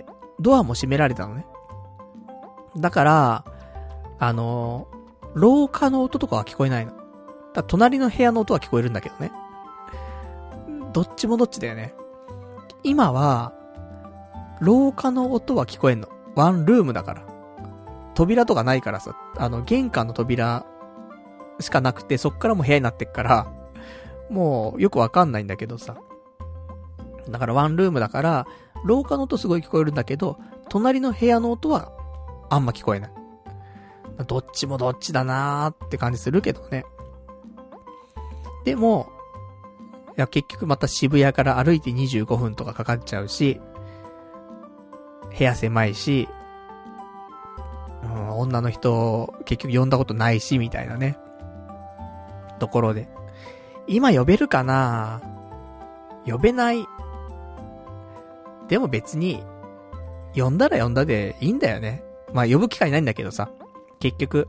ドアも閉められたのね。だから、あの、廊下の音とかは聞こえないの。だから隣の部屋の音は聞こえるんだけどね。どっちもどっちだよね。今は、廊下の音は聞こえんの。ワンルームだから。扉とかないからさ、あの、玄関の扉しかなくて、そっからも部屋になってっから、もうよくわかんないんだけどさ。だからワンルームだから、廊下の音すごい聞こえるんだけど、隣の部屋の音はあんま聞こえない。どっちもどっちだなーって感じするけどね。でも、いや結局また渋谷から歩いてにじゅうごふんとかかかっちゃうし、部屋狭いし、うん、女の人結局呼んだことないしみたいなねところで、今呼べるかな？呼べない。でも別に呼んだら呼んだでいいんだよね。まあ呼ぶ機会ないんだけどさ、結局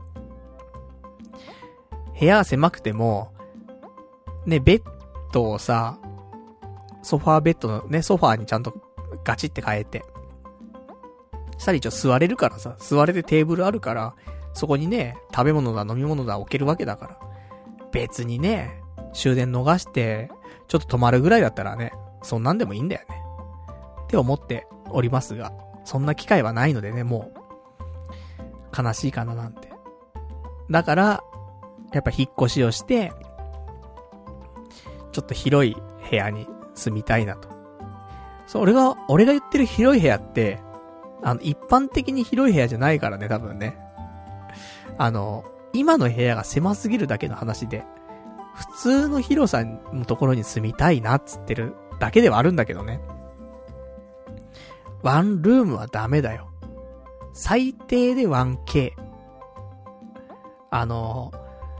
部屋狭くてもね、ベッドをさ、ソファーベッドのね、ソファーにちゃんとガチって変えて、したら一応座れるからさ、座れてテーブルあるから、そこにね、食べ物だ飲み物だ置けるわけだから、別にね、終電逃して、ちょっと泊まるぐらいだったらね、そんなんでもいいんだよね。って思っておりますが、そんな機会はないのでね、もう、悲しいかななんて。だから、やっぱ引っ越しをして、ちょっと広い部屋に住みたいなと。そう、俺が、俺が言ってる広い部屋って、あの、一般的に広い部屋じゃないからね、多分ね。あの、今の部屋が狭すぎるだけの話で、普通の広さのところに住みたいなっつってるだけではあるんだけどね。ワンルームはダメだよ。最低で ワンケー。あの、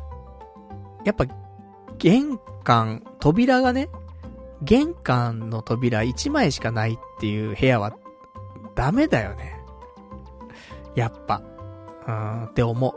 やっぱ、玄関、扉がね、玄関の扉いちまいしかないっていう部屋は、ダメだよね。やっぱ。うーん、って思う。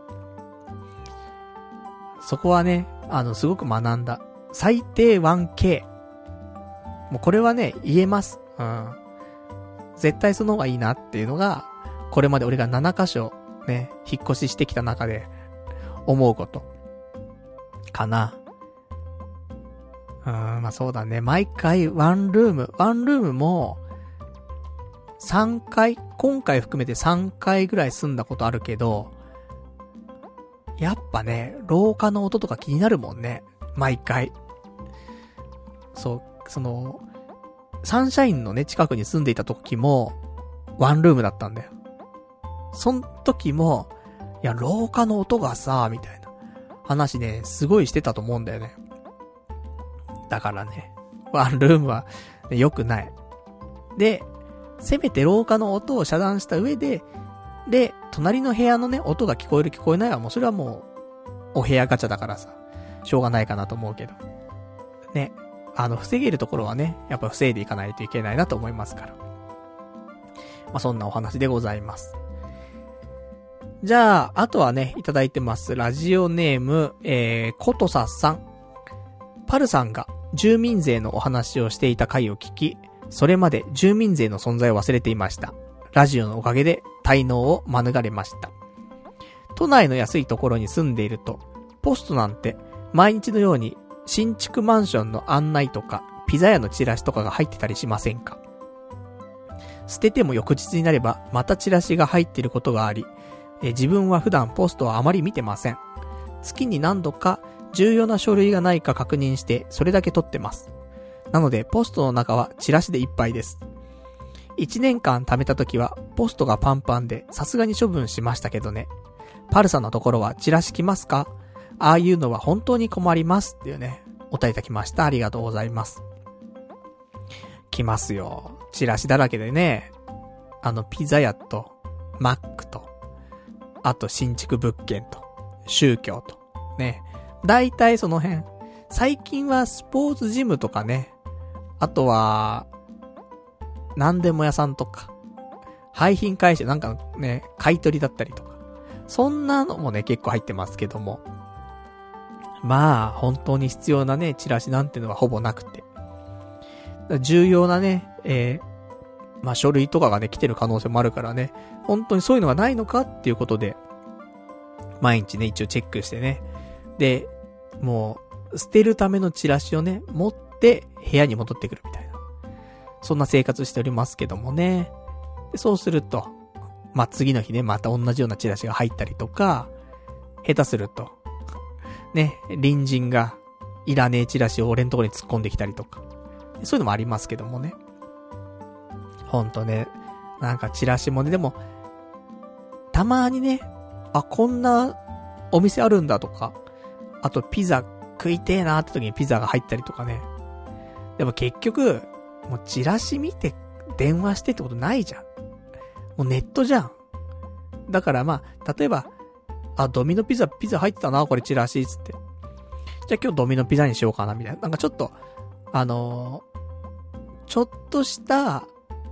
そこはね、あの、すごく学んだ。最低 ワンケー。もうこれはね、言えます。うん。絶対その方がいいなっていうのが、これまで俺がななかしょ、ね、引っ越ししてきた中で、思うこと。かな。うーん、まあそうだね。毎回ワンルーム、ワンルームも、さんかい、今回含めてさんかいぐらい住んだことあるけど、やっぱね、廊下の音とか気になるもんね。毎回。そう、その、サンシャインのね、近くに住んでいた時も、ワンルームだったんだよ。そん時も、いや、廊下の音がさ、みたいな話ね、すごいしてたと思うんだよね。だからね、ワンルームは、ね、良くない。で、せめて廊下の音を遮断した上で、で、隣の部屋のね、音が聞こえる聞こえないはもうそれはもう、お部屋ガチャだからさ、しょうがないかなと思うけど。ね、あの、防げるところはね、やっぱ防いでいかないといけないなと思いますから。まあ、そんなお話でございます。じゃあ、あとはね、いただいてます。ラジオネーム、えー、ことささん。パルさんが住民税のお話をしていた回を聞き、それまで住民税の存在を忘れていました。ラジオのおかげで滞納を免れました。都内の安いところに住んでいると、ポストなんて毎日のように新築マンションの案内とかピザ屋のチラシとかが入ってたりしませんか？捨てても翌日になればまたチラシが入っていることがあり、え自分は普段ポストはあまり見てません。月に何度か重要な書類がないか確認してそれだけ取ってます。なのでポストの中はチラシでいっぱいです。いちねんかん貯めた時はポストがパンパンでさすがに処分しましたけどね。パルさんのところはチラシ来ますか？ああいうのは本当に困りますっていうね、お答えいただきました。ありがとうございます。来ますよ。チラシだらけでね、あのピザ屋とマックと、あと新築物件と宗教とね、だいたいその辺。最近はスポーツジムとかね、あとは何でも屋さんとか、廃品回収なんかね、買い取りだったりとか、そんなのもね結構入ってますけども、まあ本当に必要なねチラシなんてのはほぼなくて、重要なね、えー、まあ書類とかがね来てる可能性もあるからね、本当にそういうのがないのかっていうことで毎日ね一応チェックしてね、でもう捨てるためのチラシをね持って部屋に戻ってくるみたいな、そんな生活しておりますけどもね。でそうするとまあ次の日ねまた同じようなチラシが入ったりとか、下手するとね隣人がいらねえチラシを俺のところに突っ込んできたりとか、そういうのもありますけどもね。ほんとね、なんかチラシもね、でもたまにね、あこんなお店あるんだとか、あとピザ食いてえなーって時にピザが入ったりとかね。でも結局もうチラシ見て電話してってことないじゃん。もうネットじゃん。だからまあ例えば、あドミノピザピザ入ってたなこれチラシつって、じゃあ今日ドミノピザにしようかなみたいな、なんかちょっとあのー、ちょっとした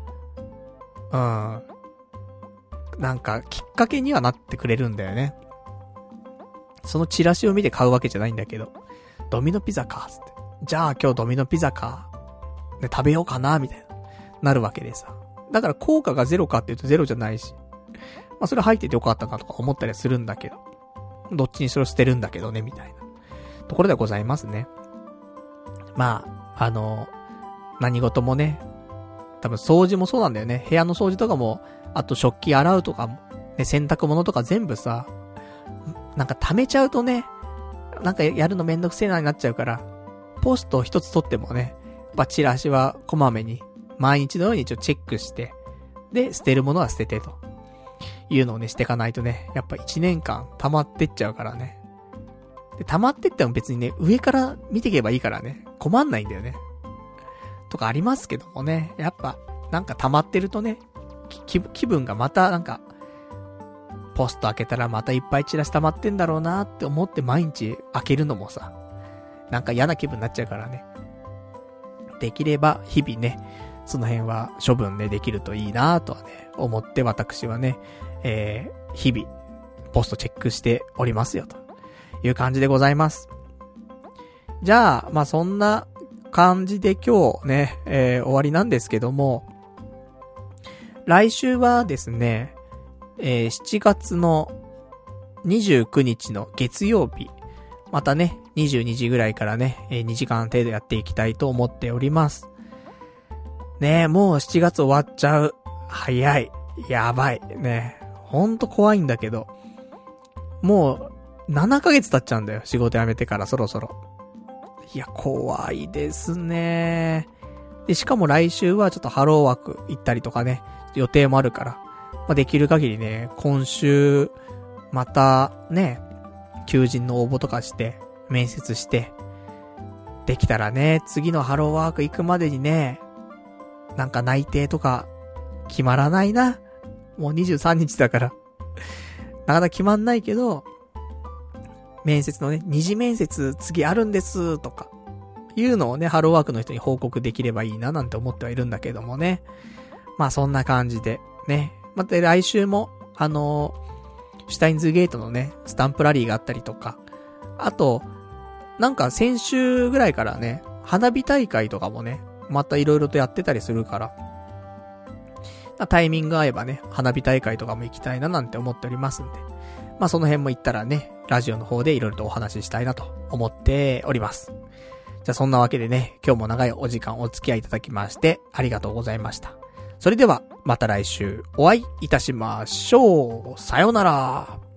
うんなんかきっかけにはなってくれるんだよね。そのチラシを見て買うわけじゃないんだけど、ドミノピザかつって、じゃあ今日ドミノピザかで食べようかなみたいななるわけでさ。だから効果がゼロかって言うとゼロじゃないし、まあそれ入っててよかったなとか思ったりするんだけど、どっちにしろ捨てるんだけどねみたいなところでございますね。まああの何事もね、多分掃除もそうなんだよね。部屋の掃除とかも、あと食器洗うとかも、ね、洗濯物とか全部さ、なんか溜めちゃうとね、なんかやるのめんどくせえなになっちゃうから、ポスト一つ取ってもね、やっぱチラシはこまめに毎日のように一応チェックして、で捨てるものは捨ててというのをねしていかないとね、やっぱ一年間溜まってっちゃうからね。で溜まってっても別にね上から見ていけばいいからね、困んないんだよね。とかありますけどもね、やっぱなんか溜まってるとね、気気分がまたなんかポスト開けたらまたいっぱいチラシ溜まってんだろうなって思って毎日開けるのもさ、 なんか嫌な気分になっちゃうからね。できれば日々ね、その辺は処分ね、できるといいなとはね、思って私はね、えー、日々、ポストチェックしておりますよ、という感じでございます。じゃあ、まあ、そんな感じで今日ね、えー、終わりなんですけども、来週はですね、えー、しちがつのにじゅうくにちの月曜日、またね、にじゅうにじぐらいからね、えー、にじかん程度やっていきたいと思っております。ねえ、もうしちがつ終わっちゃう。早い。やばい。ねえ、ほんと怖いんだけど、もうななかげつ経っちゃうんだよ。仕事辞めてからそろそろ。いや、怖いですね。で、しかも来週はちょっとハローワーク行ったりとかね、予定もあるから、まあ、できる限りね、今週、また、ね、求人の応募とかして、面接して、できたらね、次のハローワーク行くまでにね、なんか内定とか、決まらないな。もうにじゅうさんにちだから。なかなか決まんないけど、面接のね、二次面接次あるんです、とか、いうのをね、ハローワークの人に報告できればいいななんて思ってはいるんだけどもね。まあそんな感じで、ね。また来週も、あのー、シュタインズゲートのね、スタンプラリーがあったりとか、あと、なんか先週ぐらいからね、花火大会とかもね、また色々とやってたりするから、タイミング合えばね、花火大会とかも行きたいななんて思っておりますんで、まあその辺も行ったらね、ラジオの方で色々とお話ししたいなと思っております。じゃあそんなわけでね、今日も長いお時間お付き合いいただきましてありがとうございました。それではまた来週お会いいたしましょう。さようなら。